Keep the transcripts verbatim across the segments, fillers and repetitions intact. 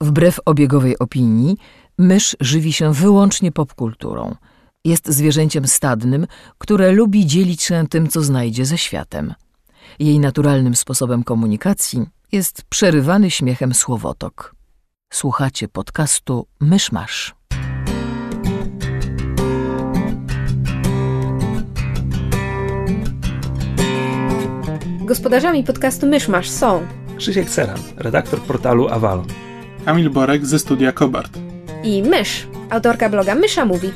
Wbrew obiegowej opinii, mysz żywi się wyłącznie popkulturą. Jest zwierzęciem stadnym, które lubi dzielić się tym, co znajdzie ze światem. Jej naturalnym sposobem komunikacji jest przerywany śmiechem słowotok. Słuchacie podcastu Mysz Masz. Gospodarzami podcastu Mysz Masz są Krzysiek Ceran, redaktor portalu Avalon, Kamil Borek ze studia Kobart i Mysz, autorka bloga Mysza Mówi.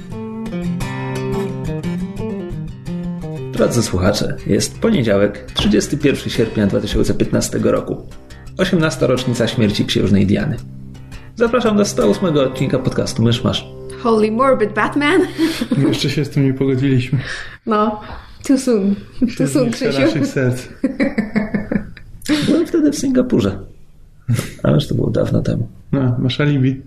Drodzy słuchacze, jest poniedziałek, trzydziestego pierwszego sierpnia dwa tysiące piętnastego roku, osiemnasta rocznica śmierci księżnej Diany. Zapraszam do sto ósmego odcinka podcastu Mysz Masz. Holy morbid Batman. Jeszcze się z tym nie pogodziliśmy. No, too soon. Too soon, Krzysiu. naszych serc. Byłem wtedy w Singapurze. Ależ to było dawno temu. No, masz alibi.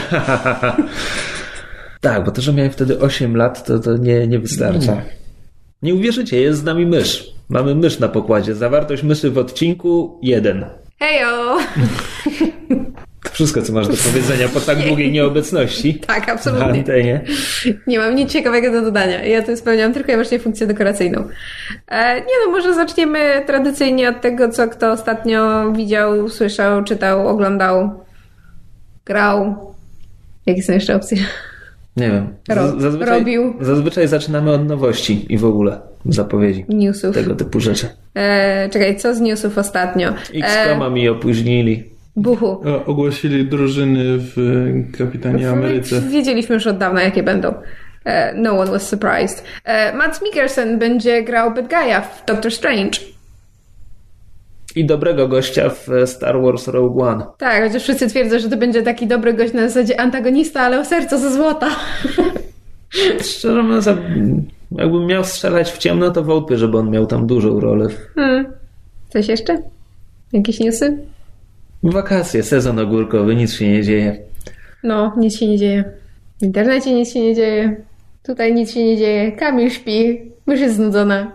Tak, bo to, że miałem wtedy osiem lat, to, to nie, nie wystarcza. Nie. Nie uwierzycie, jest z nami mysz. Mamy mysz na pokładzie. Zawartość myszy w odcinku jeden. Hejo! To wszystko, co masz do powiedzenia po tak długiej nieobecności. Tak, absolutnie. Na antenie. Nie mam nic ciekawego do dodania. Ja tu spełniam tylko i wyłącznie funkcję dekoracyjną. E, nie no, może zaczniemy tradycyjnie od tego, co kto ostatnio widział, słyszał, czytał, oglądał, grał. Jakie są jeszcze opcje? Nie wiem. Ro- zazwyczaj, robił. Zazwyczaj zaczynamy od nowości i w ogóle zapowiedzi. Newsów. Tego typu rzeczy. E, czekaj, co z newsów ostatnio? X-Koma e, mi opóźnili. Buchu. O, ogłosili drużyny w Kapitanie Ameryce. Wiedzieliśmy już od dawna, jakie będą. E, no one was surprised. E, Mads Mikkelsen będzie grał Bad Guy'a w Doctor Strange. I dobrego gościa w Star Wars Rogue One. Tak, chociaż wszyscy twierdzą, że to będzie taki dobry gość na zasadzie antagonista, ale o serce ze złota. Szczerze mówiąc, jakbym miał strzelać w ciemno, to wątpię, żeby on miał tam dużą rolę. Hmm. Coś jeszcze? Jakieś newsy? Wakacje, sezon ogórkowy, nic się nie dzieje. No, nic się nie dzieje. W internecie nic się nie dzieje. Tutaj nic się nie dzieje. Kamil śpi. Mysz jest znudzona.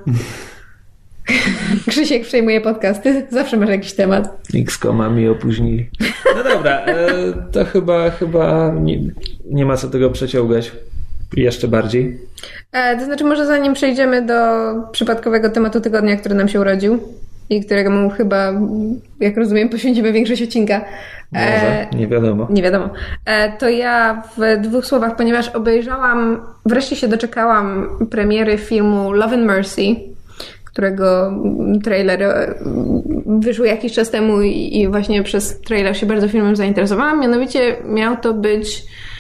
Krzysiek przejmuje podcasty. Zawsze masz jakiś temat. X-Koma mi opóźnili. No dobra, e, to chyba chyba nie, nie ma co tego przeciągać. Jeszcze bardziej. E, to znaczy może zanim przejdziemy do przypadkowego tematu tygodnia, który nam się urodził i którego mu chyba, jak rozumiem, poświęcimy większość odcinka. Może, e, nie wiadomo. Nie wiadomo. E, to ja w dwóch słowach, ponieważ obejrzałam, wreszcie się doczekałam premiery filmu Love and Mercy, którego trailer wyszł jakiś czas temu i, i właśnie przez trailer się bardzo filmem zainteresowałam. Mianowicie miał to być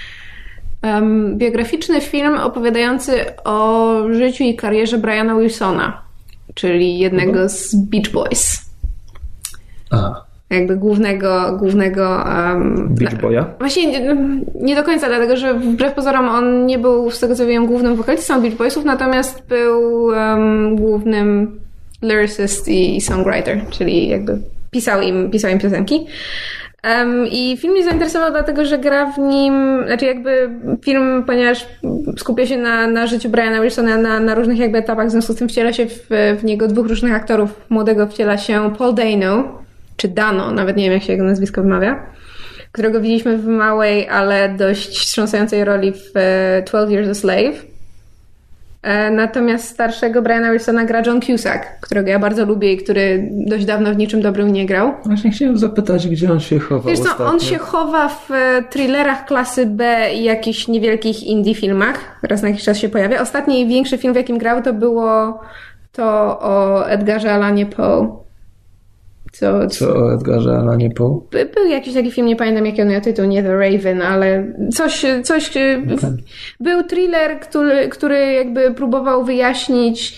um, biograficzny film opowiadający o życiu i karierze Briana Wilsona, czyli jednego z Beach Boys. Aha. Jakby głównego... głównego um, Beach Boya? Właśnie nie, nie do końca, dlatego że wbrew pozorom on nie był, z tego co wiem, głównym wokalistą Beach Boysów, natomiast był um, głównym lyricist i songwriter, czyli jakby pisał im, pisał im piosenki. Um, I film mnie zainteresował dlatego, że gra w nim, znaczy jakby film, ponieważ skupia się na, na życiu Briana Wilsona na, na różnych jakby etapach, w związku z tym wciela się w, w niego dwóch różnych aktorów. Młodego wciela się Paul Dano, czy Dano, nawet nie wiem jak się jego nazwisko wymawia, którego widzieliśmy w małej, ale dość wstrząsającej roli w twelve Years a Slave. Natomiast starszego Briana Wilsona gra John Cusack, którego ja bardzo lubię i który dość dawno w niczym dobrym nie grał. Właśnie chciałem zapytać, gdzie on się chował. Wiesz co, ostatnio. On się chowa w thrillerach klasy B i jakichś niewielkich indie filmach. Raz na jakiś czas się pojawia. Ostatni i większy film, w jakim grał, to było to o Edgarze Allanie Poe. Co, co o Edgarze Allanie Poe? Był jakiś taki film, nie pamiętam jaki on miał tytuł, nie The Raven, ale coś, coś okay. Był thriller, który, który jakby próbował wyjaśnić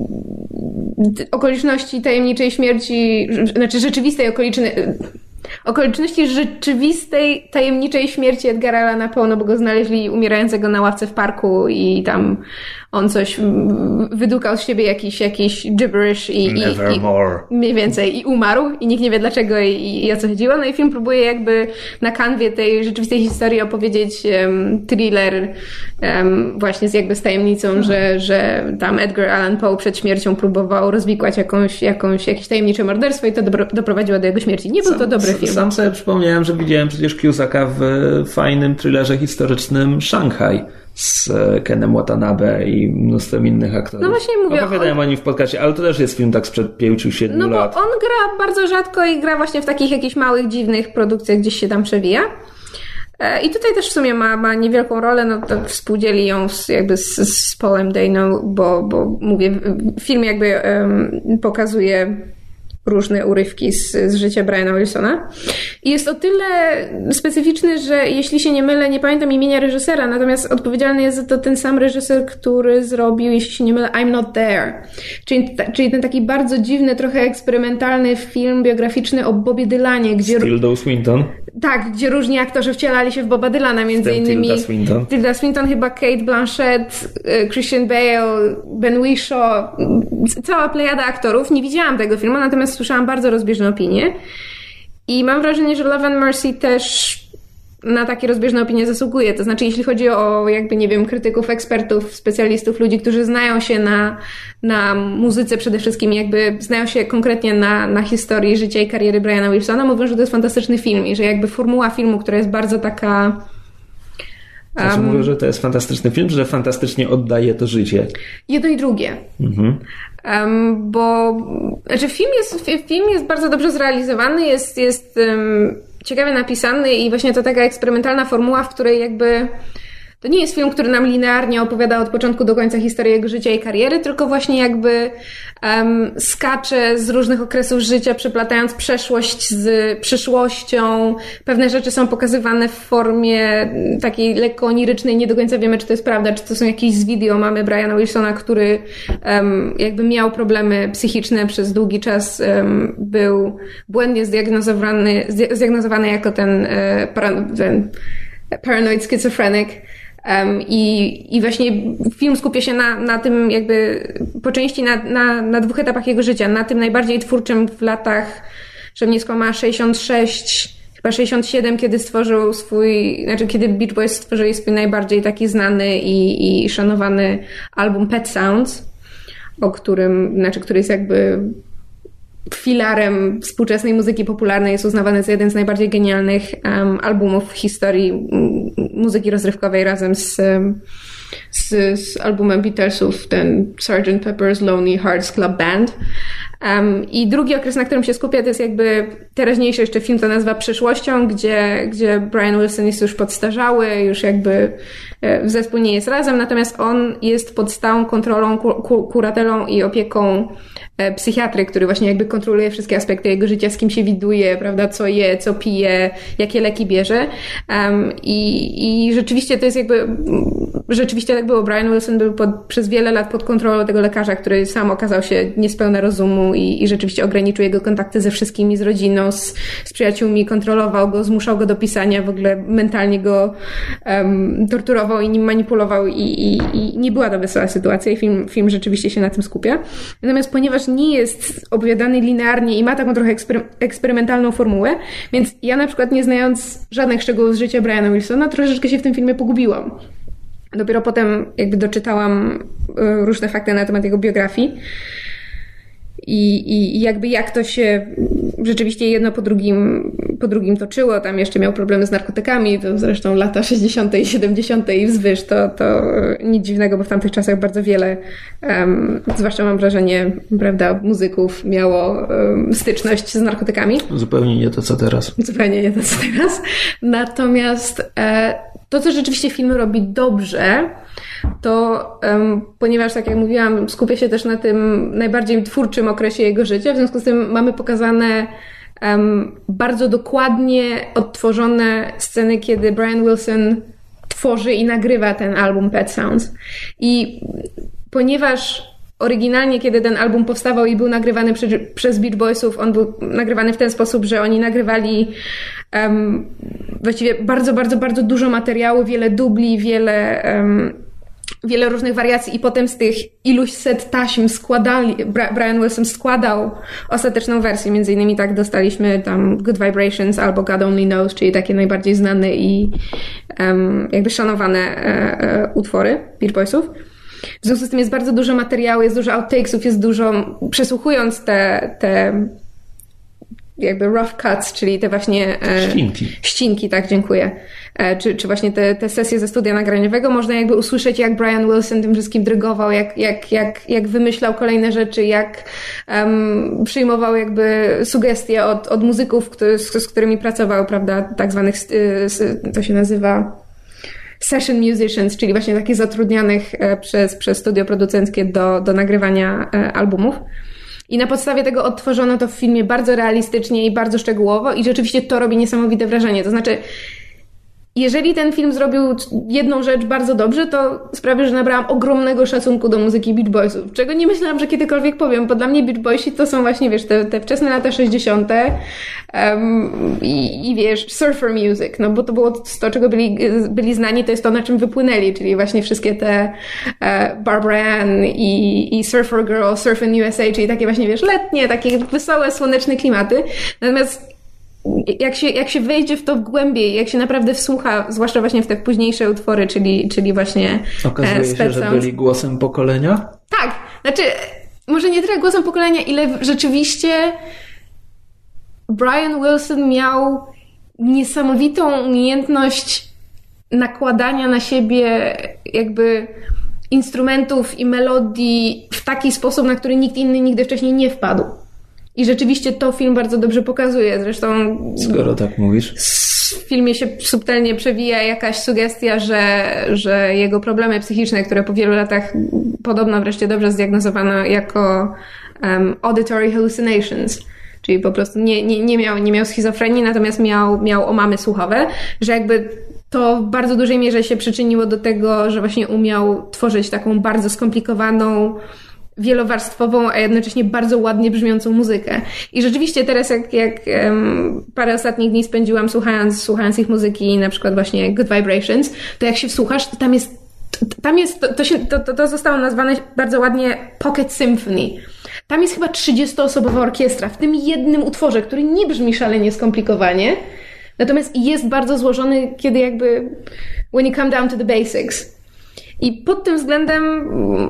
okoliczności tajemniczej śmierci, znaczy rzeczywistej okoliczności, okoliczności rzeczywistej tajemniczej śmierci Edgara Allana Poe, no bo go znaleźli umierającego na ławce w parku i tam on coś wydukał z siebie jakiś, jakiś gibberish i, i, i mniej więcej i umarł i nikt nie wie dlaczego i, i o co chodziło. No i film próbuje jakby na kanwie tej rzeczywistej historii opowiedzieć um, thriller um, właśnie z jakby z tajemnicą, hmm. że, że tam Edgar Allan Poe przed śmiercią próbował rozwikłać jakąś, jakąś, jakieś tajemnicze morderstwo i to dobro, doprowadziło do jego śmierci. Nie był sam, to dobry film. Sam sobie przypomniałem, że widziałem przecież Cusacka w fajnym thrillerze historycznym Szanghaj z Kenem Watanabe i mnóstwem innych aktorów. No właśnie mówię. Opowiadałem on... o nim w podcaście, ale to też jest film tak sprzed pięciu, siedmiu no lat. No bo on gra bardzo rzadko i gra właśnie w takich jakichś małych, dziwnych produkcjach, gdzieś się tam przewija. I tutaj też w sumie ma, ma niewielką rolę, no to współdzieli ją z, jakby z, z Paulem Dano, bo, bo mówię, film jakby um, pokazuje różne urywki z, z życia Briana Wilsona. I jest o tyle specyficzny, że jeśli się nie mylę, nie pamiętam imienia reżysera, natomiast odpowiedzialny jest za to ten sam reżyser, który zrobił, jeśli się nie mylę, I'm Not There. Czyli, ta, czyli ten taki bardzo dziwny, trochę eksperymentalny film biograficzny o Bobie Dylanie, gdzie... Tilda Swinton. Tak, gdzie różni aktorzy wcielali się w Boba Dylana, między innymi Tilda Swinton. Tilda Swinton, chyba Kate Blanchett, Christian Bale, Ben Whishaw, cała plejada aktorów. Nie widziałam tego filmu, natomiast słyszałam bardzo rozbieżne opinie. I mam wrażenie, że Love and Mercy też na takie rozbieżne opinie zasługuje. To znaczy, jeśli chodzi o jakby, nie wiem, krytyków, ekspertów, specjalistów, ludzi, którzy znają się na, na muzyce przede wszystkim, jakby znają się konkretnie na, na historii życia i kariery Briana Wilsona, mówią, że to jest fantastyczny film i że jakby formuła filmu, która jest bardzo taka... Um, znaczy mówię, że to jest fantastyczny film, że fantastycznie oddaje to życie. Jedno i drugie. Mhm. Um, bo znaczy film jest, film jest bardzo dobrze zrealizowany, jest, jest um, ciekawie napisany i właśnie to taka eksperymentalna formuła, w której jakby to nie jest film, który nam linearnie opowiada od początku do końca historię jego życia i kariery, tylko właśnie jakby um, skacze z różnych okresów życia, przeplatając przeszłość z przyszłością. Pewne rzeczy są pokazywane w formie takiej lekko onirycznej, nie do końca wiemy, czy to jest prawda, czy to są jakieś z video. Mamy Briana Wilsona, który um, jakby miał problemy psychiczne przez długi czas, um, był błędnie zdiagnozowany, zdiagnozowany jako ten, e, paran- ten paranoid schizophrenic. Um, i, I właśnie film skupia się na, na tym jakby po części na, na, na dwóch etapach jego życia. Na tym najbardziej twórczym w latach, żebym nie skłamała, sześćdziesiąt sześć, chyba sześćdziesiąt siedem, kiedy stworzył swój, znaczy kiedy Beach Boys stworzyli swój najbardziej taki znany i, i szanowany album Pet Sounds, o którym, znaczy który jest jakby filarem współczesnej muzyki popularnej, jest uznawany za jeden z najbardziej genialnych um, albumów w historii um, muzyki rozrywkowej razem z, z, z albumem Beatlesów, ten sergeant Pepper's Lonely Hearts Club Band. Um, I drugi okres, na którym się skupia, to jest jakby teraźniejszy jeszcze film, to nazywa Przyszłością, gdzie, gdzie Brian Wilson jest już podstarzały, już jakby w zespół nie jest razem, natomiast on jest pod stałą kontrolą, ku, kuratelą i opieką psychiatry, który właśnie jakby kontroluje wszystkie aspekty jego życia, z kim się widuje, prawda, co je, co pije, jakie leki bierze. Um, i, I rzeczywiście to jest jakby, rzeczywiście tak było. Brian Wilson był pod, przez wiele lat pod kontrolą tego lekarza, który sam okazał się niespełna rozumu i, i rzeczywiście ograniczył jego kontakty ze wszystkimi, z rodziną, z, z przyjaciółmi, kontrolował go, zmuszał go do pisania, w ogóle mentalnie go um, torturował i nim manipulował i, i, i nie była to wesoła sytuacja i film, film rzeczywiście się na tym skupia. Natomiast ponieważ nie jest opowiadany linearnie i ma taką trochę ekspery- eksperymentalną formułę, więc ja na przykład nie znając żadnych szczegółów z życia Briana Wilsona, troszeczkę się w tym filmie pogubiłam. Dopiero potem jakby doczytałam różne fakty na temat jego biografii i, i jakby jak to się rzeczywiście jedno po drugim, po drugim toczyło. Tam jeszcze miał problemy z narkotykami, to zresztą lata sześćdziesiąte i siedemdziesiąte i wzwyż, to, to nic dziwnego, bo w tamtych czasach bardzo wiele, um, zwłaszcza mam wrażenie, prawda, muzyków miało um, styczność z narkotykami. Zupełnie nie to, co teraz. Zupełnie nie to, co teraz. Natomiast e, to, co rzeczywiście film robi dobrze, to um, ponieważ, tak jak mówiłam, skupia się też na tym najbardziej twórczym okresie jego życia, w związku z tym mamy pokazane um, bardzo dokładnie odtworzone sceny, kiedy Brian Wilson tworzy i nagrywa ten album Pet Sounds. I ponieważ oryginalnie, kiedy ten album powstawał i był nagrywany przy, przez Beach Boysów, on był nagrywany w ten sposób, że oni nagrywali um, właściwie bardzo, bardzo, bardzo dużo materiału, wiele dubli, wiele um, wiele różnych wariacji i potem z tych iluś set taśm składali, Brian Wilson składał ostateczną wersję, między innymi tak dostaliśmy tam Good Vibrations albo God Only Knows, czyli takie najbardziej znane i um, jakby szanowane e, e, utwory Beach Boysów. W związku z tym jest bardzo dużo materiału, jest dużo outtakesów, jest dużo, przesłuchując te, te jakby rough cuts, czyli te właśnie... E, ścinki. Ścinki, tak, dziękuję. E, czy, czy właśnie te, te sesje ze studia nagraniowego, można jakby usłyszeć, jak Brian Wilson tym wszystkim drygował, jak, jak, jak, jak wymyślał kolejne rzeczy, jak um, przyjmował jakby sugestie od, od muzyków, który, z, z którymi pracował, prawda, tak zwanych, to się nazywa session musicians, czyli właśnie takich zatrudnianych przez, przez studio producenckie do, do nagrywania albumów. I na podstawie tego odtworzono to w filmie bardzo realistycznie i bardzo szczegółowo i rzeczywiście to robi niesamowite wrażenie. To znaczy, jeżeli ten film zrobił jedną rzecz bardzo dobrze, to sprawił, że nabrałam ogromnego szacunku do muzyki Beach Boysów, czego nie myślałam, że kiedykolwiek powiem, bo dla mnie Beach Boysi to są właśnie, wiesz, te, te wczesne lata sześćdziesiąte um, i, i wiesz, surfer music, no bo to było to, czego byli, byli znani, to jest to, na czym wypłynęli, czyli właśnie wszystkie te e, Barbara Ann i, i Surfer Girl, Surf in U S A, czyli takie właśnie, wiesz, letnie, takie wesołe, słoneczne klimaty. Natomiast Jak się, jak się wejdzie w to głębiej, jak się naprawdę wsłucha, zwłaszcza właśnie w te późniejsze utwory, czyli, czyli właśnie okazuje e, się, że byli głosem pokolenia? Tak, znaczy może nie tyle głosem pokolenia, ile rzeczywiście Brian Wilson miał niesamowitą umiejętność nakładania na siebie jakby instrumentów i melodii w taki sposób, na który nikt inny nigdy wcześniej nie wpadł. I rzeczywiście to film bardzo dobrze pokazuje. Zresztą skoro tak mówisz. W filmie się subtelnie przewija jakaś sugestia, że, że jego problemy psychiczne, które po wielu latach podobno wreszcie dobrze zdiagnozowano jako um, auditory hallucinations, czyli po prostu nie, nie, nie, miał, nie miał schizofrenii, natomiast miał, miał omamy słuchowe, że jakby to w bardzo dużej mierze się przyczyniło do tego, że właśnie umiał tworzyć taką bardzo skomplikowaną, wielowarstwową, a jednocześnie bardzo ładnie brzmiącą muzykę. I rzeczywiście teraz, jak, jak um, parę ostatnich dni spędziłam słuchając, słuchając ich muzyki, na przykład właśnie Good Vibrations, to jak się wsłuchasz, to tam jest, tam jest to, to, się, to, to, to zostało nazwane bardzo ładnie Pocket Symphony. Tam jest chyba trzydziestoosobowa orkiestra w tym jednym utworze, który nie brzmi szalenie skomplikowanie, natomiast jest bardzo złożony, kiedy jakby when you come down to the basics. I pod tym względem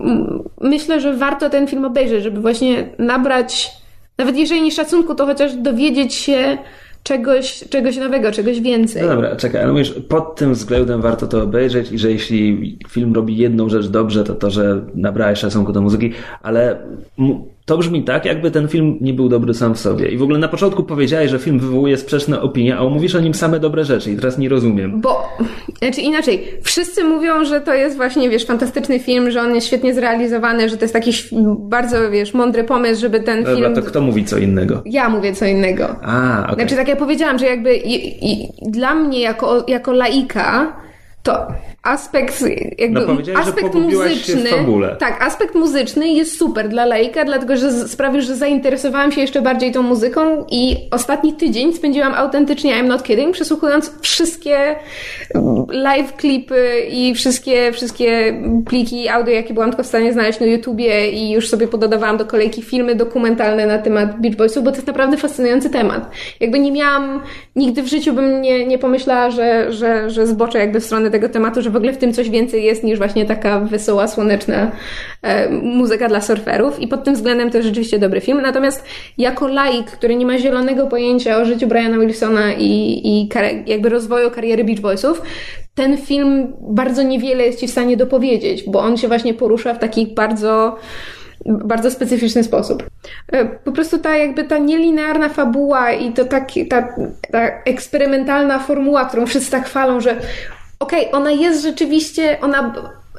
myślę, że warto ten film obejrzeć, żeby właśnie nabrać, nawet jeżeli nie szacunku, to chociaż dowiedzieć się czegoś, czegoś nowego, czegoś więcej. No dobra, czekaj, ale mówisz, pod tym względem warto to obejrzeć i że jeśli film robi jedną rzecz dobrze, to to, że nabrałeś szacunku do muzyki, ale to brzmi tak, jakby ten film nie był dobry sam w sobie. I w ogóle na początku powiedziałeś, że film wywołuje sprzeczne opinie, a mówisz o nim same dobre rzeczy i teraz nie rozumiem. Bo, znaczy inaczej, wszyscy mówią, że to jest właśnie, wiesz, fantastyczny film, że on jest świetnie zrealizowany, że to jest taki bardzo, wiesz, mądry pomysł, żeby ten dobra, film... to kto mówi co innego? Ja mówię co innego. A, okej. Znaczy, tak jak powiedziałam, że jakby i, i, dla mnie jako, jako laika to aspekt jakby no powiedziałeś, aspekt że pogubiłaś muzyczny, się w fabule. Tak, aspekt muzyczny jest super dla laika, dlatego że sprawił, że zainteresowałam się jeszcze bardziej tą muzyką i ostatni tydzień spędziłam autentycznie, I'm not kidding, przesłuchując wszystkie live klipy i wszystkie, wszystkie pliki audio, jakie byłam tylko w stanie znaleźć na YouTubie i już sobie pododawałam do kolejki filmy dokumentalne na temat Beach Boysów, bo to jest naprawdę fascynujący temat. Jakby nie miałam, nigdy w życiu bym nie, nie pomyślała, że, że, że zboczę jakby w stronę tego tematu, że w ogóle w tym coś więcej jest niż właśnie taka wesoła, słoneczna e, muzyka dla surferów i pod tym względem to jest rzeczywiście dobry film. Natomiast jako laik, który nie ma zielonego pojęcia o życiu Briana Wilsona i, i kar- jakby rozwoju kariery Beach Boysów, ten film bardzo niewiele jest ci w stanie dopowiedzieć, bo on się właśnie porusza w takich bardzo bardzo specyficzny sposób. Po prostu ta jakby ta nielinearna fabuła i to taki, ta, ta eksperymentalna formuła, którą wszyscy tak chwalą, że okej, okay, ona jest rzeczywiście, ona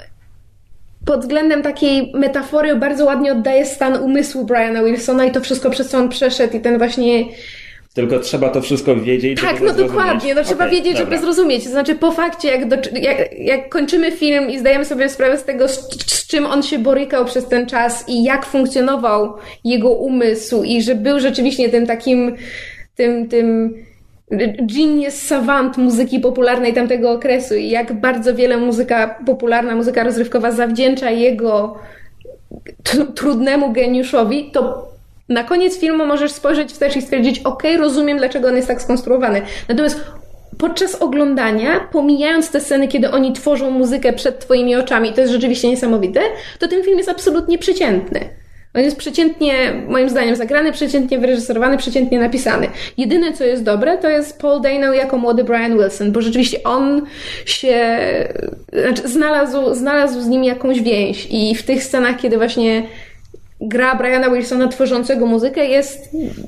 pod względem takiej metafory bardzo ładnie oddaje stan umysłu Briana Wilsona i to wszystko, przez co on przeszedł i ten właśnie... Tylko trzeba to wszystko wiedzieć, tak, żeby no dokładnie, no trzeba okay, wiedzieć, dobra. żeby zrozumieć. To znaczy po fakcie, jak, do, jak, jak kończymy film i zdajemy sobie sprawę z tego, z, z czym on się borykał przez ten czas i jak funkcjonował jego umysł i że był rzeczywiście tym takim, tym, tym genius savant muzyki popularnej tamtego okresu i jak bardzo wiele muzyka popularna, muzyka rozrywkowa zawdzięcza jego t- trudnemu geniuszowi, to na koniec filmu możesz spojrzeć wstecz i stwierdzić, okej, rozumiem, dlaczego on jest tak skonstruowany. Natomiast podczas oglądania, pomijając te sceny, kiedy oni tworzą muzykę przed twoimi oczami, to jest rzeczywiście niesamowite, to ten film jest absolutnie przeciętny. On jest przeciętnie, moim zdaniem, zagrany, przeciętnie wyreżyserowany, przeciętnie napisany. Jedyne, co jest dobre, to jest Paul Dano jako młody Brian Wilson, bo rzeczywiście on się znaczy znalazł, znalazł z nim jakąś więź i w tych scenach, kiedy właśnie gra Briana Wilsona tworzącego muzykę jest,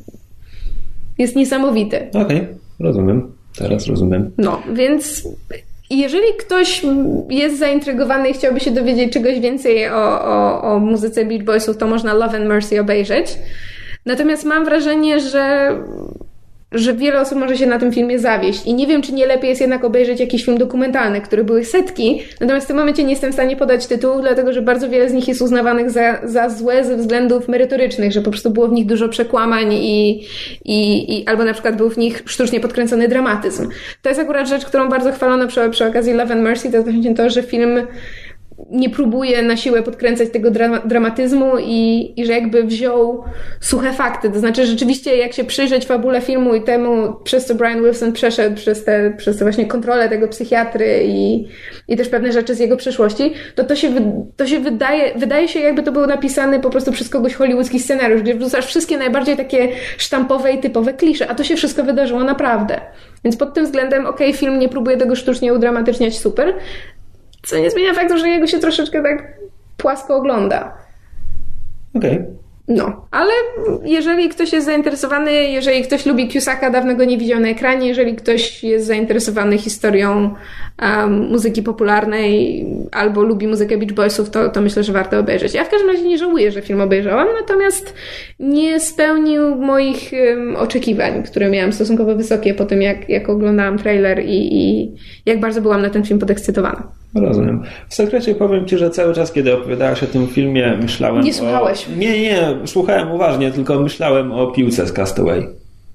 jest niesamowity. Okej, okay, rozumiem. Teraz rozumiem. No, więc jeżeli ktoś jest zaintrygowany i chciałby się dowiedzieć czegoś więcej o, o, o muzyce Beach Boysów, to można Love and Mercy obejrzeć. Natomiast mam wrażenie, że, że wiele osób może się na tym filmie zawieść. I nie wiem, czy nie lepiej jest jednak obejrzeć jakiś film dokumentalny, który były setki. Natomiast w tym momencie nie jestem w stanie podać tytułu, dlatego że bardzo wiele z nich jest uznawanych za, za złe ze względów merytorycznych, że po prostu było w nich dużo przekłamań i, i, i albo na przykład był w nich sztucznie podkręcony dramatyzm. To jest akurat rzecz, którą bardzo chwalono przy, przy okazji Love and Mercy, to jest właśnie to, że film nie próbuje na siłę podkręcać tego dra- dramatyzmu i, i że jakby wziął suche fakty. To znaczy rzeczywiście jak się przyjrzeć fabule filmu i temu, przez co Brian Wilson przeszedł, przez te, przez te właśnie kontrolę tego psychiatry i, i też pewne rzeczy z jego przeszłości, to to się, to się wydaje, wydaje się jakby to był napisany po prostu przez kogoś hollywoodzki scenariusz, gdzie wrzucasz wszystkie najbardziej takie sztampowe i typowe klisze, a to się wszystko wydarzyło naprawdę. Więc pod tym względem okej, okay, film nie próbuje tego sztucznie udramatyczniać, super, co nie zmienia faktu, że jego się troszeczkę tak płasko ogląda. Okej. Okay. No, ale jeżeli ktoś jest zainteresowany, jeżeli ktoś lubi Cusacka, dawno go nie widział na ekranie, jeżeli ktoś jest zainteresowany historią um, muzyki popularnej albo lubi muzykę Beach Boysów, to, to myślę, że warto obejrzeć. Ja w każdym razie nie żałuję, że film obejrzałam, natomiast nie spełnił moich um, oczekiwań, które miałam stosunkowo wysokie po tym, jak, jak oglądałam trailer i, i jak bardzo byłam na ten film podekscytowana. Rozumiem. W sekrecie powiem Ci, że cały czas, kiedy opowiadałaś o tym filmie, myślałem Nie słuchałeś. o... Nie, nie, słuchałem uważnie, tylko myślałem o piłce z Castaway.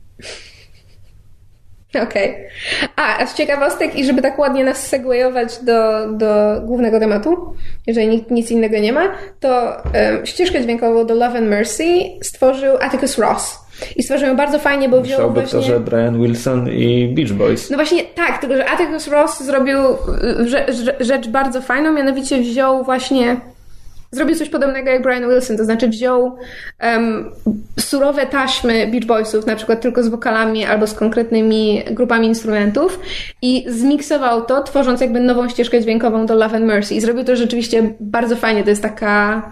Okej. Okay. A, a z ciekawostek i żeby tak ładnie nas segwayować do, do głównego tematu, jeżeli nic, nic innego nie ma, to um, ścieżkę dźwiękową do Love and Mercy stworzył Atticus Ross. I stworzył ją bardzo fajnie, bo wziął Myślałby właśnie... to, że Brian Wilson i Beach Boys. No właśnie tak, tylko że Atticus Ross zrobił rzecz, rzecz bardzo fajną, mianowicie wziął właśnie... Zrobił coś podobnego jak Brian Wilson, to znaczy wziął um, surowe taśmy Beach Boysów, na przykład tylko z wokalami albo z konkretnymi grupami instrumentów i zmiksował to, tworząc jakby nową ścieżkę dźwiękową do Love and Mercy. I zrobił to rzeczywiście bardzo fajnie. To jest taka...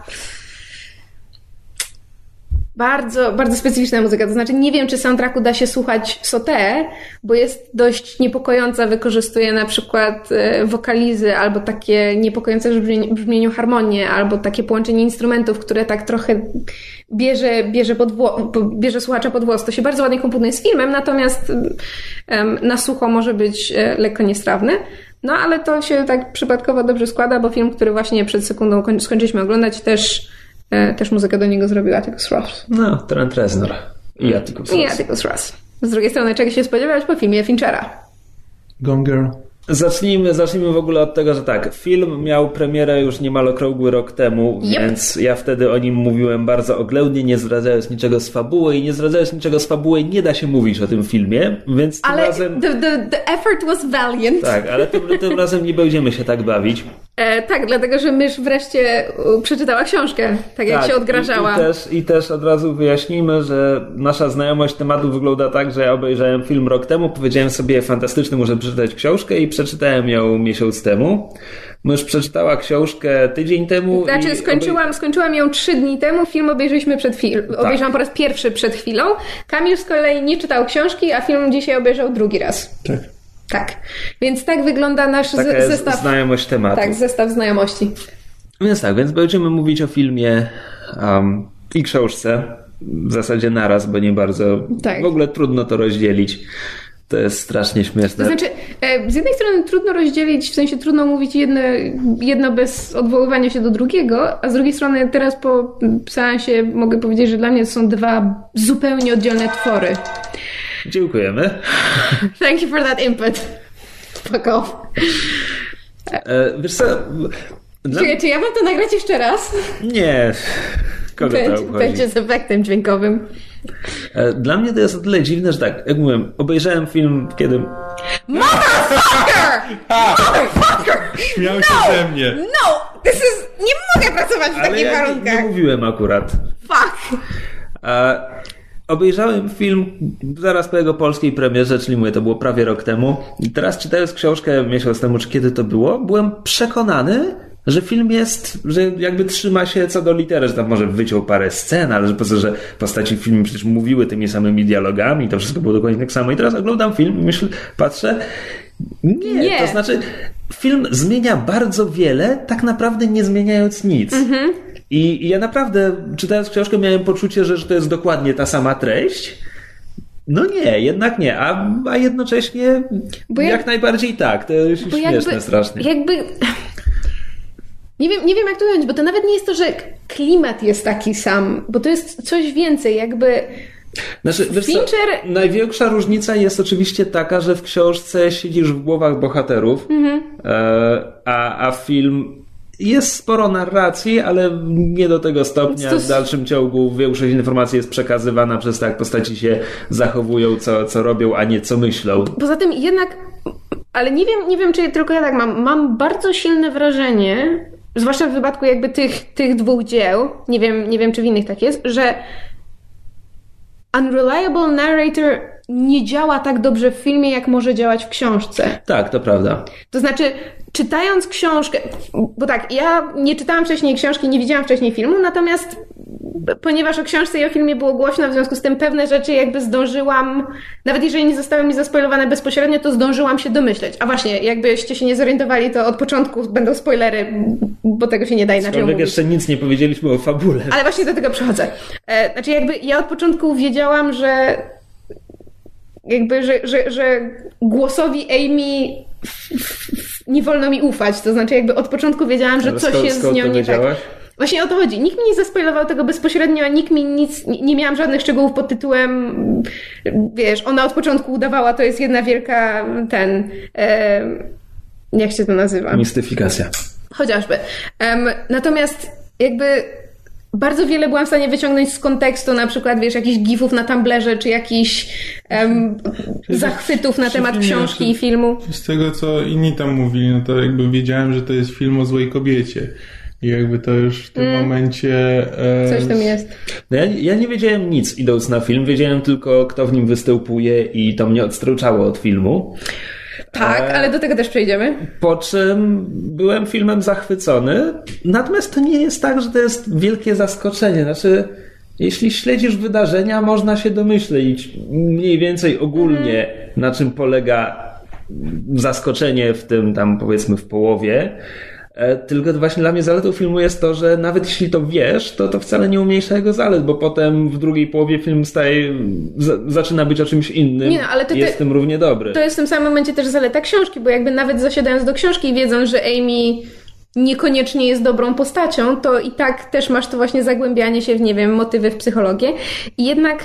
Bardzo, bardzo specyficzna muzyka. To znaczy nie wiem, czy soundtracku da się słuchać sauté, bo jest dość niepokojąca. Wykorzystuje na przykład wokalizy albo takie niepokojące w brzmieniu, brzmieniu harmonie, albo takie połączenie instrumentów, które tak trochę bierze, bierze, pod wło- bierze słuchacza pod włos. To się bardzo ładnie komponuje z filmem, natomiast um, na sucho może być e, lekko niestrawny. No ale to się tak przypadkowo dobrze składa, bo film, który właśnie przed sekundą koń- skończyliśmy oglądać, też Też muzykę do niego zrobił Atticus Ross. No, Trent Reznor i Atticus Ross. I Atticus Ross. Z drugiej strony, czego się spodziewać po filmie Finchera? Gone Girl. Zacznijmy, zacznijmy w ogóle od tego, że tak, film miał premierę już niemal okrągły rok temu, yep. Więc ja wtedy o nim mówiłem bardzo oględnie, nie zdradzając niczego z fabuły i nie zdradzając niczego z fabuły nie da się mówić o tym filmie, więc tym ale razem... The, the, the effort was valiant. Tak, ale tym, tym razem nie będziemy się tak bawić. E, tak, dlatego, że mysz wreszcie przeczytała książkę, tak jak tak, się odgrażała. I, i, też, I też od razu wyjaśnijmy, że nasza znajomość tematu wygląda tak, że ja obejrzałem film rok temu, powiedziałem sobie fantastyczny, muszę przeczytać książkę i przeczytałem ją miesiąc temu. Mysz przeczytała książkę tydzień temu. Znaczy i skończyłam, obej... skończyłam ją trzy dni temu, film obejrzeliśmy przed chwilą. Tak. Obejrzałam po raz pierwszy przed chwilą. Kamil z kolei nie czytał książki, a film dzisiaj obejrzał drugi raz. Tak. Tak. Więc tak wygląda nasz Taka z- zestaw... znajomość tematu. Tak, zestaw znajomości. Więc tak, więc będziemy mówić o filmie um, i książce w zasadzie naraz, bo nie bardzo... Tak. W ogóle trudno to rozdzielić. To jest strasznie śmieszne. To znaczy, z jednej strony trudno rozdzielić, w sensie trudno mówić jedno, jedno bez odwoływania się do drugiego, a z drugiej strony teraz po seansie mogę powiedzieć, że dla mnie to są dwa zupełnie oddzielne twory. Dziękujemy. Thank you for that input. Fuck off. E, wiesz co... Dla... Czekaj, czy ja mam to nagrać jeszcze raz? Nie. Kogo będzie, to obchodzi? będzie z efektem dźwiękowym. E, dla mnie to jest o tyle dziwne, że tak, jak mówiłem, obejrzałem film, kiedy... Motherfucker! Motherfucker! Śmiał się no! ze mnie. No! This is... Nie mogę pracować w Ale takich ja nie, warunkach. nie mówiłem akurat. Fuck! E, obejrzałem film zaraz po jego polskiej premierze, czyli mówię, to było prawie rok temu. I teraz czytając książkę miesiąc temu, czy kiedy to było, byłem przekonany, że film jest, że jakby trzyma się co do litery, że tam może wyciął parę scen, ale że po prostu, że postaci w filmie przecież mówiły tymi samymi dialogami, to wszystko było dokładnie tak samo. I teraz oglądam film i myślę, patrzę, nie, Nie. to znaczy film zmienia bardzo wiele, tak naprawdę nie zmieniając nic. Mhm. I, I ja naprawdę, czytając książkę, miałem poczucie, że, że to jest dokładnie ta sama treść. No nie, jednak nie, a, a jednocześnie Bo jak, jak, najbardziej tak, to jest śmieszne jakby, strasznie. Jakby... Nie wiem, nie wiem jak to ująć, bo to nawet nie jest to, że klimat jest taki sam, bo to jest coś więcej, jakby... Znaczy, wiesz co, Fincher... największa różnica jest oczywiście taka, że w książce siedzisz w głowach bohaterów, mhm. e, a, a film jest sporo narracji, ale nie do tego stopnia. To... W dalszym ciągu większość informacji jest przekazywana przez to, jak postaci się zachowują, co, co robią, a nie co myślą. Poza tym jednak, ale nie wiem, nie wiem, czy tylko ja tak mam, mam bardzo silne wrażenie, zwłaszcza w wypadku jakby tych, tych dwóch dzieł, nie wiem, nie wiem, czy w innych tak jest, że unreliable narrator nie działa tak dobrze w filmie, jak może działać w książce. Tak, to prawda. To znaczy, czytając książkę, bo tak, ja nie czytałam wcześniej książki, nie widziałam wcześniej filmu, natomiast ponieważ o książce i o filmie było głośno, w związku z tym pewne rzeczy jakby zdążyłam, nawet jeżeli nie zostały mi zaspoilowane bezpośrednio, to zdążyłam się domyśleć. A właśnie, jakbyście się nie zorientowali, to od początku będą spoilery, bo tego się nie da inaczej Skoro mówić. jeszcze nic nie powiedzieliśmy o fabule. Ale właśnie do tego przechodzę. E, znaczy jakby ja od początku wiedziałam, że jakby, że, że, że głosowi Amy f, f, f, nie wolno mi ufać. To znaczy jakby od początku wiedziałam, że Ale coś skąd, jest skąd z nią to nie tak. wiedziałaś? Właśnie o to chodzi. Nikt mi nie zaspoilował tego bezpośrednio, a nikt mi nic, nie, nie miałam żadnych szczegółów pod tytułem, wiesz, ona od początku udawała, to jest jedna wielka, ten, e, jak się to nazywa? Mistyfikacja. Chociażby. Um, natomiast jakby bardzo wiele byłam w stanie wyciągnąć z kontekstu, na przykład, wiesz, jakichś gifów na Tumblerze, czy jakichś um, zachwytów na temat książki i filmu. Z tego, co inni tam mówili, no to jakby wiedziałem, że to jest film o złej kobiecie. I jakby to już w tym mm. momencie... E... Coś tam jest. No ja, ja nie wiedziałem nic idąc na film, wiedziałem tylko, kto w nim występuje i to mnie odstręczało od filmu. Tak, e... ale do tego też przejdziemy. Po czym byłem filmem zachwycony, natomiast to nie jest tak, że to jest wielkie zaskoczenie. Znaczy, jeśli śledzisz wydarzenia, można się domyśleć mniej więcej ogólnie, mm. na czym polega zaskoczenie w tym tam, powiedzmy, w połowie. Tylko właśnie dla mnie zaletą filmu jest to, że nawet jeśli to wiesz, to to wcale nie umniejsza jego zalet, bo potem w drugiej połowie film staje, z, zaczyna być o czymś innym nie no, ale to, i jest w tym równie dobry. To jest w tym samym momencie też zaleta książki, bo jakby nawet zasiadając do książki i wiedząc, że Amy niekoniecznie jest dobrą postacią, to i tak też masz to właśnie zagłębianie się w, nie wiem, motywy, w psychologię. I jednak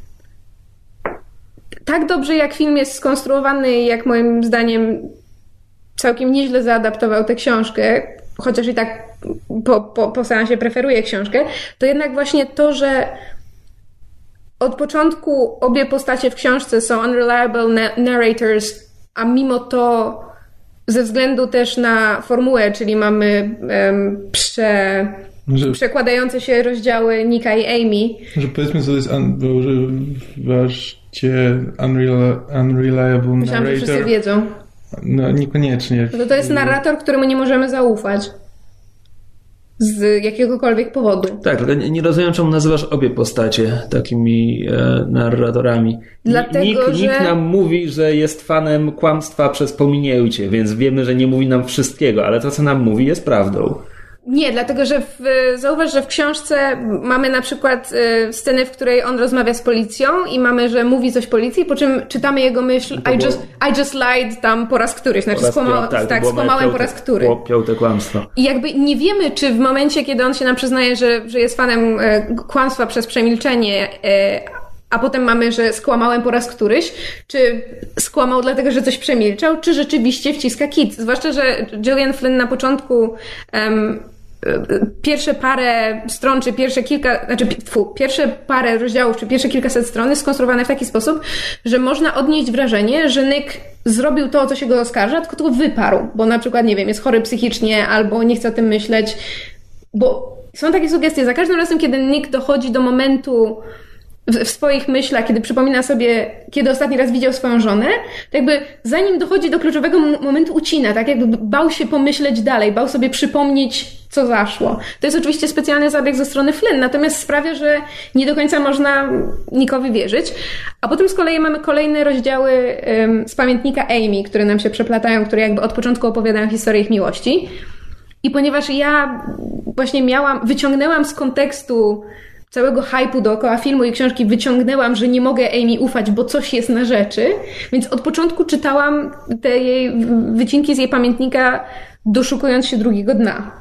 tak dobrze jak film jest skonstruowany, jak moim zdaniem całkiem nieźle zaadaptował tę książkę, chociaż i tak po, po, po seansie preferuję książkę, to jednak właśnie to, że od początku obie postacie w książce są unreliable na- narrators, a mimo to ze względu też na formułę, czyli mamy um, prze, że, przekładające się rozdziały Nika i Amy. Że powiedzmy, co to jest un, że wreszcie unreliable, unreliable Myślałam, narrator. że wszyscy wiedzą. No niekoniecznie. No to, to jest narrator, któremu nie możemy zaufać. Z jakiegokolwiek powodu. Tak, tylko nie, nie rozumiem, czemu nazywasz obie postacie takimi e, narratorami. Dlatego, Nick, że... Nick nam mówi, że jest fanem kłamstwa przez pominięcie, więc wiemy, że nie mówi nam wszystkiego, ale to, co nam mówi, jest prawdą. Nie, dlatego, że w, zauważ, że w książce mamy na przykład y, scenę, w której on rozmawia z policją i mamy, że mówi coś policji, po czym czytamy jego myśl I było... just, I just lied tam po raz któryś, znaczy raz skłama, pią... tak, tak skłamałem piąte, po raz który. Piąte kłamstwo. I jakby nie wiemy, czy w momencie, kiedy on się nam przyznaje, że, że jest fanem e, kłamstwa przez przemilczenie, e, a potem mamy, że skłamałem po raz któryś, czy skłamał dlatego, że coś przemilczał, czy rzeczywiście wciska kit. Zwłaszcza, że Gillian Flynn na początku um, pierwsze parę stron, czy pierwsze kilka, znaczy tfu, pierwsze parę rozdziałów, czy pierwsze kilkaset stron jest skonstruowane w taki sposób, że można odnieść wrażenie, że Nick zrobił to, o co się go oskarża, tylko to wyparł, bo na przykład, nie wiem, jest chory psychicznie, albo nie chce o tym myśleć, bo są takie sugestie. Za każdym razem, kiedy Nick dochodzi do momentu w, w swoich myślach, kiedy przypomina sobie, kiedy ostatni raz widział swoją żonę, to jakby zanim dochodzi do kluczowego momentu, ucina, tak jakby bał się pomyśleć dalej, bał sobie przypomnieć, co zaszło. To jest oczywiście specjalny zabieg ze strony Flynn, natomiast sprawia, że nie do końca można Nickowi wierzyć. A potem z kolei mamy kolejne rozdziały um, z pamiętnika Amy, które nam się przeplatają, które jakby od początku opowiadają historię ich miłości. I ponieważ ja właśnie miałam, wyciągnęłam z kontekstu całego hype'u dookoła filmu i książki, wyciągnęłam, że nie mogę Amy ufać, bo coś jest na rzeczy, więc od początku czytałam te jej wycinki z jej pamiętnika, doszukując się drugiego dna.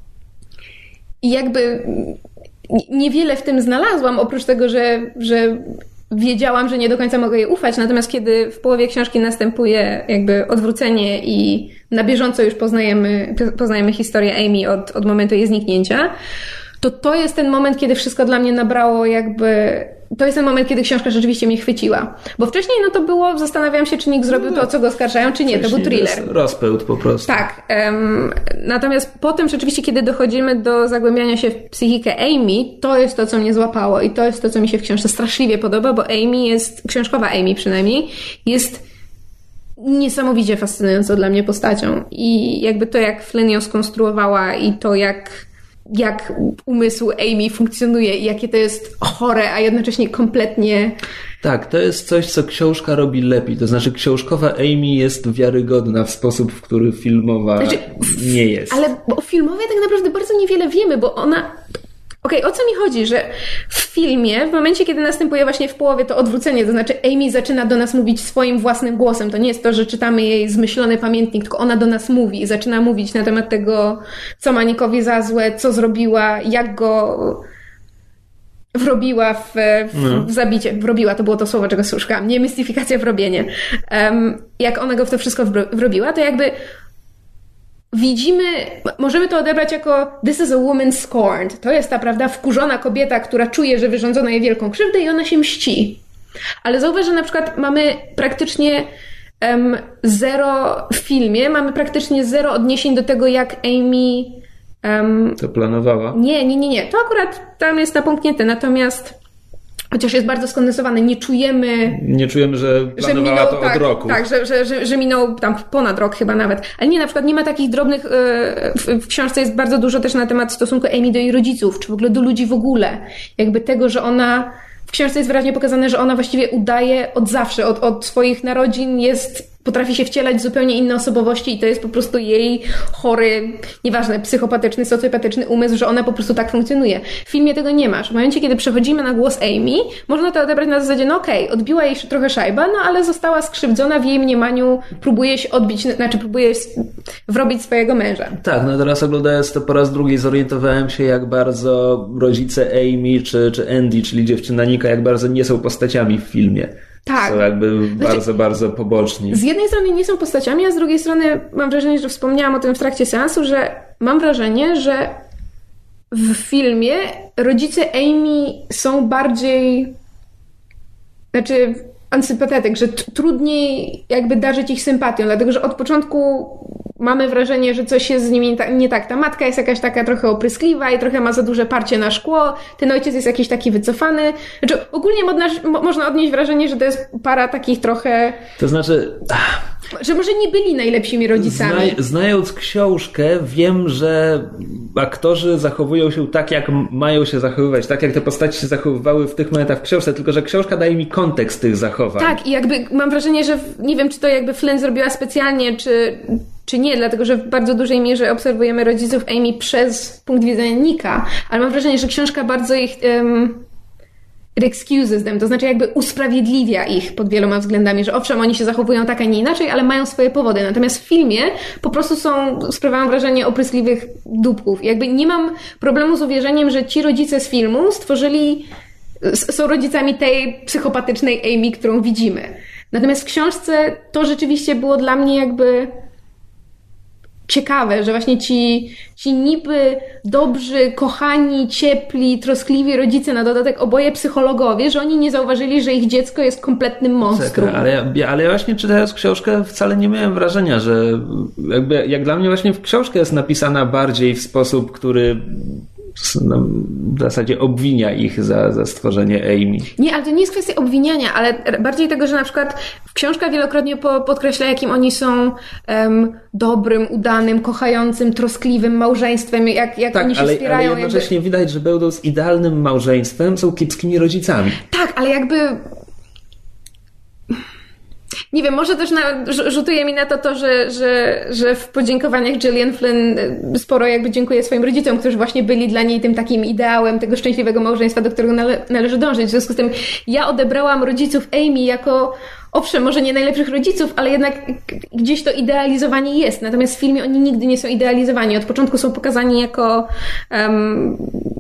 I jakby niewiele w tym znalazłam, oprócz tego, że, że wiedziałam, że nie do końca mogę jej ufać, natomiast kiedy w połowie książki następuje jakby odwrócenie i na bieżąco już poznajemy, poznajemy historię Amy od, od momentu jej zniknięcia, to to jest ten moment, kiedy wszystko dla mnie nabrało jakby... To jest ten moment, kiedy książka rzeczywiście mnie chwyciła. Bo wcześniej no to było, zastanawiałam się, czy Nick zrobił to, co go oskarżają, czy nie. To był thriller. Rozpełt po prostu. Tak. Um, natomiast potem rzeczywiście, kiedy dochodzimy do zagłębiania się w psychikę Amy, to jest to, co mnie złapało i to jest to, co mi się w książce straszliwie podoba, bo Amy jest, książkowa Amy przynajmniej, jest niesamowicie fascynującą dla mnie postacią. I jakby to, jak Flynn ją skonstruowała i to, jak jak umysł Amy funkcjonuje i jakie to jest chore, a jednocześnie kompletnie... Tak, to jest coś, co książka robi lepiej. To znaczy książkowa Amy jest wiarygodna w sposób, w który filmowa znaczy, nie jest. Ale o filmowej tak naprawdę bardzo niewiele wiemy, bo ona... Okej, okay, o co mi chodzi, że w filmie, w momencie, kiedy następuje właśnie w połowie to odwrócenie, to znaczy Amy zaczyna do nas mówić swoim własnym głosem. To nie jest to, że czytamy jej zmyślony pamiętnik, tylko ona do nas mówi i zaczyna mówić na temat tego, co ma Nickowi za złe, co zrobiła, jak go wrobiła w, w, no. w zabicie. Wrobiła, to było to słowo, czego szukałam. Nie mistyfikacja, wrobienie. Um, jak ona go w to wszystko wrobiła, to jakby widzimy, możemy to odebrać jako this is a woman scorned. To jest ta, prawda, wkurzona kobieta, która czuje, że wyrządzono jej wielką krzywdę i ona się mści. Ale zauważ, że na przykład mamy praktycznie um, zero w filmie, mamy praktycznie zero odniesień do tego, jak Amy um, to planowała? Nie, nie, nie, nie. To akurat tam jest napomknięte, natomiast chociaż jest bardzo skondensowane, nie czujemy... Nie czujemy, że planowała że minął, to tak, od roku. Tak, że, że, że, że minął tam ponad rok chyba nawet. Ale nie, na przykład nie ma takich drobnych... W, w książce jest bardzo dużo też na temat stosunku Amy do jej rodziców, czy w ogóle do ludzi w ogóle. Jakby tego, że ona... W książce jest wyraźnie pokazane, że ona właściwie udaje od zawsze, od, od swoich narodzin jest... Potrafi się wcielać w zupełnie inne osobowości i to jest po prostu jej chory, nieważne, psychopatyczny, socjopatyczny umysł, że ona po prostu tak funkcjonuje. W filmie tego nie masz. W momencie, kiedy przechodzimy na głos Amy, można to odebrać na zasadzie, no okej, okay, odbiła jej trochę szajba, no ale została skrzywdzona w jej mniemaniu, próbuje się odbić, znaczy próbuje wrobić swojego męża. Tak, no teraz oglądając to po raz drugi zorientowałem się, jak bardzo rodzice Amy czy, czy Andy, czyli dziewczyna Nicka, jak bardzo nie są postaciami w filmie. Tak. Są jakby znaczy, bardzo, bardzo poboczni. Z jednej strony nie są postaciami, a z drugiej strony mam wrażenie, że wspomniałam o tym w trakcie seansu, że mam wrażenie, że w filmie rodzice Amy są bardziej, znaczy antysympatetyk, że t- trudniej jakby darzyć ich sympatią, dlatego że od początku mamy wrażenie, że coś jest z nimi nie tak. Ta matka jest jakaś taka trochę opryskliwa i trochę ma za duże parcie na szkło. Ten ojciec jest jakiś taki wycofany. Znaczy, ogólnie modna, mo, można odnieść wrażenie, że to jest para takich trochę... To znaczy... Że może nie byli najlepszymi rodzicami. Zna, znając książkę, wiem, że aktorzy zachowują się tak, jak mają się zachowywać. Tak, jak te postaci się zachowywały w tych momentach w książce. Tylko, że książka daje mi kontekst tych zachowań. Tak, i jakby mam wrażenie, że nie wiem, czy to jakby Flynn zrobiła specjalnie, czy... czy nie, dlatego że w bardzo dużej mierze obserwujemy rodziców Amy przez punkt widzenia Nicka, ale mam wrażenie, że książka bardzo ich um, excuses them, to znaczy jakby usprawiedliwia ich pod wieloma względami, że owszem, oni się zachowują tak, a nie inaczej, ale mają swoje powody. Natomiast w filmie po prostu są, sprawiają wrażenie opryskliwych dupków. Jakby nie mam problemu z uwierzeniem, że ci rodzice z filmu stworzyli są rodzicami tej psychopatycznej Amy, którą widzimy. Natomiast w książce to rzeczywiście było dla mnie jakby ciekawe, że właśnie ci, ci niby dobrzy, kochani, ciepli, troskliwi rodzice, na dodatek oboje psychologowie, że oni nie zauważyli, że ich dziecko jest kompletnym monstrum. Ale ja, ale ja właśnie czytając książkę wcale nie miałem wrażenia, że jakby, jak dla mnie właśnie książka jest napisana bardziej w sposób, który no, w zasadzie obwinia ich za, za stworzenie Amy. Nie, ale to nie jest kwestia obwiniania, ale bardziej tego, że na przykład książka wielokrotnie po, podkreśla, jakim oni są um, dobrym, udanym, kochającym, troskliwym małżeństwem, jak, jak tak, oni się ale, wspierają. ale jednocześnie jakby... widać, że będąc idealnym małżeństwem, są kiepskimi rodzicami. Tak, ale jakby... Nie wiem, może też na, rzutuje mi na to to, że, że, że w podziękowaniach Gillian Flynn sporo jakby dziękuję swoim rodzicom, którzy właśnie byli dla niej tym takim ideałem tego szczęśliwego małżeństwa, do którego nale, należy dążyć. W związku z tym ja odebrałam rodziców Amy jako, owszem, może nie najlepszych rodziców, ale jednak gdzieś to idealizowanie jest. Natomiast w filmie oni nigdy nie są idealizowani. Od początku są pokazani jako... Um,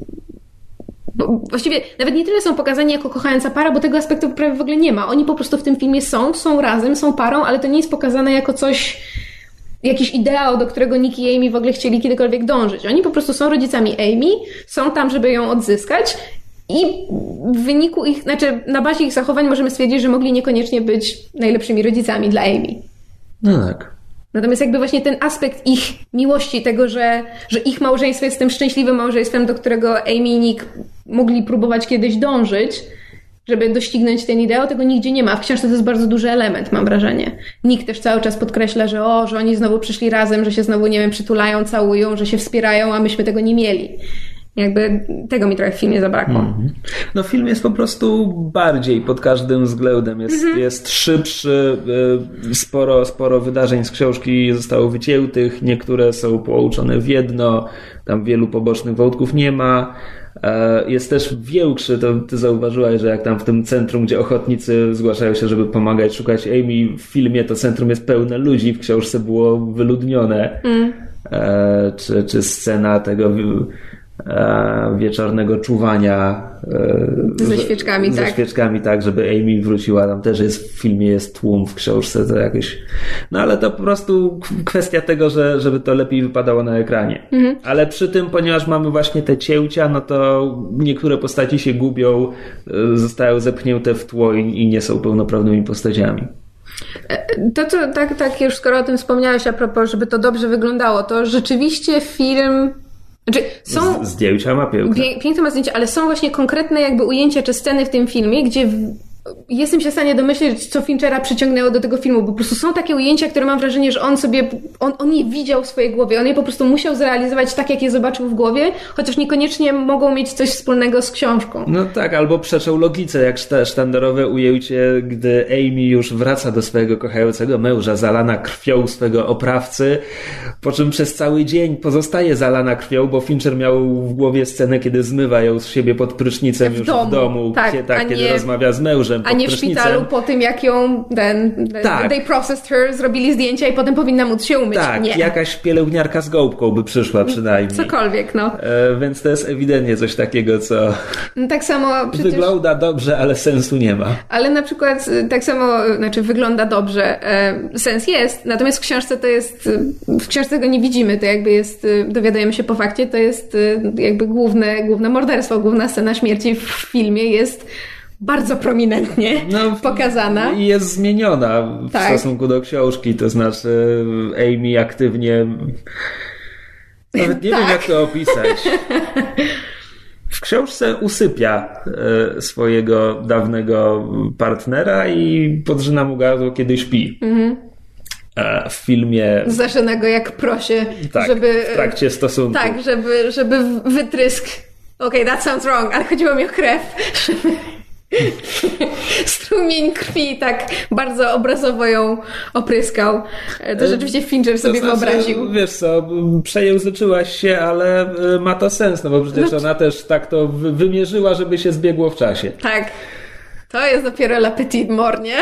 Bo właściwie nawet nie tyle są pokazani jako kochająca para, bo tego aspektu prawie w ogóle nie ma. Oni po prostu w tym filmie są, są razem, są parą, ale to nie jest pokazane jako coś, jakiś ideał, do którego Nick i Amy w ogóle chcieli kiedykolwiek dążyć. Oni po prostu są rodzicami Amy, są tam, żeby ją odzyskać i w wyniku ich, znaczy na bazie ich zachowań możemy stwierdzić, że mogli niekoniecznie być najlepszymi rodzicami dla Amy. No tak. Natomiast jakby właśnie ten aspekt ich miłości, tego, że, że ich małżeństwo jest tym szczęśliwym małżeństwem, do którego Amy i Nick mogli próbować kiedyś dążyć, żeby doścignąć ten ideał, tego nigdzie nie ma. W książce to jest bardzo duży element, mam wrażenie. Nick też cały czas podkreśla, że o, że oni znowu przyszli razem, że się znowu, nie wiem, przytulają, całują, że się wspierają, a myśmy tego nie mieli. Jakby tego mi trochę w filmie zabrakło. Mm-hmm. No film jest po prostu bardziej pod każdym względem. Jest, mm-hmm. jest szybszy, sporo, sporo wydarzeń z książki zostało wyciętych, niektóre są połączone w jedno, tam wielu pobocznych wątków nie ma. Jest też większy, to ty zauważyłaś, że jak tam w tym centrum, gdzie ochotnicy zgłaszają się, żeby pomagać szukać Amy, w filmie to centrum jest pełne ludzi, w książce było wyludnione. Mm. Czy, czy scena tego wieczornego czuwania ze świeczkami, ze tak. świeczkami, tak, żeby Amy wróciła. Tam też jest w filmie jest tłum, w książce to jakoś... No ale to po prostu kwestia tego, że, żeby to lepiej wypadało na ekranie. Mhm. Ale przy tym, ponieważ mamy właśnie te cięcia, no to niektóre postaci się gubią, zostają zepchnięte w tło i, i nie są pełnoprawnymi postaciami. To, co tak, tak już skoro o tym wspomniałeś a propos, żeby to dobrze wyglądało, to rzeczywiście film... Znaczy, są zdjęcia ma piękne. Piękne ma zdjęcia, ale są właśnie konkretne jakby ujęcia czy sceny w tym filmie, gdzie w... jestem się w stanie domyśleć, co Finchera przyciągnęło do tego filmu, bo po prostu są takie ujęcia, które mam wrażenie, że on sobie, on, on je widział w swojej głowie, on je po prostu musiał zrealizować tak, jak je zobaczył w głowie, chociaż niekoniecznie mogą mieć coś wspólnego z książką. No tak, albo przeczą logice, jak sztandarowe ujęcie, gdy Amy już wraca do swojego kochającego męża, zalana krwią swego oprawcy, po czym przez cały dzień pozostaje zalana krwią, bo Fincher miał w głowie scenę, kiedy zmywa ją z siebie pod prysznicem w już domu. w domu, tak, gdzie, tak, nie... kiedy rozmawia z mężem. A nie w szpitalu po tym, jak ją ten, tak. they processed her, zrobili zdjęcia i potem powinna móc się umyć. Tak, nie. jakaś pielęgniarka z gąbką by przyszła przynajmniej. Cokolwiek, no. E, więc to jest ewidentnie coś takiego, co no, tak samo przecież... wygląda dobrze, ale sensu nie ma. Ale na przykład tak samo, znaczy wygląda dobrze, e, sens jest, natomiast w książce to jest, w książce tego nie widzimy, to jakby jest, dowiadujemy się po fakcie, to jest jakby główne, główne morderstwo, główna scena śmierci w filmie jest bardzo prominentnie no, pokazana. I jest zmieniona w tak. stosunku do książki, to znaczy Amy aktywnie... Nawet nie tak. wiem, jak to opisać. W książce usypia e, swojego dawnego partnera i podrzyna mu gardło, kiedy śpi. Mhm. A w filmie... Zaczyna go jak prosie, tak, żeby... w trakcie stosunku. Tak, żeby, żeby wytrysk... Okej, okay, that sounds wrong, ale chodziło mi o krew. Żeby... strumień krwi tak bardzo obrazowo ją opryskał. To rzeczywiście Fincher sobie to znaczy, wyobraził. Wiesz co, przejęzyczyłaś się, ale ma to sens, no bo przecież no, ona też tak to wymierzyła, żeby się zbiegło w czasie. Tak. To jest dopiero la petite mort, nie?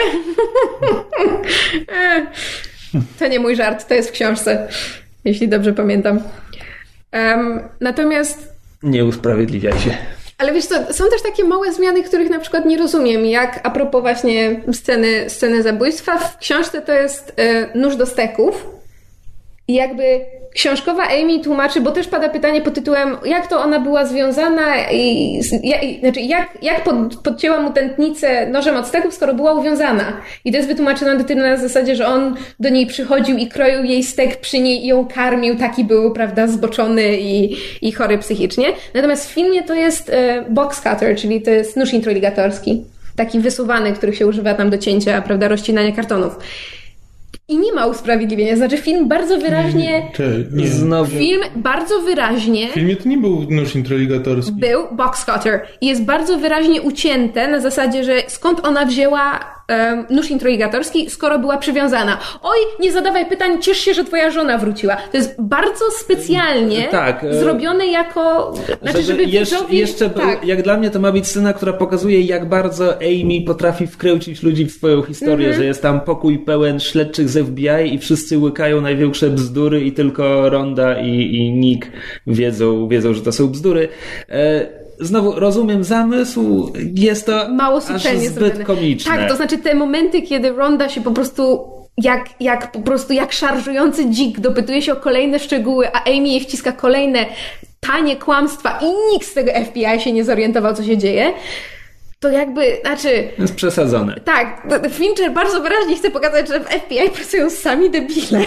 To nie mój żart, to jest w książce, jeśli dobrze pamiętam. Um, natomiast... Nie usprawiedliwiaj się. Ale wiesz co, są też takie małe zmiany, których na przykład nie rozumiem, jak a propos właśnie sceny, sceny zabójstwa. W książce to jest e, nóż do steków i jakby książkowa Amy tłumaczy, bo też pada pytanie pod tytułem, jak to ona była związana i, i znaczy jak, jak pod, podcięła mu tętnicę nożem od steków, skoro była uwiązana. I to jest wytłumaczone do tyłu na zasadzie, że on do niej przychodził i kroił jej stek przy niej i ją karmił, taki był, prawda, zboczony i, i chory psychicznie. Natomiast w filmie to jest e, box cutter, czyli to jest nóż introligatorski. Taki wysuwany, który się używa tam do cięcia, prawda, rozcinania kartonów. I nie ma usprawiedliwienia. Znaczy film bardzo wyraźnie... Czy, nie. Znowu. Film bardzo wyraźnie... W filmie to nie był nóż introligatorski. Był box cutter. I jest bardzo wyraźnie ucięte na zasadzie, że skąd ona wzięła um, nóż introligatorski, skoro była przywiązana. Oj, nie zadawaj pytań, ciesz się, że twoja żona wróciła. To jest bardzo specjalnie tak, zrobione jako... Znaczy, żeby jeszcze, widzowi... jeszcze tak. Jak dla mnie to ma być scena, która pokazuje, jak bardzo Amy potrafi wkręcić ludzi w swoją historię, mm-hmm. że jest tam pokój pełen śledczych z F B I i wszyscy łykają największe bzdury i tylko Ronda i, i Nick wiedzą, wiedzą, że to są bzdury. E, Znowu rozumiem zamysł, jest to mało aż subtelnie zbyt zrobione. komiczne. Tak, to znaczy te momenty, kiedy Ronda się po prostu jak, jak po prostu jak szarżujący dzik dopytuje się o kolejne szczegóły, a Amy jej wciska kolejne tanie kłamstwa i nikt z tego F B I się nie zorientował, co się dzieje. To jakby, znaczy... Jest przesadzone. Tak, Fincher bardzo wyraźnie chce pokazać, że w F B I pracują sami debile.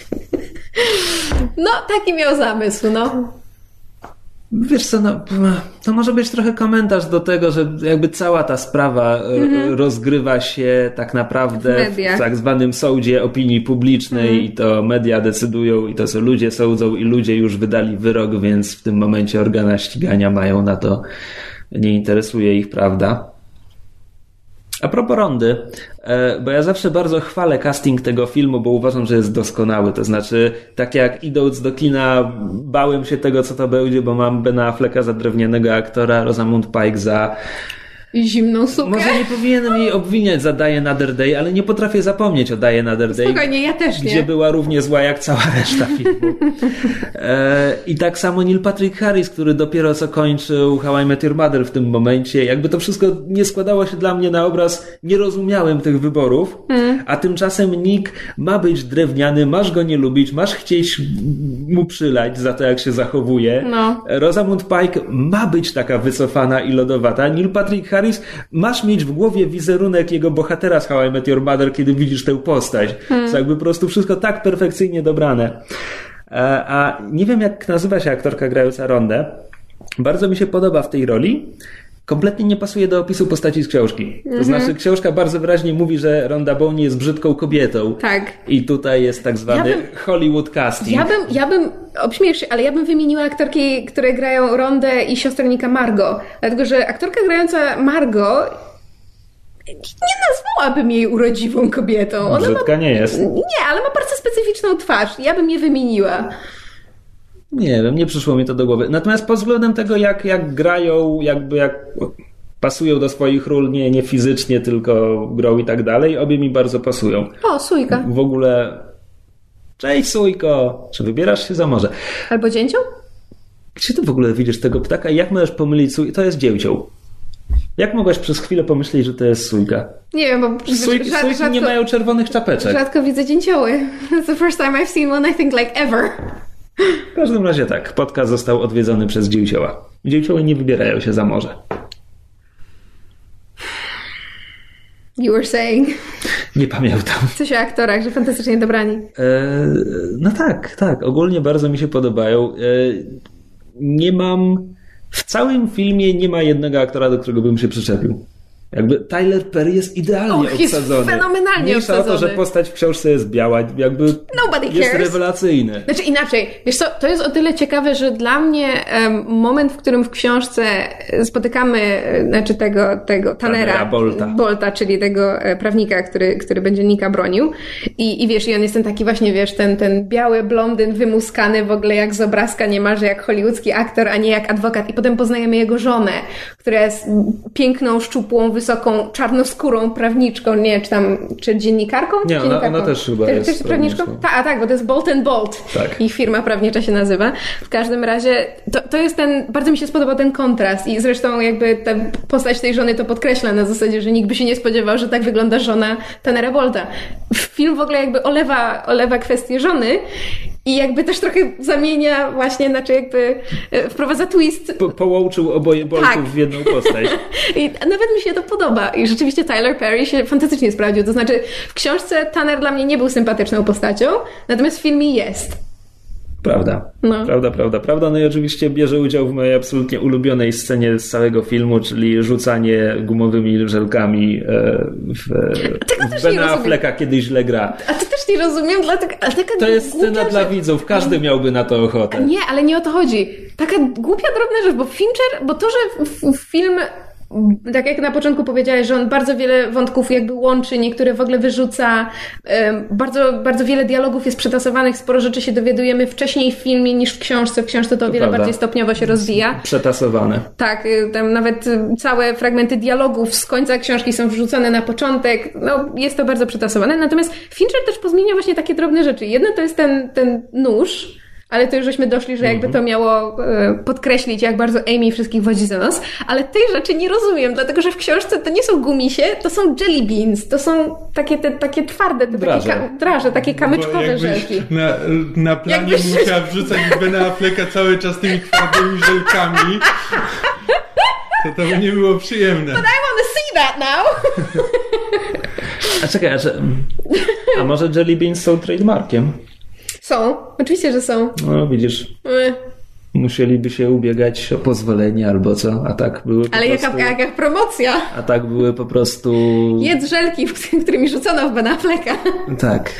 No, taki miał zamysł, no. Wiesz co, no, to może być trochę komentarz do tego, że jakby cała ta sprawa mm-hmm. rozgrywa się tak naprawdę w, w tak zwanym sądzie opinii publicznej mm. i to media decydują i to co ludzie sądzą i ludzie już wydali wyrok, więc w tym momencie organa ścigania mają na to, nie interesuje ich prawda. A propos Rondy, bo ja zawsze bardzo chwalę casting tego filmu, bo uważam, że jest doskonały. To znaczy, tak jak idąc do kina bałem się tego, co to będzie, bo mam Bena Afflecka za drewnianego aktora, Rosamund Pike za... zimną sukę. Może nie powinienem jej obwiniać za Die Another Day, ale nie potrafię zapomnieć o Die Another Day. Spokojnie, ja też nie. Gdzie była równie zła jak cała reszta filmu. E, I tak samo Neil Patrick Harris, który dopiero co kończył How I Met Your Mother w tym momencie. Jakby to wszystko nie składało się dla mnie na obraz, nie rozumiałem tych wyborów, hmm. a tymczasem Nick ma być drewniany, masz go nie lubić, masz chcieć mu przylać za to, jak się zachowuje. No. Rosamund Pike ma być taka wycofana i lodowata. Neil Patrick Harris masz mieć w głowie wizerunek jego bohatera z How I Met Your Mother, kiedy widzisz tę postać. Hmm. To jakby po prostu wszystko tak perfekcyjnie dobrane. A, a nie wiem, jak nazywa się aktorka grająca Rondę. Bardzo mi się podoba w tej roli. Kompletnie nie pasuje do opisu postaci z książki. To mm-hmm. znaczy książka bardzo wyraźnie mówi, że Ronda Bownie jest brzydką kobietą. Tak. I tutaj jest tak zwany ja bym, Hollywood casting. Ja bym, ja bym, obśmiesz się, ale ja bym wymieniła aktorki, które grają Rondę i siostrzenika Margot. Dlatego, że aktorka grająca Margot nie nazwałabym jej urodziwą kobietą. Ona Brzydka ma, nie jest. Nie, ale ma bardzo specyficzną twarz. Ja bym je wymieniła. Nie wiem, nie przyszło mi to do głowy. Natomiast pod względem tego, jak, jak grają, jakby jak pasują do swoich ról, nie, nie fizycznie, tylko grą i tak dalej, obie mi bardzo pasują. O, Sójka. W ogóle... Cześć, Sójko! Czy wybierasz się za morze? Albo dzięcioł? Gdzie ty w ogóle widzisz tego ptaka i jak możesz pomylić Sójkę? To jest dzięcioł. Jak mogłaś przez chwilę pomyśleć, że to jest Sójka? Nie wiem, bo... Sójki, rzad, sójki rzadko, nie mają czerwonych czapeczek. Rzadko widzę dzięcioły. It's the first time I've seen one, I think, like ever. W każdym razie tak, podcast został odwiedzony przez dzięcioła. Dzięcioły nie wybierają się za morze. You were saying. Nie pamiętam. Coś o aktorach, że fantastycznie dobrani. E, no tak, tak. Ogólnie bardzo mi się podobają. E, nie mam... W całym filmie nie ma jednego aktora, do którego bym się przyczepił. Jakby Tyler Perry jest idealnie Och, jest obsadzony. fenomenalnie Mniejsza obsadzony. o to, że postać w książce jest biała, jakby Nobody jest cares. rewelacyjny. Znaczy inaczej, wiesz co, to jest o tyle ciekawe, że dla mnie um, moment, w którym w książce spotykamy znaczy tego, tego Tannera, Tannera Bolta. Bolta, czyli tego prawnika, który, który będzie Nicka bronił i, i wiesz, i on jest ten taki właśnie, wiesz, ten, ten biały blondyn wymuskany w ogóle jak z obrazka niemalże, jak hollywoodzki aktor, a nie jak adwokat i potem poznajemy jego żonę, która jest piękną, szczupłą, wysoką, czarnoskórą prawniczką, nie, czy tam, czy dziennikarką? Nie, ona, dziennikarką. ona też chyba też, jest też prawniczką. Tak, a tak, bo to jest Bolt and Bolt. Tak. Ich firma prawnicza się nazywa. W każdym razie to, to jest ten, bardzo mi się spodobał ten kontrast i zresztą jakby ta postać tej żony to podkreśla na zasadzie, że nikt by się nie spodziewał, że tak wygląda żona Tannera Bolta. Film w ogóle jakby olewa, olewa kwestię żony i jakby też trochę zamienia właśnie, znaczy jakby wprowadza twist. Po, połączył oboje Boltów tak. w jedną postać. I nawet mi się to podoba. I rzeczywiście Tyler Perry się fantastycznie sprawdził. To znaczy w książce Tanner dla mnie nie był sympatyczną postacią, natomiast w filmie jest. Prawda. No. Prawda, prawda, prawda. No i oczywiście bierze udział w mojej absolutnie ulubionej scenie z całego filmu, czyli rzucanie gumowymi żelkami w, w Bena Afflecka, kiedy źle gra. A to też nie rozumiem, dlatego... Ale taka to jest scena rzecz. dla widzów, każdy miałby na to ochotę. Nie, ale nie o to chodzi. Taka głupia, drobna rzecz, bo Fincher, bo to, że w, w film... Tak jak na początku powiedziałeś, że on bardzo wiele wątków jakby łączy, niektóre w ogóle wyrzuca. Bardzo, bardzo wiele dialogów jest przetasowanych, sporo rzeczy się dowiadujemy wcześniej w filmie niż w książce. W książce to o wiele prawda. bardziej stopniowo się rozwija. Przetasowane. Tak, tam nawet całe fragmenty dialogów z końca książki są wrzucone na początek. No, jest to bardzo przetasowane. Natomiast Fincher też pozmienia właśnie takie drobne rzeczy. Jedno to jest ten, ten nóż, ale to już żeśmy doszli, że jakby to miało e, podkreślić, jak bardzo Amy wszystkich wodzi za nos. Ale tej rzeczy nie rozumiem, dlatego że w książce to nie są gumisie, to są jelly beans. To są takie, te, takie twarde, te draże. Takie ka- draże, takie kamyczkowe żelki. Na, na planie Jakbyś... musiała wrzucać Bena Afflecka cały czas tymi twardymi żelkami. To to by nie było przyjemne. But I want to see that now! A czekaj, a, że, a może jelly beans są trademarkiem? Są, oczywiście, że są. No widzisz, My. musieliby się ubiegać o pozwolenie albo co, a tak były po Ale prostu... jaka, jaka promocja! A tak były po prostu... Jedz żelki, którymi rzucono w Ben Afflecka. Tak.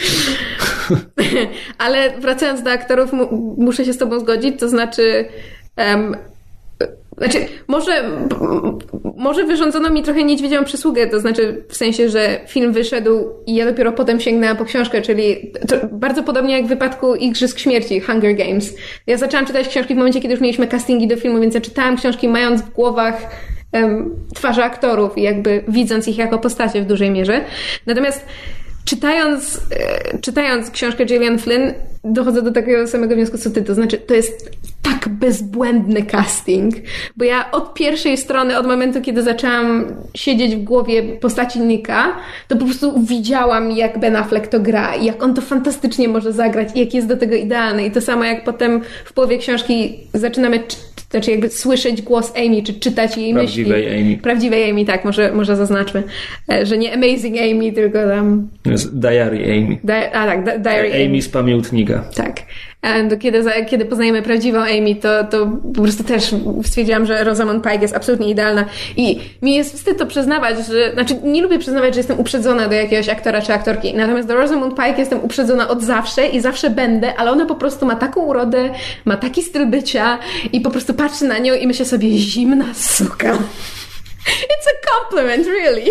Ale wracając do aktorów, mu, muszę się z tobą zgodzić, to znaczy... Um, Znaczy, może, może wyrządzono mi trochę niedźwiedzią przysługę, to znaczy w sensie, że film wyszedł i ja dopiero potem sięgnęłam po książkę, czyli to bardzo podobnie jak w wypadku Igrzysk Śmierci, Hunger Games. Ja zaczęłam czytać książki w momencie, kiedy już mieliśmy castingi do filmu, więc ja czytałam książki mając w głowach um, twarze aktorów i jakby widząc ich jako postacie w dużej mierze. Natomiast czytając, e, czytając książkę Gillian Flynn, dochodzę do takiego samego wniosku co ty, to znaczy to jest tak bezbłędny casting, bo ja od pierwszej strony, od momentu, kiedy zaczęłam siedzieć w głowie postaci Nicka, to po prostu widziałam, jak Ben Affleck to gra i jak on to fantastycznie może zagrać i jak jest do tego idealny. I to samo jak potem w połowie książki zaczynamy czy, znaczy jakby słyszeć głos Amy, czy czytać jej Prawdziwej myśli. Amy. Prawdziwej Amy, tak, może, może zaznaczmy, że nie Amazing Amy, tylko tam... To jest Diary Amy. Di- a tak, di- Diary Amy. Amy z pamiętnika. Tak. And kiedy, kiedy poznajemy prawdziwą Amy, to, to po prostu też stwierdziłam, że Rosamund Pike jest absolutnie idealna. I mi jest wstyd to przyznawać, że, znaczy nie lubię przyznawać, że jestem uprzedzona do jakiegoś aktora czy aktorki. Natomiast do Rosamund Pike jestem uprzedzona od zawsze i zawsze będę, ale ona po prostu ma taką urodę, ma taki styl bycia i po prostu patrzę na nią i myślę sobie, zimna suka. It's a compliment, really.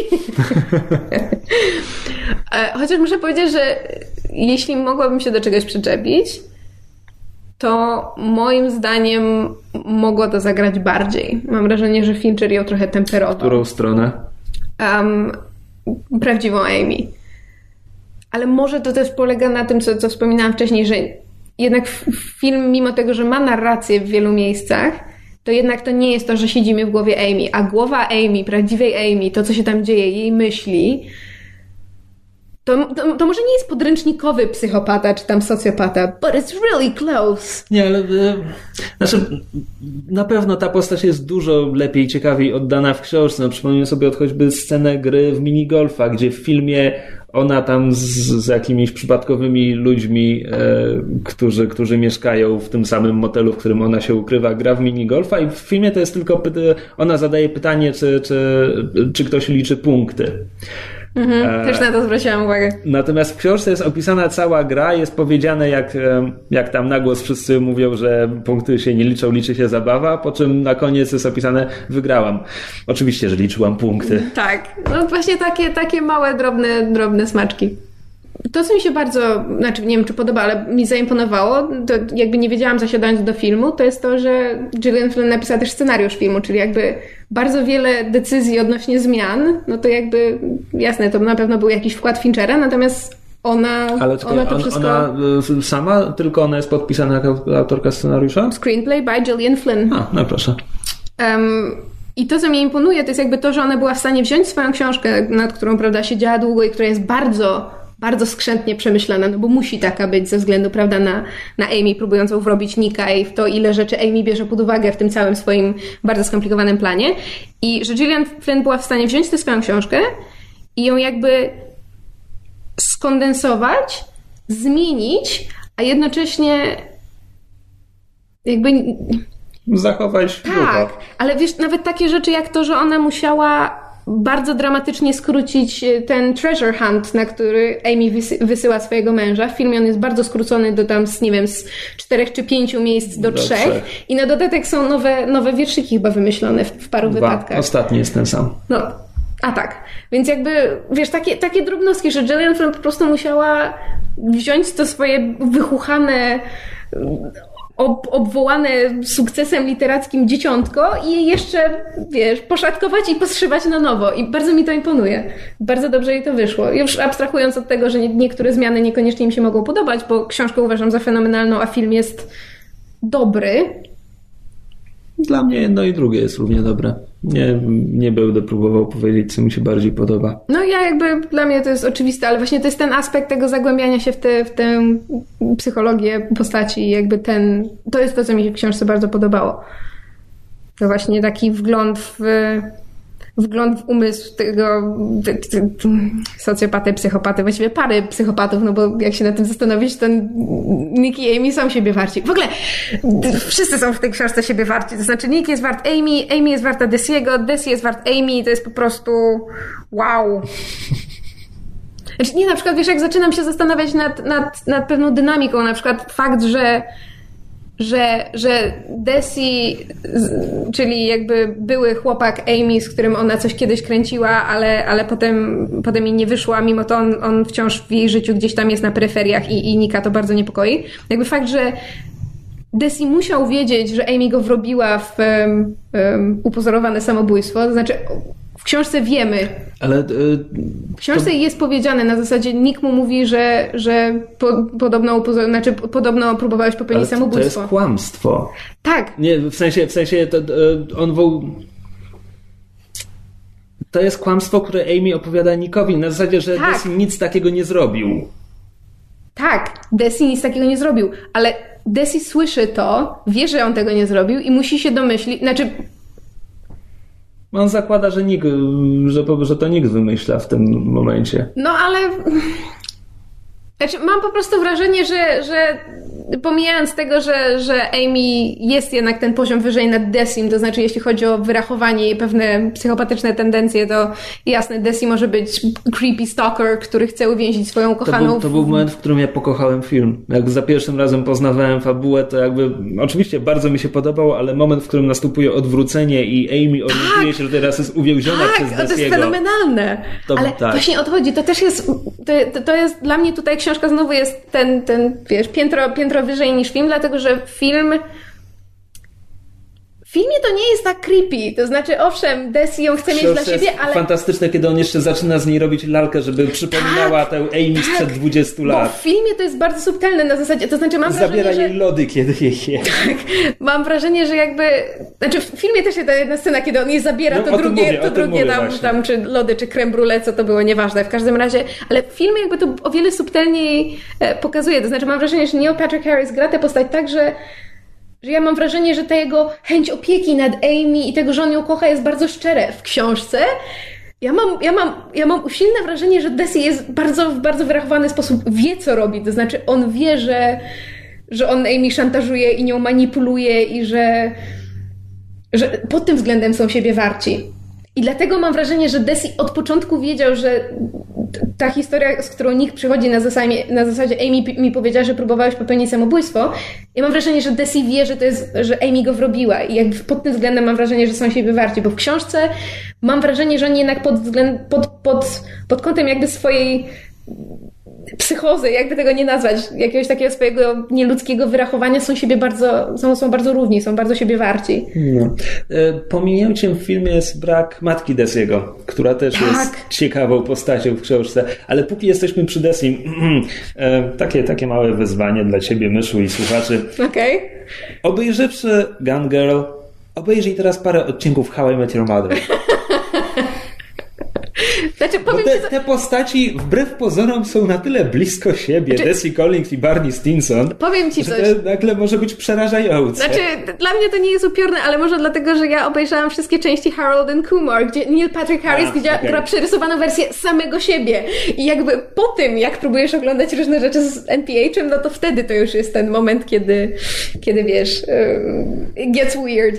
Chociaż muszę powiedzieć, że jeśli mogłabym się do czegoś przyczepić, to moim zdaniem mogło to zagrać bardziej. Mam wrażenie, że Fincher ją trochę temperował. W którą stronę? Um, prawdziwą Amy. Ale może to też polega na tym, co, co wspominałam wcześniej, że jednak film, mimo tego, że ma narrację w wielu miejscach, to jednak to nie jest to, że siedzimy w głowie Amy, a głowa Amy, prawdziwej Amy, to co się tam dzieje, jej myśli, to, to, to może nie jest podręcznikowy psychopata czy tam socjopata, but it's really close. Nie, ale... Znaczy, na pewno ta postać jest dużo lepiej, ciekawiej oddana w książce. No, przypomnijmy sobie od choćby scenę gry w minigolfa, gdzie w filmie ona tam z, z jakimiś przypadkowymi ludźmi, e, którzy, którzy mieszkają w tym samym motelu, w którym ona się ukrywa, gra w minigolfa i w filmie to jest tylko py- ona zadaje pytanie, czy, czy, czy ktoś liczy punkty. Mhm, też na to zwróciłam uwagę. Natomiast w książce jest opisana cała gra, jest powiedziane jak, jak tam na głos wszyscy mówią, że punkty się nie liczą, liczy się zabawa, po czym na koniec jest opisane wygrałam. Oczywiście, że liczyłam punkty. Tak, no właśnie takie, takie małe, drobne, drobne smaczki. to, co mi się bardzo, znaczy nie wiem, czy podoba, ale mi zaimponowało, to jakby nie wiedziałam zasiadając do filmu, to jest to, że Gillian Flynn napisała też scenariusz filmu, czyli jakby bardzo wiele decyzji odnośnie zmian, no to jakby jasne, to na pewno był jakiś wkład Finchera, natomiast ona, ale czekaj, ona to on, wszystko... Ona sama, tylko ona jest podpisana jako autorka scenariusza? Screenplay by Gillian Flynn. A, no proszę. Um, I to, co mnie imponuje, to jest jakby to, że ona była w stanie wziąć swoją książkę, nad którą, prawda, siedziała długo i która jest bardzo, bardzo skrzętnie przemyślana, no bo musi taka być ze względu, prawda, na, na Amy próbującą wrobić Nicka i w to, ile rzeczy Amy bierze pod uwagę w tym całym swoim bardzo skomplikowanym planie. I że Gillian Flynn była w stanie wziąć tę swoją książkę i ją jakby skondensować, zmienić, a jednocześnie jakby... Zachować Tak, ducha. ale wiesz, nawet takie rzeczy jak to, że ona musiała bardzo dramatycznie skrócić ten treasure hunt, na który Amy wysy- wysyła swojego męża. W filmie on jest bardzo skrócony do tam, z, nie wiem, z czterech czy pięciu miejsc do, do trzech. trzech. I na dodatek są nowe, nowe wierszyki chyba wymyślone w, w paru Dwa. wypadkach. Ostatni jest ten sam. No, a tak. Więc jakby, wiesz, takie, takie drobnostki, że Gillian Flynn po prostu musiała wziąć to swoje wychuchane, ob, obwołane sukcesem literackim dzieciątko i je jeszcze, wiesz, poszatkować i poszywać na nowo. I bardzo mi to imponuje. Bardzo dobrze jej to wyszło. Już abstrahując od tego, że nie, niektóre zmiany niekoniecznie mi się mogą podobać, bo książkę uważam za fenomenalną, a film jest dobry. Dla mnie jedno i drugie jest równie dobre. Nie, nie będę próbował powiedzieć, co mi się bardziej podoba. No ja jakby, dla mnie to jest oczywiste, ale właśnie to jest ten aspekt tego zagłębiania się w, te, w tę psychologię postaci, jakby ten, to jest to, co mi się w książce bardzo podobało. To właśnie taki wgląd w, wgląd w umysł tego te, te, te, socjopaty, psychopaty, właściwie pary psychopatów, no bo jak się nad tym zastanowić, to Nick i Amy są siebie warci. W ogóle wszyscy są w tej książce siebie warci. To znaczy Nick jest wart Amy, Amy jest warta Desiego, Desi jest wart Amy, to jest po prostu wow. Znaczy nie, na przykład wiesz, jak zaczynam się zastanawiać nad, nad, nad pewną dynamiką, na przykład fakt, że że, że Desi, czyli jakby były chłopak Amy, z którym ona coś kiedyś kręciła, ale, ale potem, potem jej nie wyszła, mimo to on, on wciąż w jej życiu gdzieś tam jest na peryferiach i, i Nicka to bardzo niepokoi. Jakby fakt, że Desi musiał wiedzieć, że Amy go wrobiła w um, um, upozorowane samobójstwo, to znaczy w książce wiemy. Ale y, w książce to... jest powiedziane na zasadzie, Nick mu mówi, że, że po, podobno, upozor... znaczy, podobno próbowałeś popełnić ale samobójstwo. To jest kłamstwo. Tak. Nie, w sensie, w sensie to, on woł... To jest kłamstwo, które Amy opowiada Nickowi na zasadzie, że tak. Desi nic takiego nie zrobił. Tak, Desi nic takiego nie zrobił, ale Desi słyszy to, wie, że on tego nie zrobił i musi się domyślić, znaczy on zakłada, że Nick, że, że to Nick wymyśla w tym momencie. No ale znaczy, mam po prostu wrażenie, że, że pomijając tego, że, że Amy jest jednak ten poziom wyżej nad Desim, to znaczy jeśli chodzi o wyrachowanie i pewne psychopatyczne tendencje, to jasne, Desi może być creepy stalker, który chce uwięzić swoją kochaną. To był, to był moment, w którym ja pokochałem film. Jak za pierwszym razem poznawałem fabułę, to jakby oczywiście bardzo mi się podobało, ale moment, w którym następuje odwrócenie i Amy orientuje tak, się, że teraz jest uwięziona tak, przez Desiego. To jest fenomenalne. To, ale tak. Właśnie odchodzi. To też jest to, to jest dla mnie tutaj książka znowu jest ten, ten wiesz, piętro, piętro wyżej niż film, dlatego że film w filmie to nie jest tak creepy, to znaczy owszem, Desi ją chce mieć dla siebie, ale... Fantastyczne, kiedy on jeszcze zaczyna z niej robić lalkę, żeby przypominała tak, tę Amy tak, sprzed dwudziestu lat. Bo w filmie to jest bardzo subtelne na zasadzie, to znaczy mam Zabiera wrażenie, jej że... lody, kiedy je je. Tak, mam wrażenie, że jakby... Znaczy w filmie też jest ta jedna scena, kiedy on jej zabiera no, to drugie, mówię, to drugie tam, tam, czy lody, czy creme brulee, co to było, nieważne, w każdym razie, ale w filmie jakby to o wiele subtelniej pokazuje, to znaczy mam wrażenie, że Neil Patrick Harris gra tę postać tak, że że ja mam wrażenie, że ta jego chęć opieki nad Amy i tego, że on ją kocha, jest bardzo szczere. W książce ja mam, ja mam, ja mam silne wrażenie, że Desi jest bardzo, w bardzo wyrachowany sposób wie, co robi. To znaczy on wie, że, że on Amy szantażuje i nią manipuluje i że, że pod tym względem są siebie warci. I dlatego mam wrażenie, że Desi od początku wiedział, że ta historia, z którą Nick przychodzi na zasadzie, na zasadzie Amy mi powiedziała, że próbowałeś popełnić samobójstwo. Ja mam wrażenie, że Desi wie, że to jest, że Amy go wrobiła i jakby pod tym względem mam wrażenie, że są siebie warci, bo w książce mam wrażenie, że oni jednak pod, względ, pod, pod, pod kątem jakby swojej psychozy, jakby tego nie nazwać, jakiegoś takiego swojego nieludzkiego wyrachowania, są siebie bardzo, są, są bardzo równi, są bardzo siebie warci. No. Pominięciem w filmie jest brak matki Desiego, która też tak. jest ciekawą postacią w książce, ale póki jesteśmy przy Desim, takie, takie małe wyzwanie dla ciebie, Myszu, i słuchaczy. Okej. Okay. Obejrzywszy Gone Girl, obejrzyj teraz parę odcinków How I Met Your Mother. Znaczy, powiem te, ci, te postaci wbrew pozorom są na tyle blisko siebie, znaczy, Desi Collins i Barney Stinson, powiem ci że coś. to nagle może być przerażające. Znaczy, dla mnie to nie jest upiorne, ale może dlatego, że ja obejrzałam wszystkie części Harold and Kumar, gdzie Neil Patrick Harris A, gdzie, okay. gra przerysowano wersję samego siebie. I jakby po tym, jak próbujesz oglądać różne rzeczy z N P H-em, no to wtedy to już jest ten moment, kiedy, kiedy wiesz, uh, it gets weird.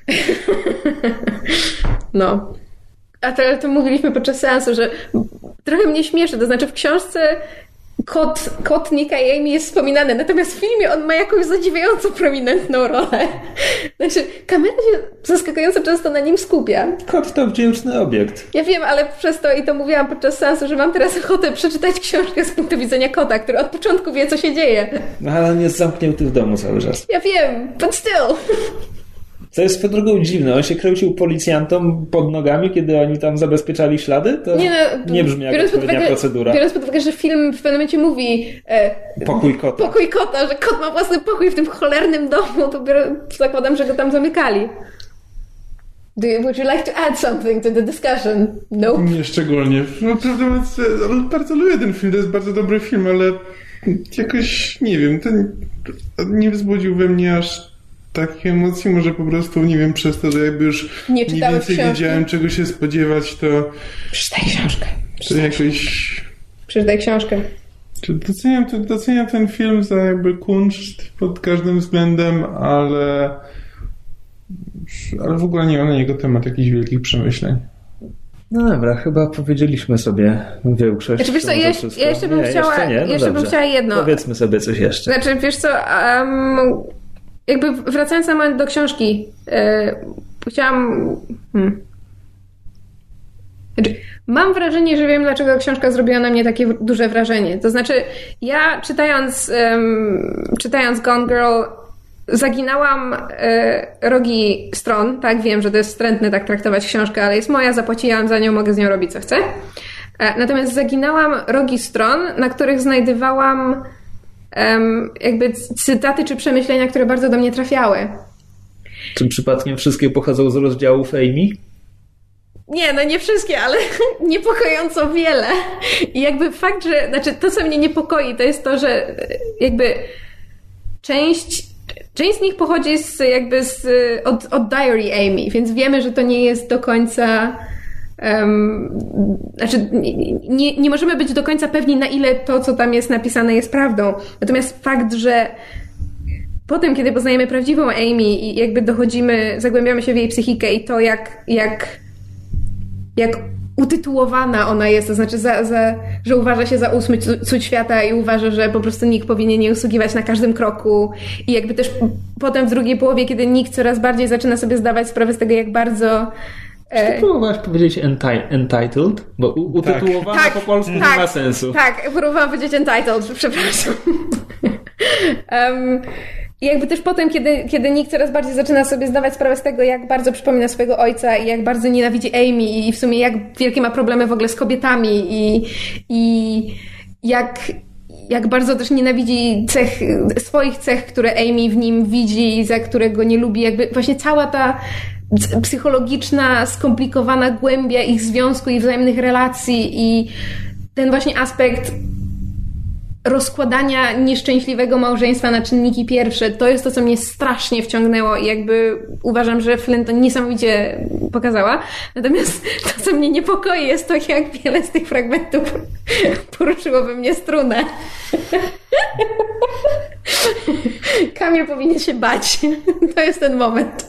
No. A to, to mówiliśmy podczas seansu, że trochę mnie śmieszy, to znaczy w książce kot, kot Nicka i Amy jest wspominany, natomiast w filmie on ma jakąś zadziwiająco prominentną rolę. Znaczy, kamera się zaskakująco często na nim skupia. Kot to wdzięczny obiekt. Ja wiem, ale przez to, i to mówiłam podczas seansu, że mam teraz ochotę przeczytać książkę z punktu widzenia kota, który od początku wie, co się dzieje. No ale on jest zamknięty w domu cały czas. Ja wiem, but still... Co jest swoją drogą dziwne. On się kręcił policjantom pod nogami, kiedy oni tam zabezpieczali ślady? To nie, no, nie brzmi jak odpowiednia uwagę, procedura. Biorąc pod uwagę, że film w pewnym momencie mówi e, pokój kota. Pokój kota, że kot ma własny pokój w tym cholernym domu, to biorę, zakładam, że go tam zamykali. Do you, would you like to add something to the discussion? Nope. Nie szczególnie. No, prawdę mówiąc, bardzo lubię ten film. To jest bardzo dobry film, ale jakoś, nie wiem, ten nie wzbudził we mnie aż takie emocje, może po prostu, nie wiem, przez to, że jakby już nie mniej więcej książki. Wiedziałem, czego się spodziewać, to... Przeczytaj książkę. To jakoś... Przeczytaj książkę. Doceniam, doceniam ten film za jakby kunszt pod każdym względem, ale... ale w ogóle nie ma na niego temat jakichś wielkich przemyśleń. No dobra, chyba powiedzieliśmy sobie większość. Znaczy, wiesz co, ja, ja jeszcze bym nie, chciała... Jeszcze, nie? No jeszcze bym chciała jedno. Powiedzmy sobie coś jeszcze. Znaczy, wiesz co... Um... Jakby wracając na moment do książki, yy, chciałam... Hmm. Znaczy, mam wrażenie, że wiem, dlaczego książka zrobiła na mnie takie duże wrażenie. To znaczy, ja czytając, um, czytając Gone Girl zaginałam yy, rogi stron. Tak, wiem, że to jest wstrętne tak traktować książkę, ale jest moja, zapłaciłam za nią, mogę z nią robić co chcę. E, natomiast zaginałam rogi stron, na których znajdowałam Um, jakby cytaty czy przemyślenia, które bardzo do mnie trafiały. Czy przypadkiem wszystkie pochodzą z rozdziałów Amy? Nie, no nie wszystkie, ale niepokojąco wiele. I jakby fakt, że, znaczy to, co mnie niepokoi, to jest to, że jakby część, część z nich pochodzi z, jakby z, od, od Diary Amy, więc wiemy, że to nie jest do końca... Um, znaczy nie, nie możemy być do końca pewni, na ile to, co tam jest napisane, jest prawdą. Natomiast fakt, że potem, kiedy poznajemy prawdziwą Amy i jakby dochodzimy, zagłębiamy się w jej psychikę i to, jak, jak, jak utytułowana ona jest, to znaczy, za, za, że uważa się za ósmy cud świata i uważa, że po prostu nikt powinien jej usługiwać na każdym kroku. I jakby też potem w drugiej połowie, kiedy nikt coraz bardziej zaczyna sobie zdawać sprawę z tego, jak bardzo... Czy ty próbowałaś powiedzieć enti- entitled? Bo utytułowana tak. po polsku tak, nie ma sensu. Tak, próbowałam powiedzieć entitled, przepraszam. um, I jakby też potem, kiedy, kiedy Nick coraz bardziej zaczyna sobie zdawać sprawę z tego, jak bardzo przypomina swojego ojca i jak bardzo nienawidzi Amy i w sumie jak wielkie ma problemy w ogóle z kobietami i, i jak... jak bardzo też nienawidzi cech, swoich cech, które Amy w nim widzi i za które go nie lubi. Jakby właśnie cała ta psychologiczna, skomplikowana głębia ich związku i wzajemnych relacji i ten właśnie aspekt rozkładania nieszczęśliwego małżeństwa na czynniki pierwsze, to jest to, co mnie strasznie wciągnęło i jakby uważam, że Flynn to niesamowicie pokazała. Natomiast to, co mnie niepokoi, jest to, jak wiele z tych fragmentów poruszyło we mnie strunę. Kamil powinien się bać. To jest ten moment.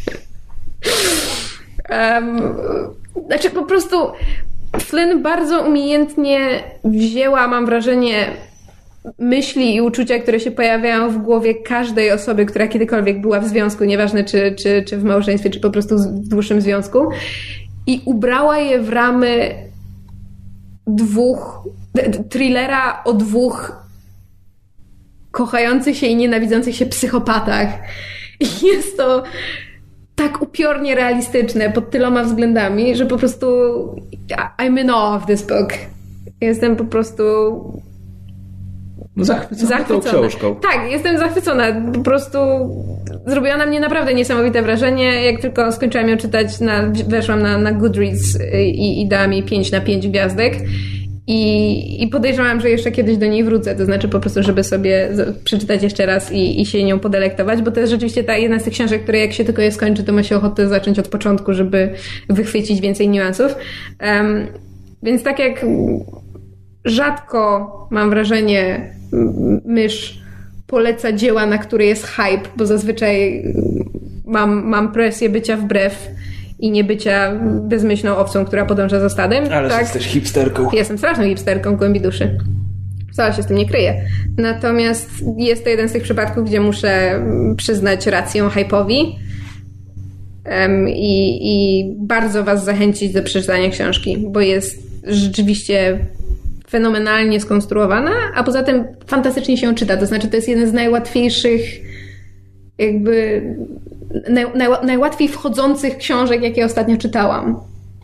Um, znaczy po prostu Flynn bardzo umiejętnie wzięła, mam wrażenie, myśli i uczucia, które się pojawiają w głowie każdej osoby, która kiedykolwiek była w związku, nieważne czy, czy, czy w małżeństwie, czy po prostu w dłuższym związku, i ubrała je w ramy dwóch thrillera o dwóch kochających się i nienawidzących się psychopatach. I jest to tak upiornie realistyczne pod tyloma względami, że po prostu I'm in awe of this book. Jestem po prostu zachwycona, zachwycona tą książką. Tak, jestem zachwycona. Po prostu zrobiła na mnie naprawdę niesamowite wrażenie. Jak tylko skończyłam ją czytać, na, weszłam na, na Goodreads i, i dałam jej pięć na pięć gwiazdek. I, I podejrzewam, że jeszcze kiedyś do niej wrócę, to znaczy po prostu, żeby sobie przeczytać jeszcze raz i, i się nią podelektować, bo to jest rzeczywiście ta jedna z tych książek, które jak się tylko je skończy, to ma się ochotę zacząć od początku, żeby wychwycić więcej niuansów. Um, więc tak jak rzadko mam wrażenie, mysz poleca dzieła, na które jest hype, bo zazwyczaj mam, mam presję bycia wbrew i nie bycia bezmyślną owcą, która podąża za stadem. Ale tak, jesteś hipsterką. Jestem straszną hipsterką w głębi duszy. Wcale się z tym nie kryję. Natomiast jest to jeden z tych przypadków, gdzie muszę przyznać rację hype'owi um, i, i bardzo was zachęcić do przeczytania książki, bo jest rzeczywiście fenomenalnie skonstruowana, a poza tym fantastycznie się czyta. To znaczy, to jest jeden z najłatwiejszych jakby naj, naj, najłatwiej wchodzących książek, jakie ostatnio czytałam.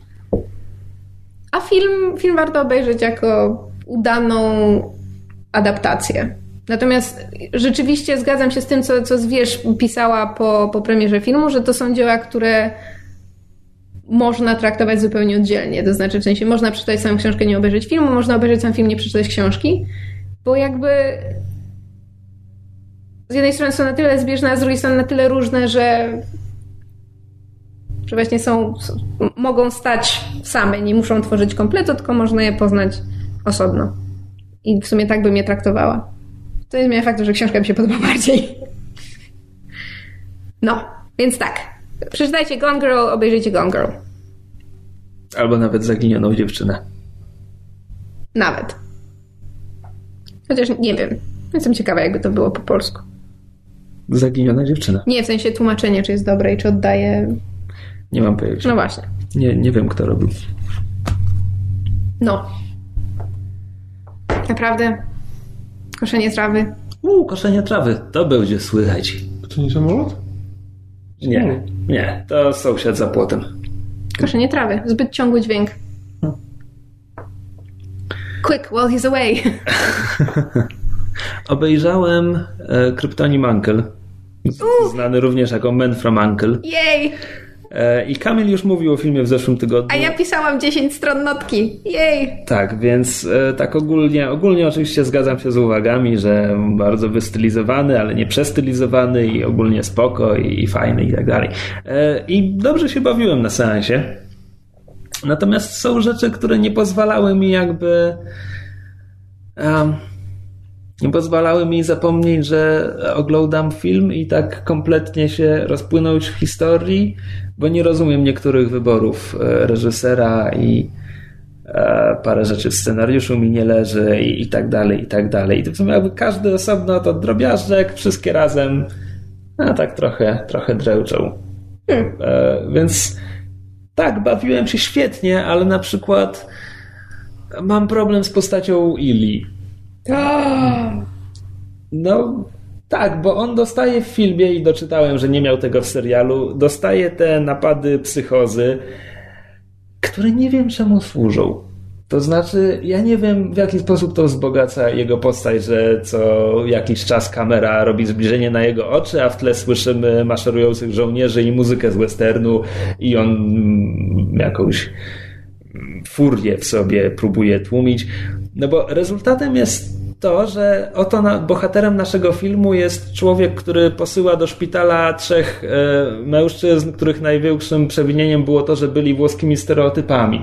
A film, film warto obejrzeć jako udaną adaptację. Natomiast rzeczywiście zgadzam się z tym, co, co Zwierz pisała po, po premierze filmu, że to są dzieła, które można traktować zupełnie oddzielnie. To znaczy, w sensie można przeczytać samą książkę, nie obejrzeć filmu, można obejrzeć sam film, nie przeczytać książki, bo jakby z jednej strony są na tyle zbieżne, a z drugiej strony na tyle różne, że, że właśnie są, mogą stać same, nie muszą tworzyć kompletu, tylko można je poznać osobno. I w sumie tak bym je traktowała. To nie zmienia faktu, że książka mi się podoba bardziej. No, więc tak. Przeczytajcie Gone Girl, obejrzyjcie Gone Girl. Albo nawet Zaginioną dziewczynę. Nawet. Chociaż nie wiem. Jestem ciekawa, jakby to było po polsku. Zaginiona dziewczyna. Nie, w sensie tłumaczenie, czy jest dobre i czy oddaje... Nie mam pojęcia. No właśnie. Nie, nie wiem, kto robił. No. Naprawdę. Koszenie trawy. Uuu, koszenie trawy. To będzie słychać. To nie samolot? Nie, nie. To sąsiad za płotem. Koszenie trawy. Zbyt ciągły dźwięk. Quick, while he's away. Obejrzałem e, Kryptonim Uncle. Znany również jako Man from Uncle. Jej! E, I Kamil już mówił o filmie w zeszłym tygodniu. A ja pisałam dziesięć stron notki. Jej! Tak, więc e, tak ogólnie, ogólnie oczywiście zgadzam się z uwagami, że bardzo wystylizowany, ale nie przestylizowany i ogólnie spoko i, i fajny i tak dalej. E, I dobrze się bawiłem na seansie. Natomiast są rzeczy, które nie pozwalały mi jakby... Um, nie pozwalały mi zapomnieć, że oglądam film i tak kompletnie się rozpłynąć w historii, bo nie rozumiem niektórych wyborów reżysera i parę rzeczy w scenariuszu mi nie leży i, i tak dalej, i tak dalej. I to w sumie jakby każdy osobno to drobiażdżek, wszystkie razem a tak trochę, trochę dręczą. Hmm. E, więc tak, bawiłem się świetnie, ale na przykład mam problem z postacią Ili. No tak, bo on dostaje w filmie i doczytałem, że nie miał tego w serialu, dostaje te napady psychozy, które nie wiem czemu służą. To znaczy, ja nie wiem w jaki sposób to wzbogaca jego postać, że co jakiś czas kamera robi zbliżenie na jego oczy, a w tle słyszymy maszerujących żołnierzy i muzykę z westernu i on jakąś furię w sobie próbuje tłumić. No bo rezultatem jest to, że oto na, bohaterem naszego filmu jest człowiek, który posyła do szpitala trzech e, mężczyzn, których największym przewinieniem było to, że byli włoskimi stereotypami.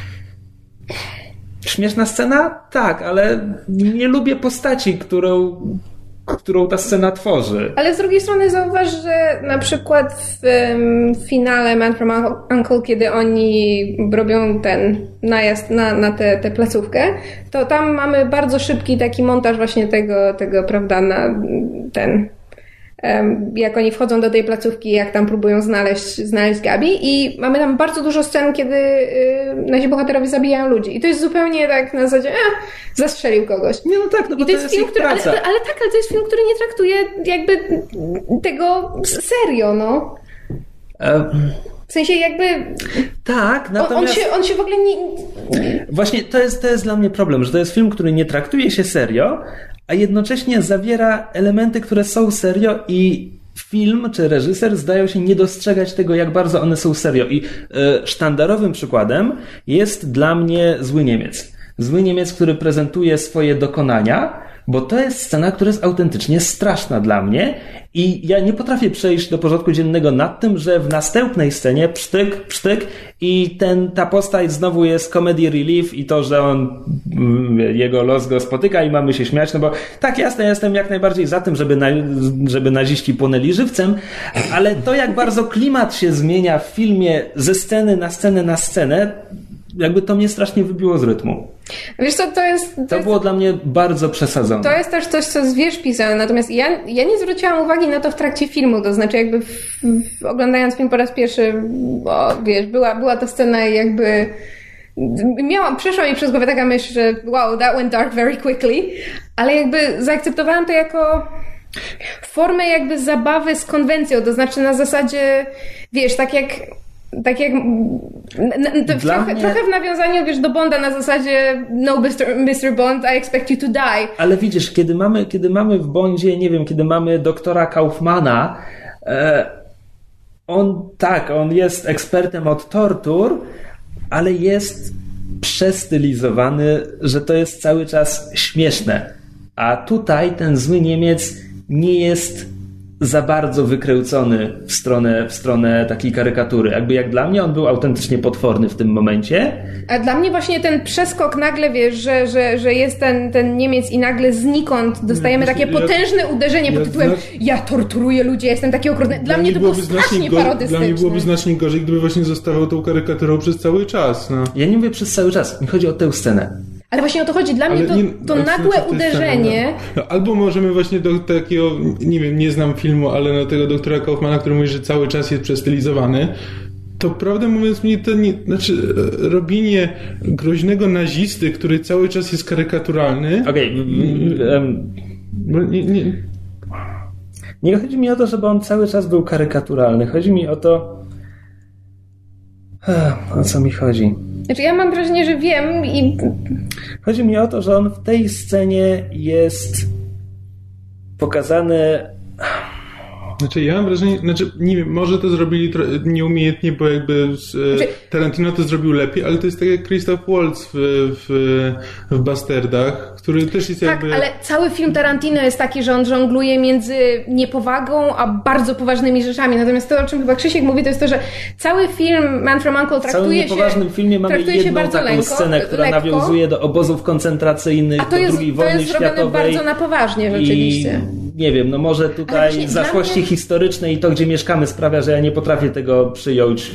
Śmieszna scena? Tak, ale nie lubię postaci, którą, którą ta scena tworzy. Ale z drugiej strony zauważ, że na przykład w um, finale Man from Uncle, kiedy oni robią ten najazd na, na tę te, te placówkę, to tam mamy bardzo szybki taki montaż właśnie tego, tego prawda, na ten jak oni wchodzą do tej placówki, jak tam próbują znaleźć, znaleźć Gabi i mamy tam bardzo dużo scen, kiedy nasi bohaterowie zabijają ludzi. I to jest zupełnie tak na zasadzie, a, zastrzelił kogoś. Nie, no tak, no bo I to, to jest, jest film, ich który, ale, praca. ale tak, ale to jest film, który nie traktuje jakby tego serio, no. E, W sensie jakby... tak, On, natomiast... on, się, on się w ogóle nie... Właśnie to jest, to jest dla mnie problem, że to jest film, który nie traktuje się serio, a jednocześnie zawiera elementy, które są serio i film czy reżyser zdają się nie dostrzegać tego, jak bardzo one są serio. I e, sztandarowym przykładem jest dla mnie Zły Niemiec. Zły Niemiec, który prezentuje swoje dokonania, bo to jest scena, która jest autentycznie straszna dla mnie i ja nie potrafię przejść do porządku dziennego nad tym, że w następnej scenie psztyk, psztyk i ten, ta postać znowu jest comedy relief i to, że on, jego los go spotyka i mamy się śmiać, no bo tak, jasne, jestem jak najbardziej za tym, żeby, na, żeby naziści płonęli żywcem, ale to, jak bardzo klimat się zmienia w filmie ze sceny na scenę na scenę, jakby to mnie strasznie wybiło z rytmu. Wiesz co, to jest... To, to jest, było dla mnie bardzo przesadzone. To jest też coś, co Zwierz pisał, natomiast ja, ja nie zwróciłam uwagi na to w trakcie filmu, to znaczy jakby w, w, oglądając film po raz pierwszy, bo wiesz, była, była to scena i jakby... Miałam, przeszła mi przez głowę taka myśl, że wow, that went dark very quickly, ale jakby zaakceptowałam to jako formę jakby zabawy z konwencją, to znaczy na zasadzie, wiesz, tak jak... Tak jak to trochę, mnie... trochę w nawiązaniu, wiesz, do Bonda na zasadzie no mister mister Bond, I expect you to die. Ale widzisz, kiedy mamy, kiedy mamy w Bondzie, nie wiem, kiedy mamy doktora Kaufmana, e, on tak, on jest ekspertem od tortur, ale jest przestylizowany, że to jest cały czas śmieszne. A tutaj ten Zły Niemiec nie jest za bardzo wykręcony w stronę, w stronę takiej karykatury. Jakby jak dla mnie on był autentycznie potworny w tym momencie. A dla mnie właśnie ten przeskok nagle, wiesz, że, że, że jest ten, ten Niemiec i nagle znikąd dostajemy takie potężne uderzenie pod tytułem ja torturuję ludzi, ja jestem taki okrutny. Dla, dla mnie to było strasznie go, parodystyczne. Dla mnie byłoby znacznie gorzej, gdyby właśnie zostawał tą karykaturą przez cały czas. No. Ja nie mówię przez cały czas. Mi chodzi o tę scenę. Ale właśnie o to chodzi. Dla ale mnie to, nie, to nagłe uderzenie... No, albo możemy właśnie do takiego, nie wiem, nie znam filmu, ale na tego doktora Kaufmana, który mówi, że cały czas jest przestylizowany, to prawdę mówiąc mnie to nie... Znaczy, robienie groźnego nazisty, który cały czas jest karykaturalny... Okej. Okay. Um, nie, nie... nie chodzi mi o to, żeby on cały czas był karykaturalny. Chodzi mi o to... O co mi chodzi? Znaczy ja mam wrażenie, że wiem i... Chodzi mi o to, że on w tej scenie jest pokazany... Znaczy ja mam wrażenie, znaczy nie wiem, może to zrobili tro- nieumiejętnie, bo jakby z, znaczy... Tarantino to zrobił lepiej, ale to jest tak jak Christoph Waltz w, w, w Bastardach, który też jest tak, jakby... Tak, ale cały film Tarantino jest taki, że on żongluje między niepowagą, a bardzo poważnymi rzeczami. Natomiast to, o czym chyba Krzysiek mówi, to jest to, że cały film Man from U N C L E traktuje się... W całym niepoważnym filmie mamy jedną taką lęko, scenę, która lekko. nawiązuje do obozów koncentracyjnych, a to do jest, drugiej wojny światowej. A to jest zrobione bardzo na poważnie rzeczywiście. I nie wiem, no może tutaj zaszłości mnie... historyczne i to, gdzie mieszkamy, sprawia, że ja nie potrafię tego przyjąć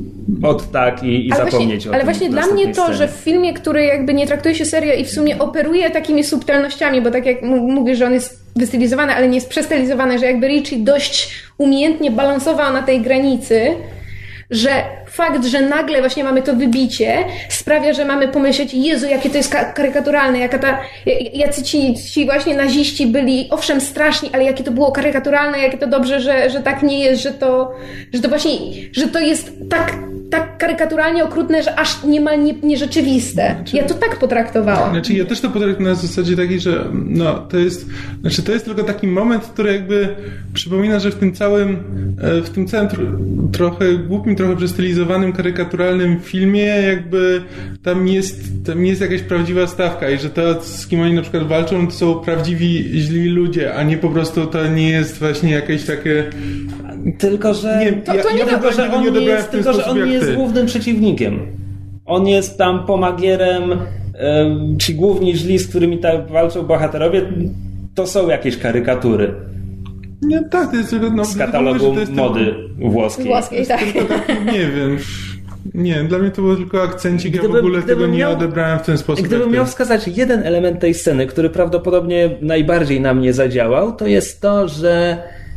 od tak i, i zapomnieć właśnie, o tym. Ale właśnie dla mnie to, scenie. że w filmie, który jakby nie traktuje się serio i w sumie operuje takimi subtelnościami, bo tak jak mówisz, że on jest wystylizowany, ale nie jest przestylizowany, że jakby Ritchie dość umiejętnie balansował na tej granicy, że fakt, że nagle właśnie mamy to wybicie, sprawia, że mamy pomyśleć, Jezu, jakie to jest karykaturalne, jaka ta, jacy ci, ci właśnie naziści byli, owszem, straszni, ale jakie to było karykaturalne, jakie to dobrze, że, że tak nie jest, że to, że to właśnie, że to jest tak, tak karykaturalnie okrutne, że aż niemal nie, nierzeczywiste. Znaczy, ja to tak potraktowałam. Znaczy, ja też to potraktowałam na zasadzie takiej, że no, to jest, znaczy, to jest tylko taki moment, który jakby przypomina, że w tym całym, w tym całym tro, trochę głupim, trochę przestylizowanym, karykaturalnym filmie jakby tam jest, tam jest jakaś prawdziwa stawka i że to, z kim oni na przykład walczą, to są prawdziwi, źli ludzie, a nie po prostu to nie jest właśnie jakieś takie... Tylko, że, nie, to, ja, to nie ja tylko, że on nie jest, tylko, że on nie jest głównym przeciwnikiem. On jest tam pomagierem, um, ci główni źli, z którymi tak walczą bohaterowie, to są jakieś karykatury. Nie, tak, to jest tylko... No, z katalogu mówię, to mody tylko, włoskiej. Włoskiej, tak. Taki, nie wiem... Nie, dla mnie to był tylko akcencik, ja w ogóle tego nie miał, odebrałem w ten sposób. Gdybym miał wskazać jeden element tej sceny, który prawdopodobnie najbardziej na mnie zadziałał, to jest to, że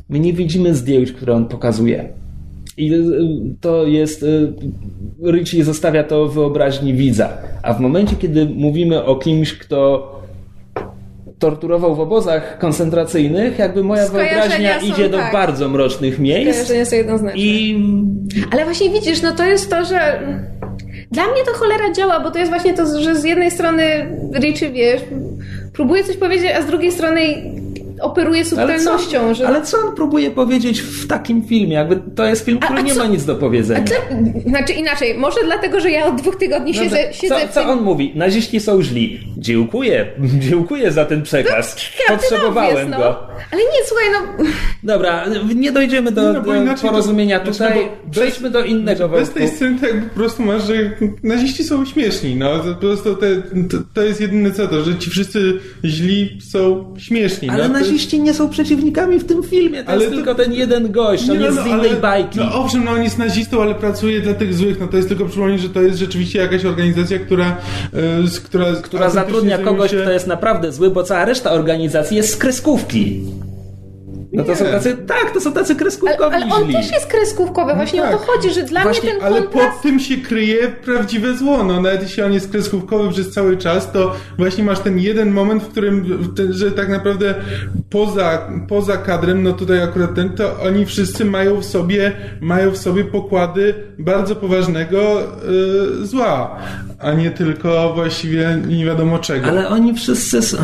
My nie widzimy zdjęć, które on pokazuje. I to jest... Ritchie zostawia to w wyobraźni widza. A w momencie, kiedy mówimy o kimś, kto torturował w obozach koncentracyjnych, jakby moja wyobraźnia są, idzie do tak. bardzo mrocznych miejsc. Skojarzenia są jednoznaczne. I... Ale właśnie widzisz, no to jest to, że dla mnie to cholera działa, bo to jest właśnie to, że z jednej strony Ritchie, wiesz, próbuje coś powiedzieć, a z drugiej strony operuje subtelnością. Ale co, że... ale co on próbuje powiedzieć w takim filmie? Jakby to jest film, który a, a nie co? ma nic do powiedzenia. A co? Znaczy inaczej, może dlatego, że ja od dwóch tygodni siedzę, Dobrze. siedzę co, w co tym... on mówi? Naziści są źli. Dziękuję. Dziękuję za ten przekaz. No, Potrzebowałem no. go. Ale nie, słuchaj, no... Dobra, nie dojdziemy do, No, bo do inaczej porozumienia to, tutaj. znaczy, no, Przejdźmy do innego Bez wątku. tej sceny tak po prostu masz, że naziści są śmieszni. No, to po prostu te, to, to jest jedyne co to, że ci wszyscy źli są śmieszni. Ale no, naziści nie są przeciwnikami w tym filmie. To Ale jest to- tylko ten jeden gość. On Nie, jest no, z innej ale- bajki. No owszem, no on jest nazistą, ale pracuje dla tych złych. No to jest tylko przypomnieć, że to jest rzeczywiście jakaś organizacja, która... Yy, z- która, która zatrudnia autentycznie kogoś, się... kto jest naprawdę zły, bo cała reszta organizacji jest z kreskówki. No to Nie. są tacy, tak, to są tacy Ale, kreskówkowi ale on źli. też jest kreskówkowy, właśnie No o to tak. chodzi, że dla Właśnie, mnie ten Ale kontrast... pod tym się kryje prawdziwe zło. No, nawet jeśli on jest kreskówkowy przez cały czas, to właśnie masz ten jeden moment, w którym, ten, że tak naprawdę poza, poza kadrem, no tutaj akurat ten, to oni wszyscy mają w sobie, mają w sobie pokłady bardzo poważnego y, zła, a nie tylko właściwie nie wiadomo czego. Ale oni wszyscy są...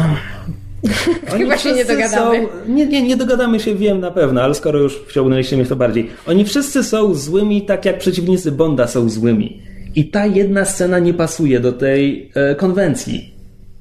Oni Chyba się nie wszyscy dogadamy. Są... Nie, nie, nie dogadamy się, wiem na pewno, ale skoro już wciągnęliście mnie w to bardziej. Oni wszyscy są złymi, tak jak przeciwnicy Bonda są złymi. I ta jedna scena nie pasuje do tej e, konwencji.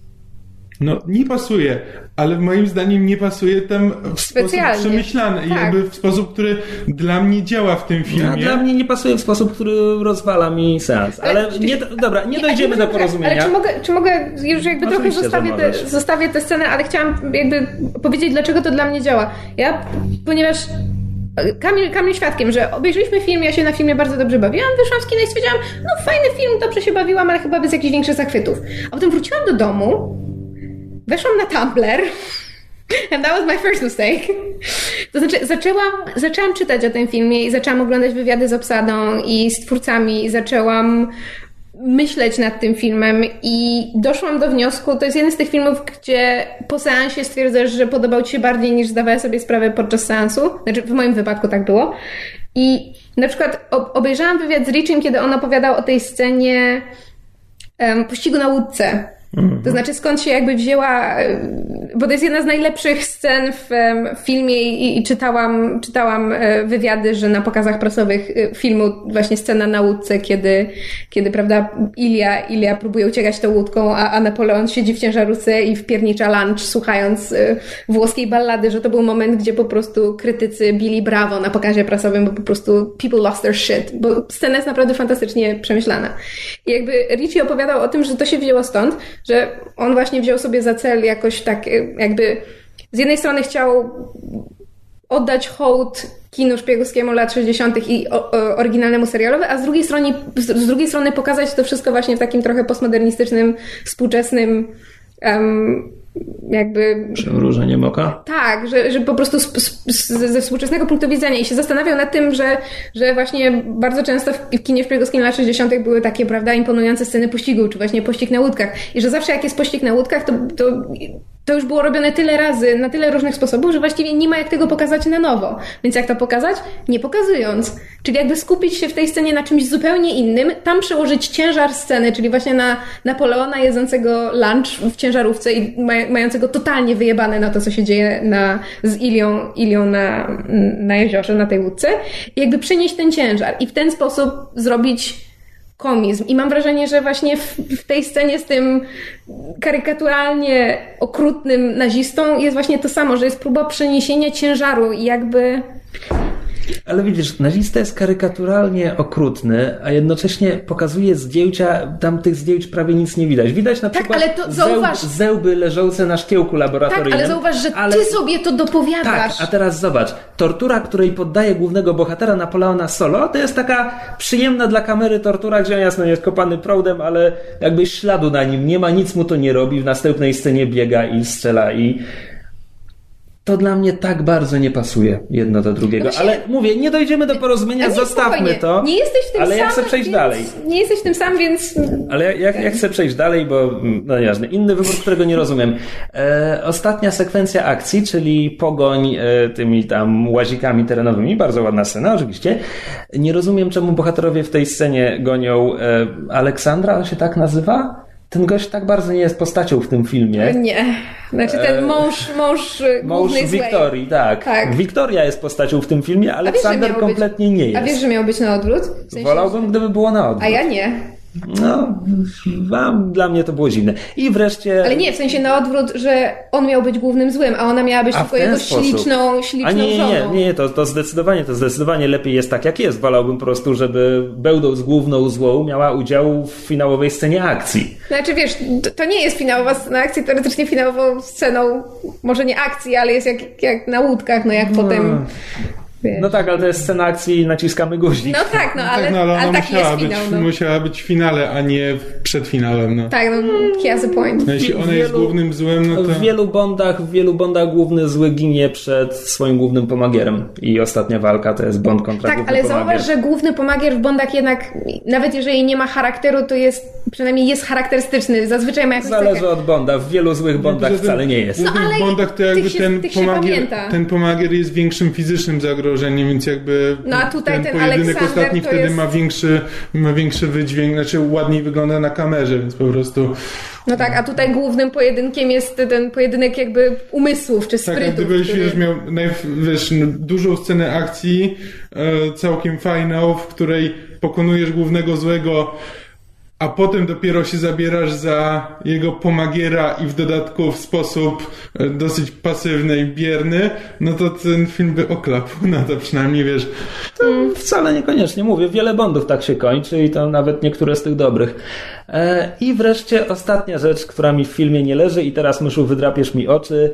No, nie pasuje, ale moim zdaniem nie pasuje tam w Specjalnie. sposób przemyślany i Tak. jakby w sposób, który dla mnie działa w tym filmie. A dla mnie nie pasuje w sposób, który rozwala mi sens. Ale, Ale- nie, dobra, nie dojdziemy do porozumienia. Ale czy mogę, czy mogę już jakby trochę Oczywiście, że zostawię te, możesz. zostawię tę scenę, ale chciałam jakby powiedzieć, dlaczego to dla mnie działa. Ja, ponieważ Kamil, Kamil świadkiem, że obejrzeliśmy film, ja się na filmie bardzo dobrze bawiłam, wyszłam z kina i stwierdziłam, no fajny film, dobrze się bawiłam, ale chyba bez jakichś większych zachwytów. A potem wróciłam do domu, weszłam na Tumblr and that was my first mistake. To znaczy zaczęłam, zaczęłam czytać o tym filmie i zaczęłam oglądać wywiady z obsadą i z twórcami i zaczęłam myśleć nad tym filmem i doszłam do wniosku, to jest jeden z tych filmów, gdzie po seansie stwierdzasz, że podobał ci się bardziej niż zdawałeś sobie sprawę podczas seansu. Znaczy w moim wypadku tak było. I na przykład obejrzałam wywiad z Richiem, kiedy on opowiadał o tej scenie um, pościgu na łódce. To znaczy skąd się jakby wzięła, bo to jest jedna z najlepszych scen w, w filmie i, i czytałam, czytałam wywiady, że na pokazach prasowych filmu właśnie scena na łódce, kiedy, kiedy prawda, Ilia, Ilia próbuje uciekać tą łódką, a, a Napoleon siedzi w ciężarówce i wpiernicza lunch, słuchając włoskiej ballady, że to był moment, gdzie po prostu krytycy bili brawo na pokazie prasowym, bo po prostu people lost their shit, bo scena jest naprawdę fantastycznie przemyślana. I jakby Ritchie opowiadał o tym, że to się wzięło stąd, że on właśnie wziął sobie za cel jakoś tak jakby z jednej strony chciał oddać hołd kinu szpiegowskiemu lat sześćdziesiątych i o, o, oryginalnemu serialowi, a z drugiej strony z, z drugiej strony pokazać to wszystko właśnie w takim trochę postmodernistycznym, współczesnym um, jakby... Przymrużeniem oka? Tak, że, że po prostu z, z, ze współczesnego punktu widzenia i się zastanawiał nad tym, że, że właśnie bardzo często w kinie szpiegowskim lat sześćdziesiątych były takie, prawda, imponujące sceny pościgu, czy właśnie pościg na łódkach. I że zawsze jak jest pościg na łódkach, to, to, to już było robione tyle razy, na tyle różnych sposobów, że właściwie nie ma jak tego pokazać na nowo. Więc jak to pokazać? Nie pokazując. Czyli jakby skupić się w tej scenie na czymś zupełnie innym, tam przełożyć ciężar sceny, czyli właśnie na Napoleona jedzącego lunch w ciężarówce i mającego totalnie wyjebane na to, co się dzieje na, z Ilią, Ilią na, na jeziorze, na tej łódce. I jakby przenieść ten ciężar i w ten sposób zrobić komizm. I mam wrażenie, że właśnie w, w tej scenie z tym karykaturalnie okrutnym nazistą jest właśnie to samo, że jest próba przeniesienia ciężaru i jakby... Ale widzisz, nazista jest karykaturalnie okrutny, a jednocześnie pokazuje zdjęcia, tam tych zdjęć prawie nic nie widać. Widać na Tak, przykład ale to zauważ... zełb, zełby leżące na szkiełku laboratoryjnym. Tak, ale zauważ, że ale... ty sobie to dopowiadasz. Tak, a teraz zobacz. Tortura, której poddaje głównego bohatera Napoleona Solo, to jest taka przyjemna dla kamery tortura, gdzie on jasno jest kopany prądem, ale jakby śladu na nim nie ma, nic mu to nie robi. W następnej scenie biega i strzela i... to dla mnie tak bardzo nie pasuje jedno do drugiego. No ale mówię, nie dojdziemy do porozumienia, nie, zostawmy spokojnie. to. Nie jesteś w tym ale sam, ja chcę przejść więc, dalej. Nie jesteś w tym sam, więc... Ale ja, ja, ja chcę przejść dalej, bo no nieważne. Inny wybór, którego nie rozumiem. E, ostatnia sekwencja akcji, czyli pogoń e, tymi tam łazikami terenowymi. Bardzo ładna scena, oczywiście. Nie rozumiem, czemu bohaterowie w tej scenie gonią e, Aleksandra, on się tak nazywa? Ten gość tak bardzo nie jest postacią w tym filmie. Nie. Znaczy ten mąż, mąż Mąż Wiktorii, tak. tak. Wiktoria jest postacią w tym filmie, ale Aleksander kompletnie być, nie jest. A wiesz, że miał być na odwrót? W sensie, wolałbym, gdyby było na odwrót. A ja nie. No, wam, dla mnie to było dziwne. I wreszcie... Ale nie, w sensie na odwrót, że on miał być głównym złym, a ona miała być a tylko jego sposób. śliczną, śliczną a nie, nie, żoną. nie, nie, to, to zdecydowanie, to zdecydowanie lepiej jest tak, jak jest. Wolałbym po prostu, żeby Bełdą z główną złą miała udział w finałowej scenie akcji. Znaczy wiesz, to, to nie jest finałowa scena akcji, teoretycznie finałową sceną, może nie akcji, ale jest jak, jak na łódkach, no jak no. potem... Wiesz. No tak, ale to jest scena akcji i naciskamy guzik. No tak, no ale, tak, no, ale, ale taki musiała jest być, finał. No. Musiała być w finale, a nie przed finałem. No. Tak, no he has a point. No, jeśli ona wielu, jest głównym złym, no to... W wielu Bondach, w wielu Bondach główny zły ginie przed swoim głównym pomagierem. I ostatnia walka to jest Bond kontra tak, główny ale pomagier. zauważ, że główny pomagier w Bondach jednak, nawet jeżeli nie ma charakteru, to jest, przynajmniej jest charakterystyczny. Zazwyczaj ma jakąś Zależy takie... od Bonda. W wielu złych Bondach no, wcale nie jest. W no, ale Bondach to jakby się, ten, pomagier, ten pomagier jest większym fizycznym zagrożeniem, więc jakby no, a tutaj ten, ten pojedynek Aleksander ostatni to wtedy jest... ma większy, ma większy wydźwięk, znaczy ładniej wygląda na kamerze, więc po prostu... No tak, a tutaj głównym pojedynkiem jest ten pojedynek jakby umysłów czy sprytów. Tak, a gdybyś który... wiesz, miał najw, wiesz, dużą scenę akcji, e, całkiem fajną, w której pokonujesz głównego złego, a potem dopiero się zabierasz za jego pomagiera i w dodatku w sposób dosyć pasywny i bierny, no to ten film by oklapł na to przynajmniej, wiesz. To mm. wcale niekoniecznie, mówię, wiele Bondów tak się kończy i to nawet niektóre z tych dobrych. E, I wreszcie ostatnia rzecz, która mi w filmie nie leży i teraz, Myszu, wydrapiesz mi oczy.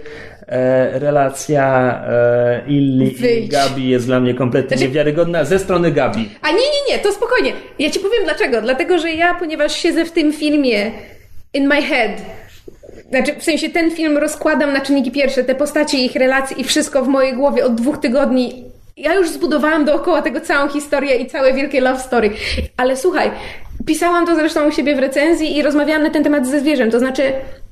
E, relacja e, Illy i Gabi jest dla mnie kompletnie znaczy... niewiarygodna ze strony Gabi. A nie, nie, nie, to spokojnie. Ja ci powiem dlaczego. Dlatego, że ja, ponieważ siedzę w tym filmie in my head, znaczy w sensie ten film rozkładam na czynniki pierwsze, te postacie, ich relacje i wszystko w mojej głowie od dwóch tygodni. Ja już zbudowałam dookoła tego całą historię i całe wielkie love story. Ale słuchaj, pisałam to zresztą u siebie w recenzji i rozmawiałam na ten temat ze zwierzem. To znaczy...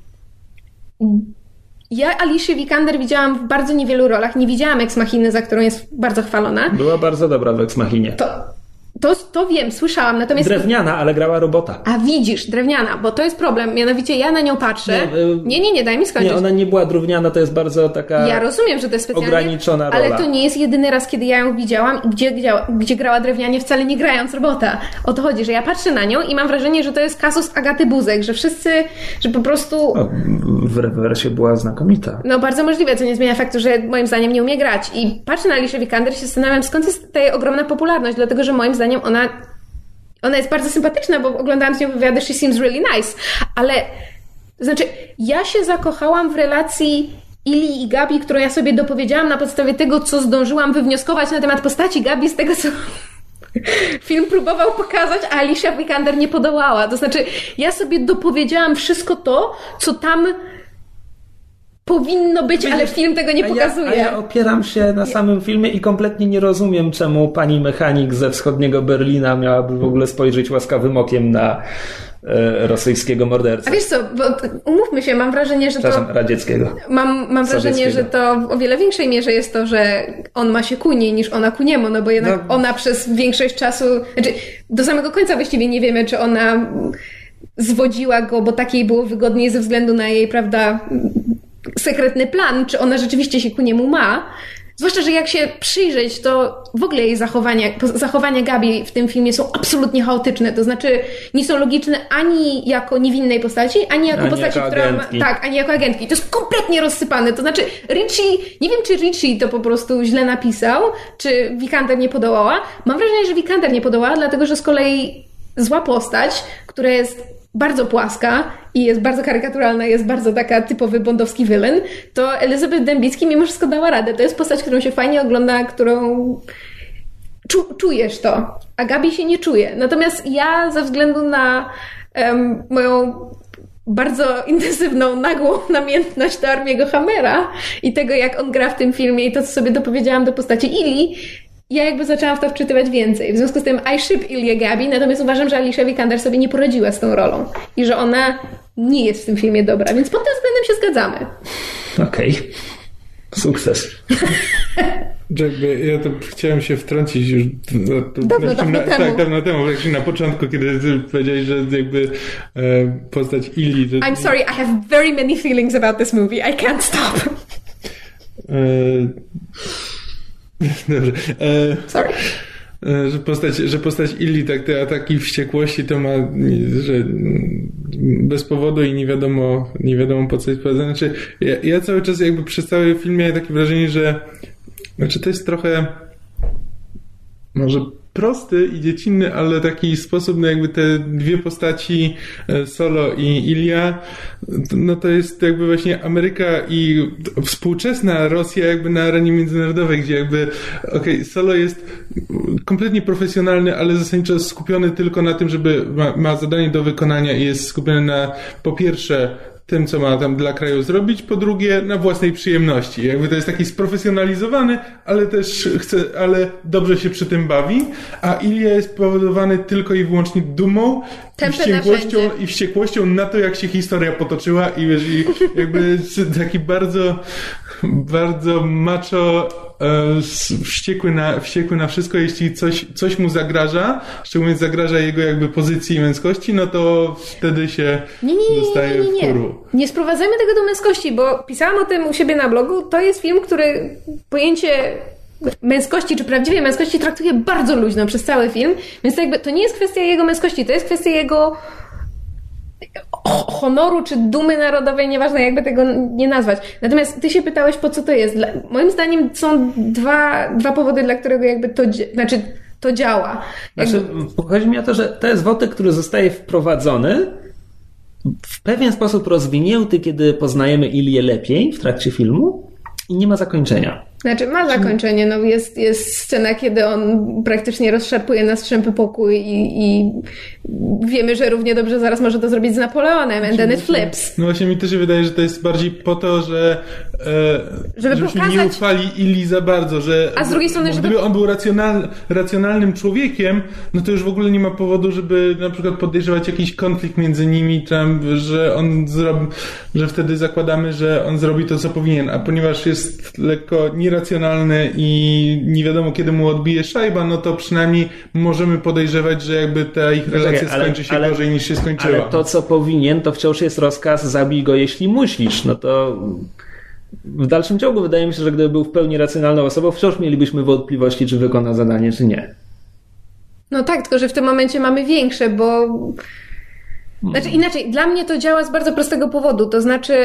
Ja Alicię Vikander widziałam w bardzo niewielu rolach. Nie widziałam Ex Machiny, za którą jest bardzo chwalona. Była bardzo dobra w Ex Machinie. To, to, to wiem, słyszałam. Natomiast... Drewniana, ale grała robota. A widzisz, drewniana, bo to jest problem. Mianowicie ja na nią patrzę. Nie, nie, nie, daj mi skończyć. Nie, ona nie była drewniana, to jest bardzo taka... Ja rozumiem, że to jest specjalnie... ograniczona rola. Ale to nie jest jedyny raz, kiedy ja ją widziałam i gdzie, gdzie, gdzie grała drewnianie, wcale nie grając robota. O to chodzi, że ja patrzę na nią i mam wrażenie, że to jest kasus Agaty Buzek, że wszyscy, że po prostu... O, w rewersie była znakomita. No bardzo możliwe, co nie zmienia faktu, że moim zdaniem nie umie grać. I patrzę na Alicię Vikander i się zastanawiam, skąd jest ta jej ogromna popularność, dlatego, że moim zdaniem ona... Ona jest bardzo sympatyczna, bo oglądałam z nią wywiady She Seems Really Nice, ale to znaczy ja się zakochałam w relacji Illy i Gabi, którą ja sobie dopowiedziałam na podstawie tego, co zdążyłam wywnioskować na temat postaci Gabi z tego, co film próbował pokazać, a Alicia Vikander nie podołała. To znaczy ja sobie dopowiedziałam wszystko to, co tam powinno być, ale film tego nie pokazuje. A ja, a ja opieram się na samym filmie i kompletnie nie rozumiem, czemu pani mechanik ze wschodniego Berlina miałaby w ogóle spojrzeć łaskawym okiem na e, rosyjskiego mordercę. A wiesz co, bo umówmy się, mam wrażenie, że Przepraszam, to... radzieckiego. Mam, mam wrażenie, że to w o wiele większej mierze jest to, że on ma się ku niej niż ona ku niemu, no bo jednak no. ona przez większość czasu... Znaczy, do samego końca właściwie nie wiemy, czy ona zwodziła go, bo tak jej było wygodniej ze względu na jej, prawda... sekretny plan, czy ona rzeczywiście się ku niemu ma. Zwłaszcza, że jak się przyjrzeć, to w ogóle jej zachowania, zachowania Gabi w tym filmie są absolutnie chaotyczne. To znaczy nie są logiczne ani jako niewinnej postaci, ani jako ani postaci, jako która agentki. ma, tak, ani jako agentki. To jest kompletnie rozsypane. To znaczy Ritchie, nie wiem czy Ritchie to po prostu źle napisał, czy Vikander nie podołała. Mam wrażenie, że Vikander nie podołała, dlatego że z kolei zła postać, która jest bardzo płaska i jest bardzo karykaturalna, jest bardzo taka typowy bondowski villain, to Elizabeth Dembicki mimo wszystko dała radę. To jest postać, którą się fajnie ogląda, którą Czu, czujesz to, a Gabi się nie czuje. Natomiast ja ze względu na um, moją bardzo intensywną, nagłą namiętność do Armiego Hammera i tego, jak on gra w tym filmie i to, co sobie dopowiedziałam do postaci Ili, ja jakby zaczęłam w to wczytywać więcej. W związku z tym I ship Ilię Gabi, natomiast uważam, że Alicia Vikander sobie nie poradziła z tą rolą i że ona nie jest w tym filmie dobra, więc pod tym względem się zgadzamy. Okej. Okay. Sukces. Jakby ja to chciałem się wtrącić już no, dawno, na, dawno na, temu. Tak, dawno temu, na początku, kiedy ty powiedziałeś, że jakby e, postać Ili... Że, I'm sorry, I have very many feelings about this movie. I can't stop. E, dobrze. E, sorry. E, że postać, że postać Ili, tak, te ataki wściekłości to ma, że bez powodu i nie wiadomo, nie wiadomo po co jest powodzone. Znaczy, ja, ja cały czas jakby przez cały film miałem takie wrażenie, że znaczy to jest trochę może prosty i dziecinny, ale taki sposób, no jakby te dwie postaci Solo i Ilia, no to jest jakby właśnie Ameryka i współczesna Rosja jakby na arenie międzynarodowej, gdzie jakby okej, okay, Solo jest kompletnie profesjonalny, ale zasadniczo skupiony tylko na tym, żeby ma, ma zadanie do wykonania i jest skupiony na po pierwsze tym, co ma tam dla kraju zrobić, po drugie na własnej przyjemności. Jakby to jest taki sprofesjonalizowany, ale też chce, ale dobrze się przy tym bawi, a Ilia jest powodowany tylko i wyłącznie dumą i wściekłością, i wściekłością na to, jak się historia potoczyła i wiesz, i jakby taki bardzo bardzo macho e, wściekły, na, wściekły na wszystko, jeśli coś, coś mu zagraża, szczególnie zagraża jego jakby pozycji i męskości, no to wtedy się nie, nie, nie, dostaje nie, nie, nie. wkurwu. Nie sprowadzajmy tego do męskości, bo pisałam o tym u siebie na blogu. To jest film, który pojęcie męskości, czy prawdziwej męskości traktuje bardzo luźno przez cały film, więc to jakby to nie jest kwestia jego męskości, to jest kwestia jego honoru czy dumy narodowej, nieważne jakby tego nie nazwać. Natomiast ty się pytałeś, po co to jest. Dla, moim zdaniem są dwa, dwa powody, dla którego jakby to, znaczy to działa. Jakby... Znaczy, chodzi mi o to, że to jest wątek, który zostaje wprowadzony w pewien sposób rozwinięty, kiedy poznajemy Ilię lepiej w trakcie filmu i nie ma zakończenia. Znaczy ma zakończenie, no jest, jest scena, kiedy on praktycznie rozszarpuje na strzępy pokój i, i wiemy, że równie dobrze zaraz może to zrobić z Napoleonem and then it flips. No właśnie mi też się wydaje, że to jest bardziej po to, że e, żeby żebyśmy pokazać... nie ufali Ili za bardzo, że a z drugiej strony, żeby... gdyby on był racjonal, racjonalnym człowiekiem, no to już w ogóle nie ma powodu, żeby na przykład podejrzewać jakiś konflikt między nimi, tam, że on zrobi, że wtedy zakładamy, że on zrobi to, co powinien, a ponieważ jest lekko nieracjonalny i nie wiadomo, kiedy mu odbije szajba, no to przynajmniej możemy podejrzewać, że jakby ta ich relacja Czekaj, ale, skończy się ale, gorzej niż się skończyła. Ale to, co powinien, to wciąż jest rozkaz zabij go, jeśli musisz. No to w dalszym ciągu wydaje mi się, że gdyby był w pełni racjonalną osobą, wciąż mielibyśmy wątpliwości, czy wykona zadanie, czy nie. No tak, tylko że w tym momencie mamy większe, bo... Znaczy inaczej, dla mnie to działa z bardzo prostego powodu, to znaczy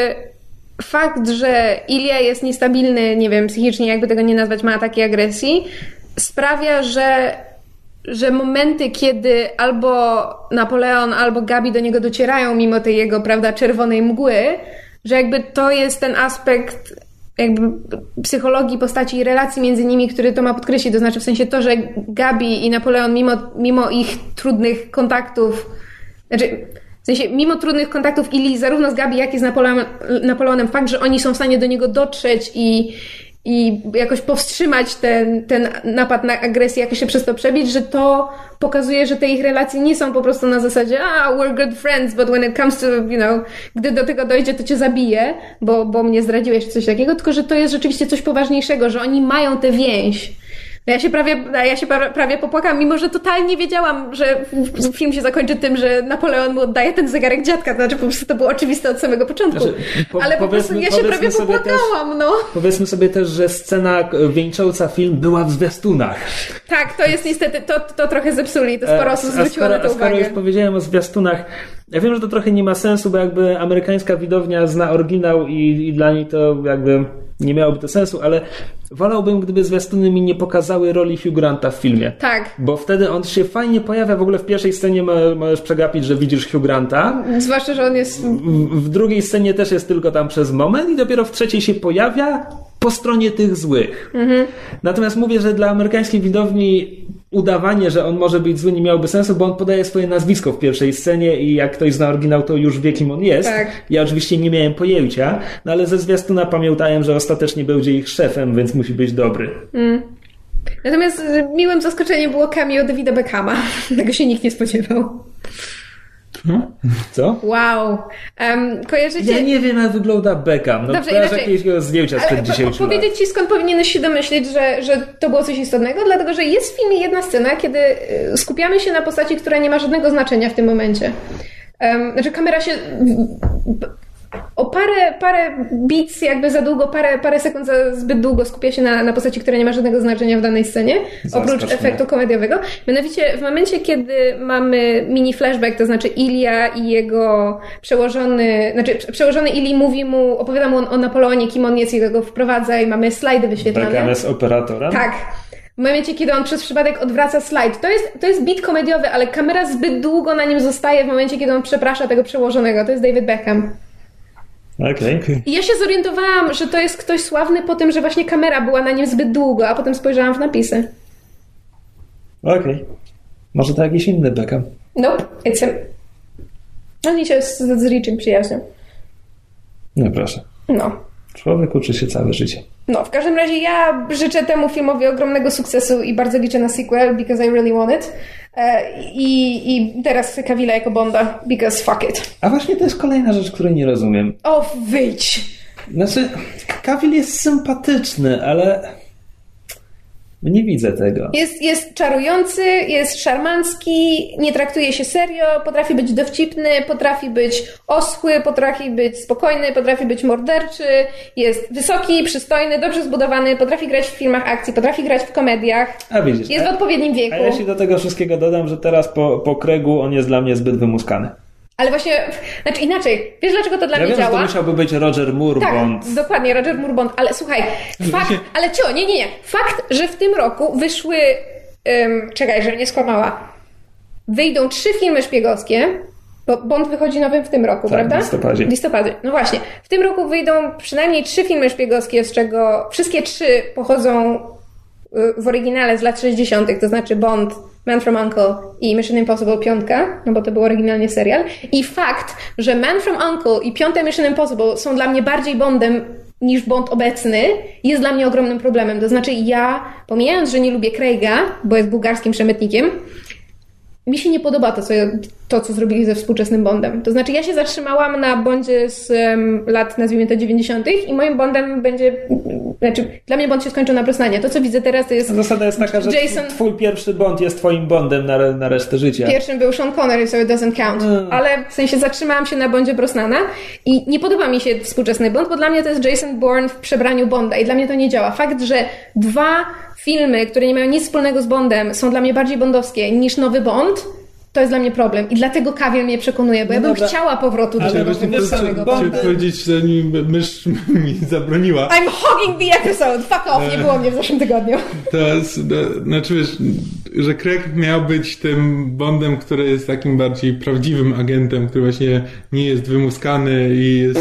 fakt, że Ilia jest niestabilny, nie wiem, psychicznie, jakby tego nie nazwać, ma ataki agresji, sprawia, że, że momenty, kiedy albo Napoleon, albo Gabi do niego docierają, mimo tej jego, prawda, czerwonej mgły, że jakby to jest ten aspekt jakby psychologii postaci i relacji między nimi, który to ma podkreślić, to znaczy w sensie to, że Gabi i Napoleon, mimo, mimo ich trudnych kontaktów, znaczy w sensie, mimo trudnych kontaktów Ili, zarówno z Gabi, jak i z Napoleon, Napoleonem, fakt, że oni są w stanie do niego dotrzeć i, i jakoś powstrzymać ten, ten napad na agresję, jakoś się przez to przebić, że to pokazuje, że te ich relacje nie są po prostu na zasadzie a, we're good friends, but when it comes to, you know, gdy do tego dojdzie, to cię zabiję, bo, bo mnie zdradziłeś, czy coś takiego, tylko że to jest rzeczywiście coś poważniejszego, że oni mają tę więź. Ja się prawie, ja się prawie popłakałam, mimo że totalnie wiedziałam, że film się zakończy tym, że Napoleon mu oddaje ten zegarek dziadka, to znaczy po prostu to było oczywiste od samego początku. Znaczy, po, ale po prostu ja się prawie popłakałam, też, no. Powiedzmy sobie też, że scena wieńcząca film była w zwiastunach. Tak, to jest niestety, to, to trochę zepsuli, to sporo osób zwróciło na to uwagę. A skoro już powiedziałem o zwiastunach, ja wiem, że to trochę nie ma sensu, bo jakby amerykańska widownia zna oryginał i, i dla niej to jakby nie miałoby to sensu, ale wolałbym, gdyby zwiastuny mi nie pokazały roli Hugh Granta w filmie. Tak. Bo wtedy on się fajnie pojawia, w ogóle w pierwszej scenie możesz przegapić, że widzisz Hugh Granta. Zwłaszcza, że on jest... W, w drugiej scenie też jest tylko tam przez moment i dopiero w trzeciej się pojawia po stronie tych złych. Mhm. Natomiast mówię, że dla amerykańskiej widowni udawanie, że on może być zły, nie miałoby sensu, bo on podaje swoje nazwisko w pierwszej scenie i jak ktoś zna oryginał, to już wie, kim on jest. Tak. Ja oczywiście nie miałem pojęcia, no ale ze zwiastuna pamiętałem, że ostatecznie będzie ich szefem, więc musi być dobry. Mm. Natomiast miłym zaskoczeniem było cameo Davida Beckhama. Tego się nikt nie spodziewał. Hmm? Co? Wow. Um, kojarzycie... Ja nie wiem, jak wygląda Beckham. No Dobrze, kojarzę inaczej. jakiegoś zdjęcia sprzed dziesięciu lat. Powiedzieć ci, skąd powinieneś się domyślić, że, że to było coś istotnego? Dlatego, że jest w filmie jedna scena, kiedy skupiamy się na postaci, która nie ma żadnego znaczenia w tym momencie. Um, znaczy kamera się... O parę, parę beats jakby za długo, parę, parę sekund za zbyt długo skupia się na, na postaci, która nie ma żadnego znaczenia w danej scenie, Zaskocz oprócz mnie. efektu komediowego. Mianowicie w momencie, kiedy mamy mini flashback, to znaczy Ilia i jego przełożony, znaczy przełożony Ili mówi mu, opowiada mu o Napoleonie, kim on jest i go wprowadza i mamy slajdy wyświetlane. Beckham jest operatorem? Tak. W momencie, kiedy on przez przypadek odwraca slajd. To jest, to jest beat komediowy, ale kamera zbyt długo na nim zostaje w momencie, kiedy on przeprasza tego przełożonego. To jest David Beckham. Okej. Okay. I ja się zorientowałam, że to jest ktoś sławny po tym, że właśnie kamera była na nim zbyt długo, a potem spojrzałam w napisy. Okej. Okay. Może to jakiś inny Beckham? Nope, it's him. Oni się z, z Richem przyjaźnią. No proszę. No. Człowiek uczy się całe życie. No, w każdym razie ja życzę temu filmowi ogromnego sukcesu i bardzo liczę na sequel, because I really want it. I, i teraz Cavilla jako Bonda, because fuck it. A właśnie to jest kolejna rzecz, której nie rozumiem. O, wyjdź! Znaczy, Cavill jest sympatyczny, ale nie widzę tego. Jest, jest czarujący, jest szarmancki, nie traktuje się serio, potrafi być dowcipny, potrafi być oschły, potrafi być spokojny, potrafi być morderczy, jest wysoki, przystojny, dobrze zbudowany, potrafi grać w filmach akcji, potrafi grać w komediach. A widzisz, jest a, w odpowiednim wieku. A ja ci do tego wszystkiego dodam, że teraz po, po Craigu on jest dla mnie zbyt wymuskany. Ale właśnie, znaczy inaczej, wiesz dlaczego to dla ja mnie wiem, działa? Ja wiem, że to musiałby być Roger Moore tak, Bond. Dokładnie, Roger Moore Bond, ale słuchaj, fakt, ale cio, nie, nie, nie, fakt, że w tym roku wyszły, um, czekaj, żebym nie skłamała, wyjdą trzy filmy szpiegowskie, bo Bond wychodzi nowym w tym roku, tak, prawda? w listopadzie. W listopadzie, no właśnie. W tym roku wyjdą przynajmniej trzy filmy szpiegowskie, z czego wszystkie trzy pochodzą w oryginale z lat sześćdziesiątych, to znaczy Bond, Man from Uncle i Mission Impossible piątka, no bo to był oryginalnie serial. I fakt, że Man from Uncle i piąte Mission Impossible są dla mnie bardziej Bondem niż Bond obecny, jest dla mnie ogromnym problemem. To znaczy ja, pomijając, że nie lubię Craiga, bo jest bułgarskim przemytnikiem, mi się nie podoba to co, to, co zrobili ze współczesnym Bondem. To znaczy ja się zatrzymałam na Bondzie z um, lat, nazwijmy to, dziewięćdziesiątych i moim Bondem będzie... Znaczy, dla mnie Bond się skończył na Brosnanie. To, co widzę teraz, to jest... Zasada jest taka, że Jason... twój pierwszy Bond jest twoim Bondem na, na resztę życia. Pierwszym był Sean Connery, so it doesn't count. Mm. Ale w sensie zatrzymałam się na Bondzie Brosnana i nie podoba mi się współczesny Bond, bo dla mnie to jest Jason Bourne w przebraniu Bonda i dla mnie to nie działa. Fakt, że dwa filmy, które nie mają nic wspólnego z Bondem, są dla mnie bardziej bondowskie niż nowy Bond, to jest dla mnie problem. I dlatego Cavill mnie przekonuje, bo no ja bym dobra. chciała powrotu do tego samego Bonda. Chciałem powiedzieć, że mysz mi zabroniła. I'm hogging the episode! Fuck off! Nie było mnie w zeszłym tygodniu. To jest, znaczy wiesz, że Craig miał być tym Bondem, który jest takim bardziej prawdziwym agentem, który właśnie nie jest wymuskany i jest...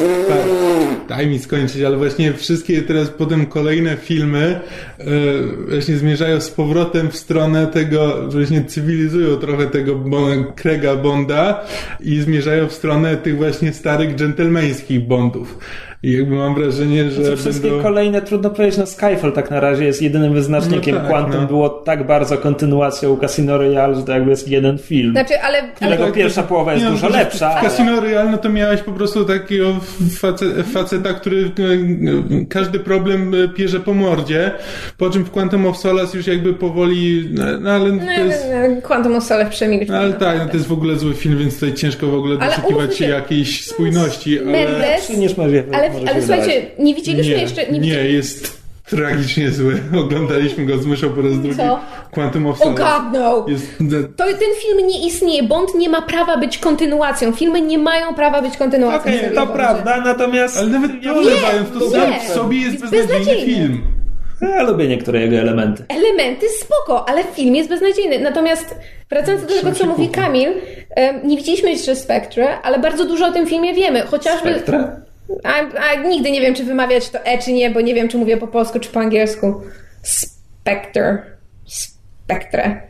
Daj mi skończyć, ale właśnie wszystkie teraz potem kolejne filmy yy, właśnie zmierzają z powrotem w stronę tego, że właśnie cywilizują trochę tego Bon- Craiga Bonda i zmierzają w stronę tych właśnie starych dżentelmeńskich Bondów. I jakby mam wrażenie, że znaczy, wszystkie będą... kolejne, trudno powiedzieć, no Skyfall tak na razie jest jedynym wyznacznikiem. No tak, Quantum no. było tak bardzo kontynuacją Casino Royale, że to jakby jest jeden film. Znaczy, ale... Którego ale... pierwsza połowa jest nie, dużo no, lepsza. W ale... Casino Royale no to miałeś po prostu takiego face- faceta, który każdy problem pierze po mordzie, po czym w Quantum of Solace już jakby powoli... No ale no, to jest... Quantum of Solace przemilczy. No, ale tak, no, to jest w ogóle zły film, więc tutaj ciężko w ogóle doszukiwać się jakiejś spójności. Ale, Mendes, niż może, ale, może ale słuchajcie, nie widzieliśmy nie, jeszcze... Nie, nie jest tragicznie zły. Oglądaliśmy go z myszą po raz drugi. Co? Quantum of Oh Solace. God, no! Jest... To, ten film nie istnieje. Bond nie ma prawa być kontynuacją. Filmy nie mają prawa być kontynuacją. Okej, okay, to prawda, natomiast... Ale nawet to olewając, to sam w sobie jest, jest beznadziejny, beznadziejny film. Ja lubię niektóre jego elementy. Elementy spoko, ale film jest beznadziejny. Natomiast wracając do tego, co mówi Kamil, nie widzieliśmy jeszcze Spectre, ale bardzo dużo o tym filmie wiemy. Chociażby... Spectre? A, a nigdy nie wiem, czy wymawiać to E, czy nie, bo nie wiem, czy mówię po polsku, czy po angielsku. Spectre. Spectre.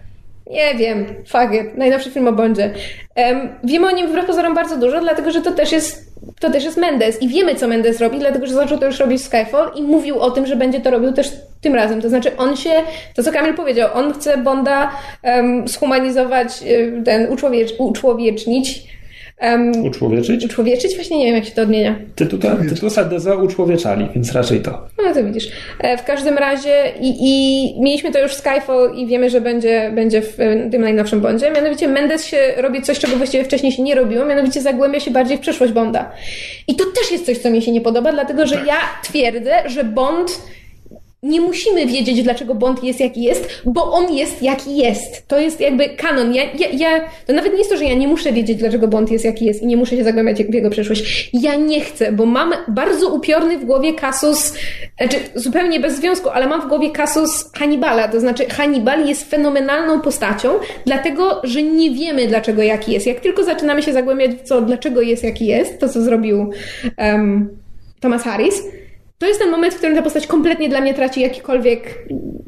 Nie wiem, fuck it, najnowszy film o Bondzie. Um, wiemy o nim wbrew pozorom bardzo dużo, dlatego że to też jest to też jest Mendes i wiemy, co Mendes robi, dlatego że zaczął to już robić w Skyfall i mówił o tym, że będzie to robił też tym razem. To znaczy on się, to co Kamil powiedział, on chce Bonda um, zhumanizować, ten uczłowiecz, uczłowiecznić. Um, uczłowieczyć? Uczłowieczyć? Właśnie nie wiem, jak się to odmienia. Tytuł, tytuł Sadeza uczłowieczali, więc raczej to. No to widzisz. W każdym razie i, i mieliśmy to już w Skyfall i wiemy, że będzie, będzie w tym najnowszym Bondzie. Mianowicie Mendes się robi coś, czego właściwie wcześniej się nie robiło, mianowicie zagłębia się bardziej w przeszłość Bonda. I to też jest coś, co mi się nie podoba, dlatego że ja twierdzę, że Bond... Nie musimy wiedzieć, dlaczego Bond jest jaki jest, bo on jest jaki jest. To jest jakby kanon. Ja, ja, ja, to nawet nie jest to, że ja nie muszę wiedzieć, dlaczego Bond jest jaki jest i nie muszę się zagłębiać w jego przeszłość. Ja nie chcę, bo mam bardzo upiorny w głowie kasus, znaczy zupełnie bez związku, ale mam w głowie kasus Hannibala. To znaczy Hannibal jest fenomenalną postacią, dlatego, że nie wiemy, dlaczego jaki jest. Jak tylko zaczynamy się zagłębiać w co, dlaczego jest jaki jest, to co zrobił um, Thomas Harris, to jest ten moment, w którym ta postać kompletnie dla mnie traci jakikolwiek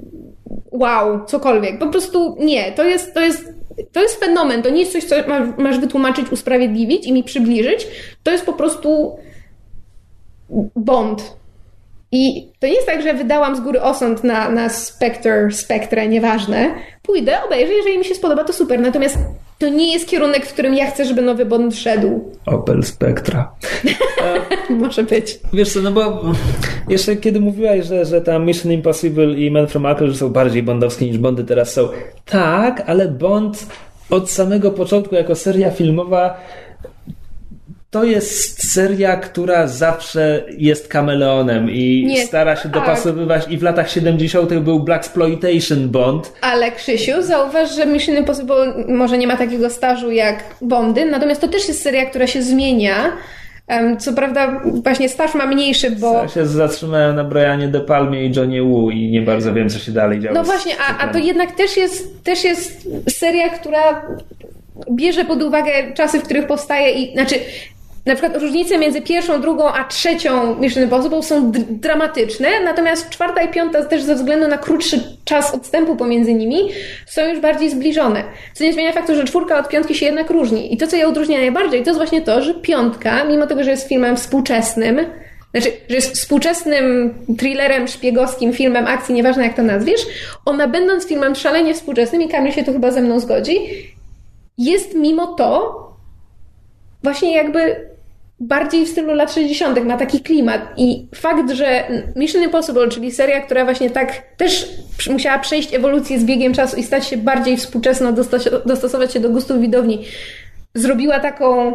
wow, cokolwiek. Po prostu nie. To jest, to jest, to jest fenomen. To nie jest coś, co masz wytłumaczyć, usprawiedliwić i mi przybliżyć. To jest po prostu Bond. I to nie jest tak, że wydałam z góry osąd na, na Spectre, Spectre, nieważne. Pójdę, obejrzę, jeżeli mi się spodoba, to super. Natomiast to nie jest kierunek, w którym ja chcę, żeby nowy Bond szedł. Opel Spectra. Może być. Wiesz co, no bo jeszcze kiedy mówiłaś, że, że tam Mission Impossible i Man from U N C L E są bardziej bondowskie niż Bondy teraz są. Tak, ale Bond od samego początku jako seria filmowa to jest seria, która zawsze jest kameleonem i nie, stara się tak. dopasowywać i w latach siedemdziesiątych był Blaxploitation Bond. Ale Krzysiu, zauważ, że Mission Impossible może nie ma takiego stażu jak Bondy, natomiast to też jest seria, która się zmienia. Co prawda właśnie staż ma mniejszy, bo... Ja się zatrzymałem na Brianie De Palmie i Johnie Woo i nie bardzo wiem, co się dalej działo. No właśnie, a, a to jednak też jest, też jest seria, która bierze pod uwagę czasy, w których powstaje i... Znaczy, na przykład różnice między pierwszą, drugą, a trzecią Mission Impossible są d- dramatyczne, natomiast czwarta i piąta też ze względu na krótszy czas odstępu pomiędzy nimi są już bardziej zbliżone. Co nie zmienia faktu, że czwórka od piątki się jednak różni. I to, co je odróżnia najbardziej, to jest właśnie to, że piątka, mimo tego, że jest filmem współczesnym, znaczy, że jest współczesnym thrillerem, szpiegowskim, filmem akcji, nieważne jak to nazwiesz, ona będąc filmem szalenie współczesnym, i Kamil się tu chyba ze mną zgodzi, jest mimo to właśnie jakby bardziej w stylu lat sześćdziesiątych, ma taki klimat i fakt, że Mission Impossible, czyli seria, która właśnie tak też musiała przejść ewolucję z biegiem czasu i stać się bardziej współczesną, dostosować się do gustów widowni, zrobiła taką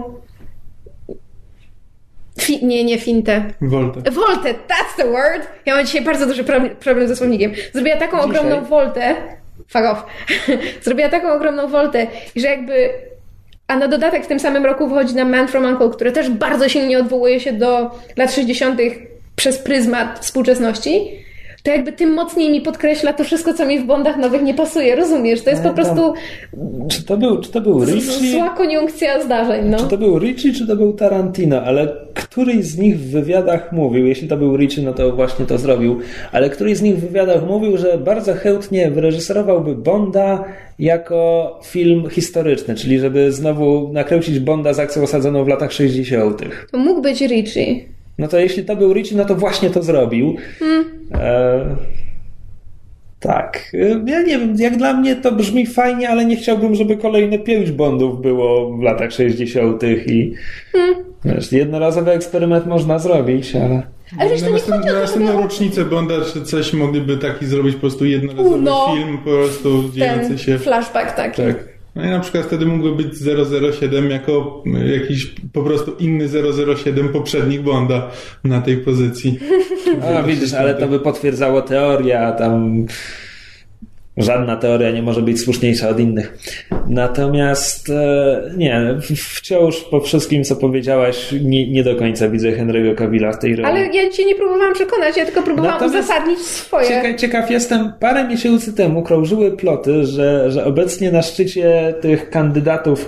Fi- nie, nie fintę. Woltę. Woltę, that's the word. Ja mam dzisiaj bardzo duży problem, problem ze słownikiem. Zrobiła taką dzisiaj? ogromną woltę, fuck off, zrobiła taką ogromną woltę, że jakby a na dodatek w tym samym roku wychodzi na Man from U N C L E, które też bardzo silnie odwołuje się do lat sześćdziesiątych przez pryzmat współczesności, to jakby tym mocniej mi podkreśla to wszystko, co mi w Bondach nowych nie pasuje, rozumiesz? To jest po prostu czy to był, czy to był Ritchie? Zła koniunkcja zdarzeń, no. Czy to był Ritchie, czy to był Tarantino, ale któryś z nich w wywiadach mówił, jeśli to był Ritchie, no to właśnie to zrobił, ale któryś z nich w wywiadach mówił, że bardzo chętnie wyreżyserowałby Bonda jako film historyczny, czyli żeby znowu nakręcić Bonda z akcją osadzoną w latach sześćdziesiątych. To mógł być Ritchie. No to jeśli to był Ritchie, no to właśnie to zrobił. Hmm. E, tak. Ja nie wiem, jak dla mnie to brzmi fajnie, ale nie chciałbym, żeby kolejne pięć Bondów było w latach sześćdziesiątych i hmm. wiesz, jednorazowy eksperyment można zrobić, ale... Ale wiesz, to nie chodzi o na następną rocznicę Bonda czy coś mogliby taki zrobić po prostu jednorazowy no, film, po prostu dziejący się... flashback taki. Tak. No i na przykład wtedy mógłby być zero zero siedem jako jakiś po prostu inny zero zero siedem poprzednich Bonda na tej pozycji. A widzisz, ale to by potwierdzało teorię, a tam żadna teoria nie może być słuszniejsza od innych. Natomiast nie, wciąż po wszystkim, co powiedziałaś, nie, nie do końca widzę Henry'ego Cavilla w tej roli. Ale ja cię nie próbowałam przekonać, ja tylko próbowałam Natomiast uzasadnić swoje. Ciekaw, ciekaw jestem, parę miesięcy temu krążyły ploty, że, że obecnie na szczycie tych kandydatów,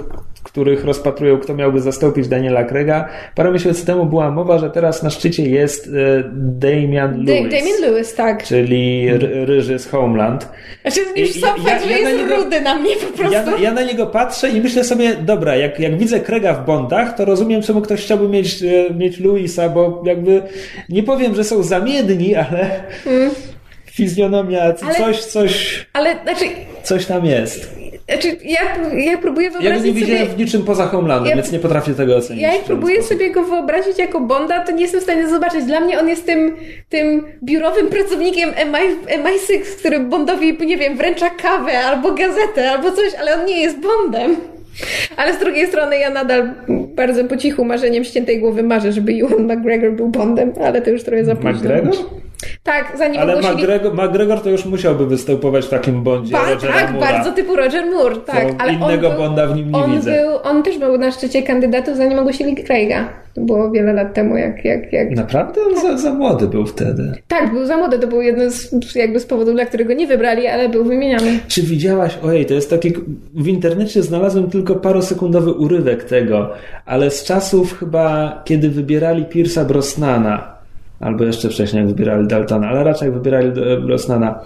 których rozpatrują, kto miałby zastąpić Daniela Craiga. Parę miesięcy temu była mowa, że teraz na szczycie jest Damian Lewis. Da- Damian Lewis, tak. Czyli r- ryży z Homeland. Znaczy już sam ja, fakt, ja, że ja jest niego, rudy na mnie po prostu. Ja, ja na niego patrzę i myślę sobie, dobra, jak, jak widzę Craiga w Bondach, to rozumiem, czemu ktoś chciałby mieć, mieć Lewisa, bo jakby nie powiem, że są zamiedni, ale hmm. fizjonomia, ale, coś, coś, ale, znaczy, coś tam jest. Znaczy, ja, ja próbuję wyobrazić sobie... Ja go nie widziałem w niczym poza Homelandem, ja, więc nie potrafię tego ocenić. Ja jak próbuję sobie go wyobrazić jako Bonda, to nie jestem w stanie zobaczyć. Dla mnie on jest tym, tym biurowym pracownikiem M I sześć, który Bondowi, nie wiem, wręcza kawę albo gazetę albo coś, ale on nie jest Bondem. Ale z drugiej strony ja nadal bardzo po cichu marzeniem ściętej głowy marzę, żeby Ewan McGregor był Bondem, ale to już trochę za późno. McGregor? Tak, zanim ale ogłosili... McGregor, McGregor to już musiałby występować w takim Bondzie ba, Rogera Tak, Moore'a. bardzo typu Roger Moore, tak. To ale innego on był, Bonda w nim nie on widzę. Był, on też był na szczycie kandydatów, zanim ogłosili Craiga. To było wiele lat temu, jak... jak, jak... Naprawdę? On za, za młody był wtedy. Tak, był za młody. To był jeden z, jakby z powodów, dla którego nie wybrali, ale był wymieniany. Czy widziałaś, ojej, to jest taki... W internecie znalazłem tylko parosekundowy urywek tego, ale z czasów chyba, kiedy wybierali Pierce'a Brosnana, albo jeszcze wcześniej jak wybierali Daltona, ale raczej wybierali Brosnana,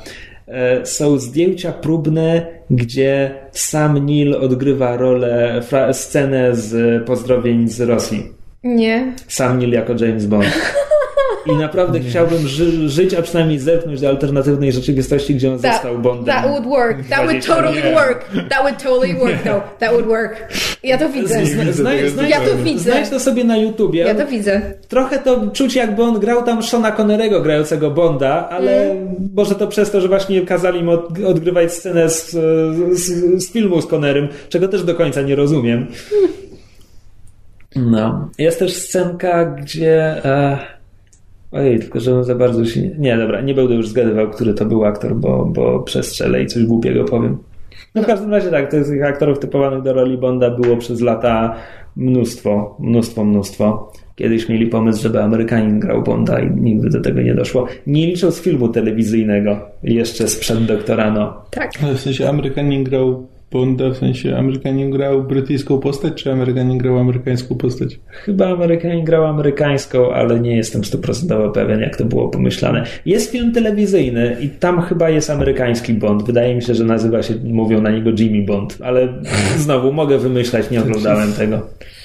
są zdjęcia próbne, gdzie sam Neil odgrywa rolę, fra- scenę z pozdrowień z Rosji. Nie. Sam Neil jako James Bond. I naprawdę chciałbym ży- żyć, a przynajmniej zerknąć do alternatywnej rzeczywistości, gdzie on that, został Bondem. That would work. That would totally nie. work. That would totally work, though. That would work. Ja to widzę. Zna- zna- zna- ja to widzę. Znajdź to sobie na YouTubie. Ja to widzę. Trochę to czuć, jakby on grał tam Seana Connerego grającego Bonda, ale mm. może to przez to, że właśnie kazali mu od- odgrywać scenę z, z, z filmu z Connerym, czego też do końca nie rozumiem. Mm. No. Jest też scenka, gdzie... E... Ojej, tylko że on za bardzo się... Nie, nie, dobra, nie będę już zgadywał, który to był aktor, bo, bo przestrzelę i coś głupiego powiem. No w każdym razie tak, tych aktorów typowanych do roli Bonda było przez lata mnóstwo, mnóstwo, mnóstwo. Kiedyś mieli pomysł, żeby Amerykanin grał Bonda i nigdy do tego nie doszło. Nie licząc filmu telewizyjnego, jeszcze sprzed Doktora No. Tak. Ale w sensie Amerykanin grał Bonda, w sensie Amerykanin grał brytyjską postać, czy Amerykanin grał amerykańską postać? Chyba Amerykanin grał amerykańską, ale nie jestem stuprocentowo pewien, jak to było pomyślane. Jest film telewizyjny i tam chyba jest amerykański Bond. Wydaje mi się, że nazywa się, mówią na niego Jimmy Bond, ale znowu mogę wymyślać, nie oglądałem tego.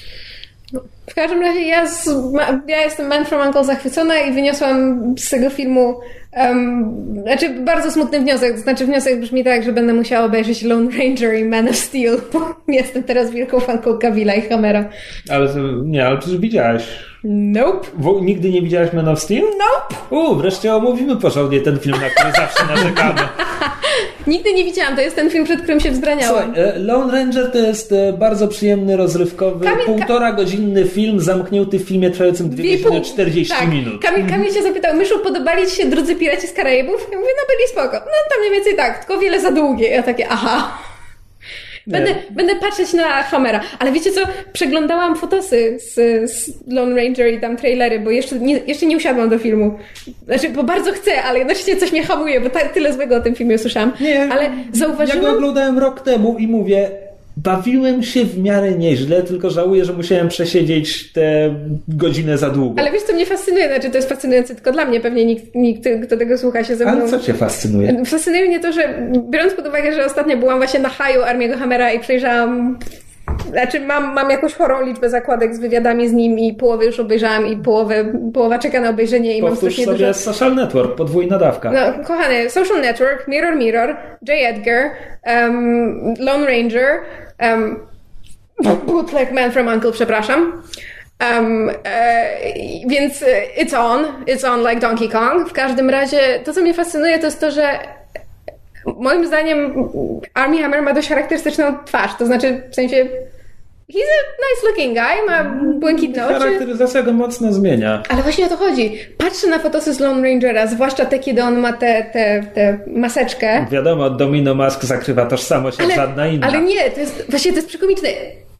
W każdym razie ja, z, ja jestem Man from Uncle zachwycona i wyniosłam z tego filmu um, znaczy bardzo smutny wniosek. To znaczy wniosek brzmi tak, że będę musiała obejrzeć Lone Ranger i Man of Steel, bo jestem teraz wielką fanką Cavilla i Hammera. Ale to, nie, ale przecież widziałaś. Nope. W, nigdy nie widziałaś Man of Steel? Nope. U, wreszcie omówimy porządnie ten film, na który zawsze narzekamy. Nigdy nie widziałam, to jest ten film, przed którym się wzbraniałam. Słuchaj, Lone Ranger to jest bardzo przyjemny, rozrywkowy, Kamil, półtora godzinny film zamknięty w filmie trwającym dwie godziny czterdzieści tak. minut. Kamil, Kamil się zapytał, Myszu, podobali ci się Drudzy Piraci z Karaibów? Ja mówię, no byli spoko. No tam mniej więcej tak, tylko wiele za długie. Ja takie, aha. Będę, będę patrzeć na Hammera. Ale wiecie co? Przeglądałam fotosy z, z Lone Ranger i tam trailery, bo jeszcze nie, jeszcze nie usiadłam do filmu. Znaczy, bo bardzo chcę, ale jednocześnie coś mnie hamuje, bo tak, tyle złego o tym filmie usłyszałam. Nie, ale zauważyłam... Ja go oglądałem rok temu i mówię, bawiłem się w miarę nieźle, tylko żałuję, że musiałem przesiedzieć tę godzinę za długo. Ale wiesz, co mnie fascynuje? Znaczy, to jest fascynujące tylko dla mnie. Pewnie nikt, nikt kto tego słucha, się ze mną... Ale co cię fascynuje? Fascynuje mnie to, że biorąc pod uwagę, że ostatnio byłam właśnie na haju Armiego Hammera i przejrzałam... Znaczy, mam, mam jakąś chorą liczbę zakładek z wywiadami z nim i połowę już obejrzałam i połowę, połowa czeka na obejrzenie i Powtórz mam strasznie sobie dużo... Social Network, podwójna dawka. No, kochany, Social Network, Mirror Mirror, J. Edgar, um, Lone Ranger, um, Bootleg Man from Uncle, przepraszam. Um, e, więc it's on, it's on like Donkey Kong. W każdym razie to, co mnie fascynuje, to jest to, że moim zdaniem Armie Hammer ma dość charakterystyczną twarz, to znaczy w sensie he's a nice looking guy, ma błękitne oczy. Charakteryzacja go mocno zmienia. Ale właśnie o to chodzi. Patrzę na fotosy z Lone Rangera, zwłaszcza te, kiedy on ma tę te, te, te maseczkę. Wiadomo, Domino Mask zakrywa tożsamość, ale, jak żadna inna. Ale nie, to jest, właśnie to jest przekomiczne.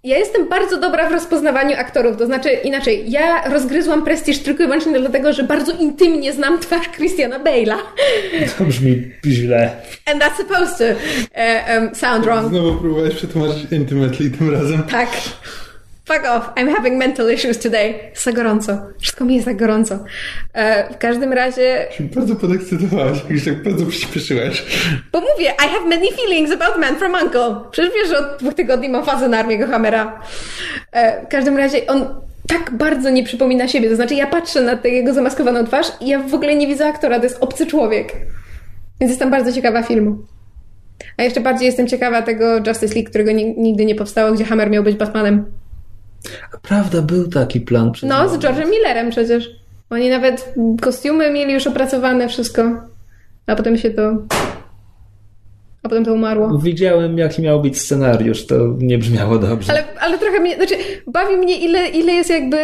ja jestem bardzo dobra w rozpoznawaniu aktorów, to znaczy inaczej, ja rozgryzłam Prestiż tylko i wyłącznie dlatego, że bardzo intymnie znam twarz Christiana Bale'a. To brzmi źle. And that's supposed to uh, um, sound wrong. Znowu próbowałeś przetłumaczyć intimately tym razem. Tak. Fuck off, I'm having mental issues today. Jest za gorąco. Wszystko mi jest tak gorąco. E, w każdym razie... Bardzo podekscytowałaś, jakoś tak bardzo przyspieszyłaś. Bo mówię, I have many feelings about Man from Uncle. Przecież wiesz, że od dwóch tygodni mam fazę na Armiego Hammera. E, w każdym razie on tak bardzo nie przypomina siebie. To znaczy ja patrzę na tę jego zamaskowaną twarz i ja w ogóle nie widzę aktora. To jest obcy człowiek. Więc jestem bardzo ciekawa filmu. A jeszcze bardziej jestem ciekawa tego Justice League, którego nigdy nie powstało, gdzie Hammer miał być Batmanem. Prawda, był taki plan. No, z George'em Millerem przecież. Oni nawet kostiumy mieli już opracowane, wszystko. A potem się to... A potem to umarło. Widziałem, jaki miał być scenariusz. To nie brzmiało dobrze. Ale, ale trochę mnie... Znaczy, bawi mnie, ile, ile jest jakby...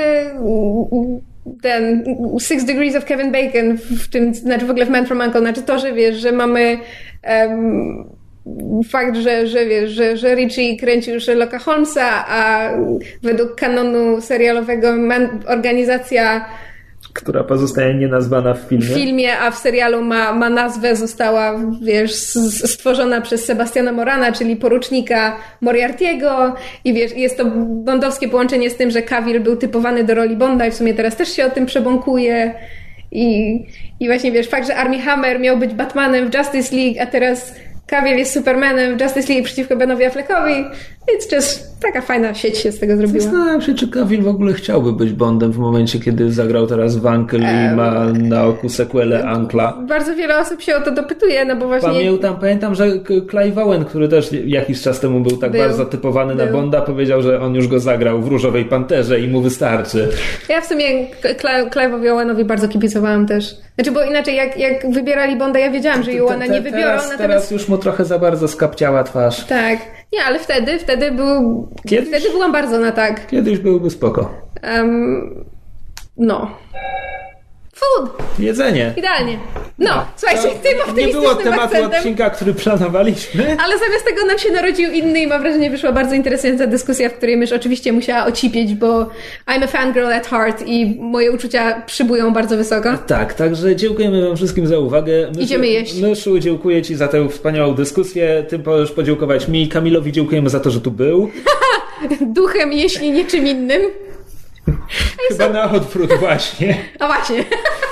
ten Six Degrees of Kevin Bacon w tym, znaczy w ogóle w Man from Uncle. Znaczy to, że wiesz, że mamy... Um, fakt, że, że wiesz, że, że Richie kręcił Sherlocka Holmesa, a według kanonu serialowego man, organizacja, która pozostaje nienazwana w filmie. W filmie, a w serialu ma, ma nazwę, została, wiesz, stworzona przez Sebastiana Morana, czyli porucznika Moriarty'ego i wiesz, jest to bondowskie połączenie z tym, że Cavill był typowany do roli Bonda i w sumie teraz też się o tym przebąkuje i, i właśnie wiesz, fakt, że Armie Hammer miał być Batmanem w Justice League, a teraz Cavill jest Supermanem w Justice League przeciwko Benowi Affleckowi. It's just taka fajna sieć się z tego zrobiła. Zastanawiam się, czy Cavill w ogóle chciałby być Bondem w momencie, kiedy zagrał teraz w Uncle um, i ma na oku sequelę Uncle'a. Bardzo wiele osób się o to dopytuje, no bo właśnie... Pamiętam, pamiętam, że Clive Owen, który też jakiś czas temu był tak był, bardzo typowany był. na Bonda, powiedział, że on już go zagrał w Różowej Panterze i mu wystarczy. Ja w sumie Clive'owi Owenowi bardzo kibicowałam też. Znaczy, bo inaczej jak, jak wybierali Bonda, ja wiedziałam, że Owena nie wybiorą. Teraz, natomiast... teraz już mu trochę za bardzo skapciała twarz. Tak. Nie, ale wtedy, wtedy był... Kiedyś? Wtedy byłam bardzo na tak. Kiedyś byłby spoko. Um, no. Food. Jedzenie. Idealnie. No, no słuchajcie, to tym optymistycznym nie było tematu akcentem, odcinka, który planowaliśmy. Ale zamiast tego nam się narodził inny i mam wrażenie wyszła bardzo interesująca dyskusja, w której mysz oczywiście musiała ocipieć, bo I'm a fangirl at heart i moje uczucia przybują bardzo wysoko. Tak, także dziękujemy wam wszystkim za uwagę. Myszu, Idziemy jeść. Myszu, dziękuję ci za tę wspaniałą dyskusję. Ty możesz podziękować mi. Kamilowi dziękujemy za to, że tu był. Duchem, jeśli nie czym innym. Chyba na odwrót właśnie. A właśnie.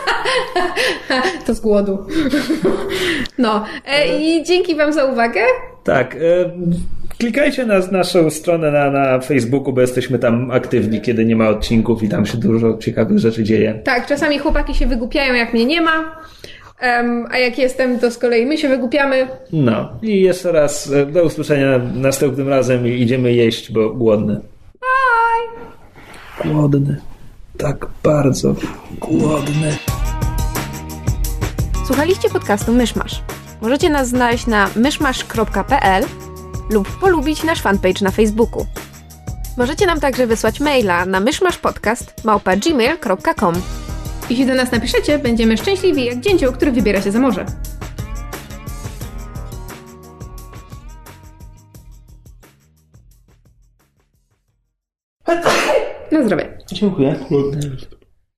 To z głodu. No. E, I dzięki wam za uwagę. Tak. E, klikajcie na naszą stronę na, na Facebooku, bo jesteśmy tam aktywni, kiedy nie ma odcinków i tam się dużo ciekawych rzeczy dzieje. Tak, czasami chłopaki się wygłupiają, jak mnie nie ma. Um, a jak jestem, to z kolei my się wygłupiamy. No. I jeszcze raz do usłyszenia następnym razem i idziemy jeść, bo głodny. Bye! Głodny. Tak bardzo głodny. Słuchaliście podcastu Myszmasz. Możecie nas znaleźć na myszmasz kropka p l lub polubić nasz fanpage na Facebooku. Możecie nam także wysłać maila na myszmaszpodcast małpa gmail kropka com. Jeśli do nas napiszecie, będziemy szczęśliwi jak dzięcioł, który wybiera się za morze. Na zdrowie. Dziękuję. Głodny jest.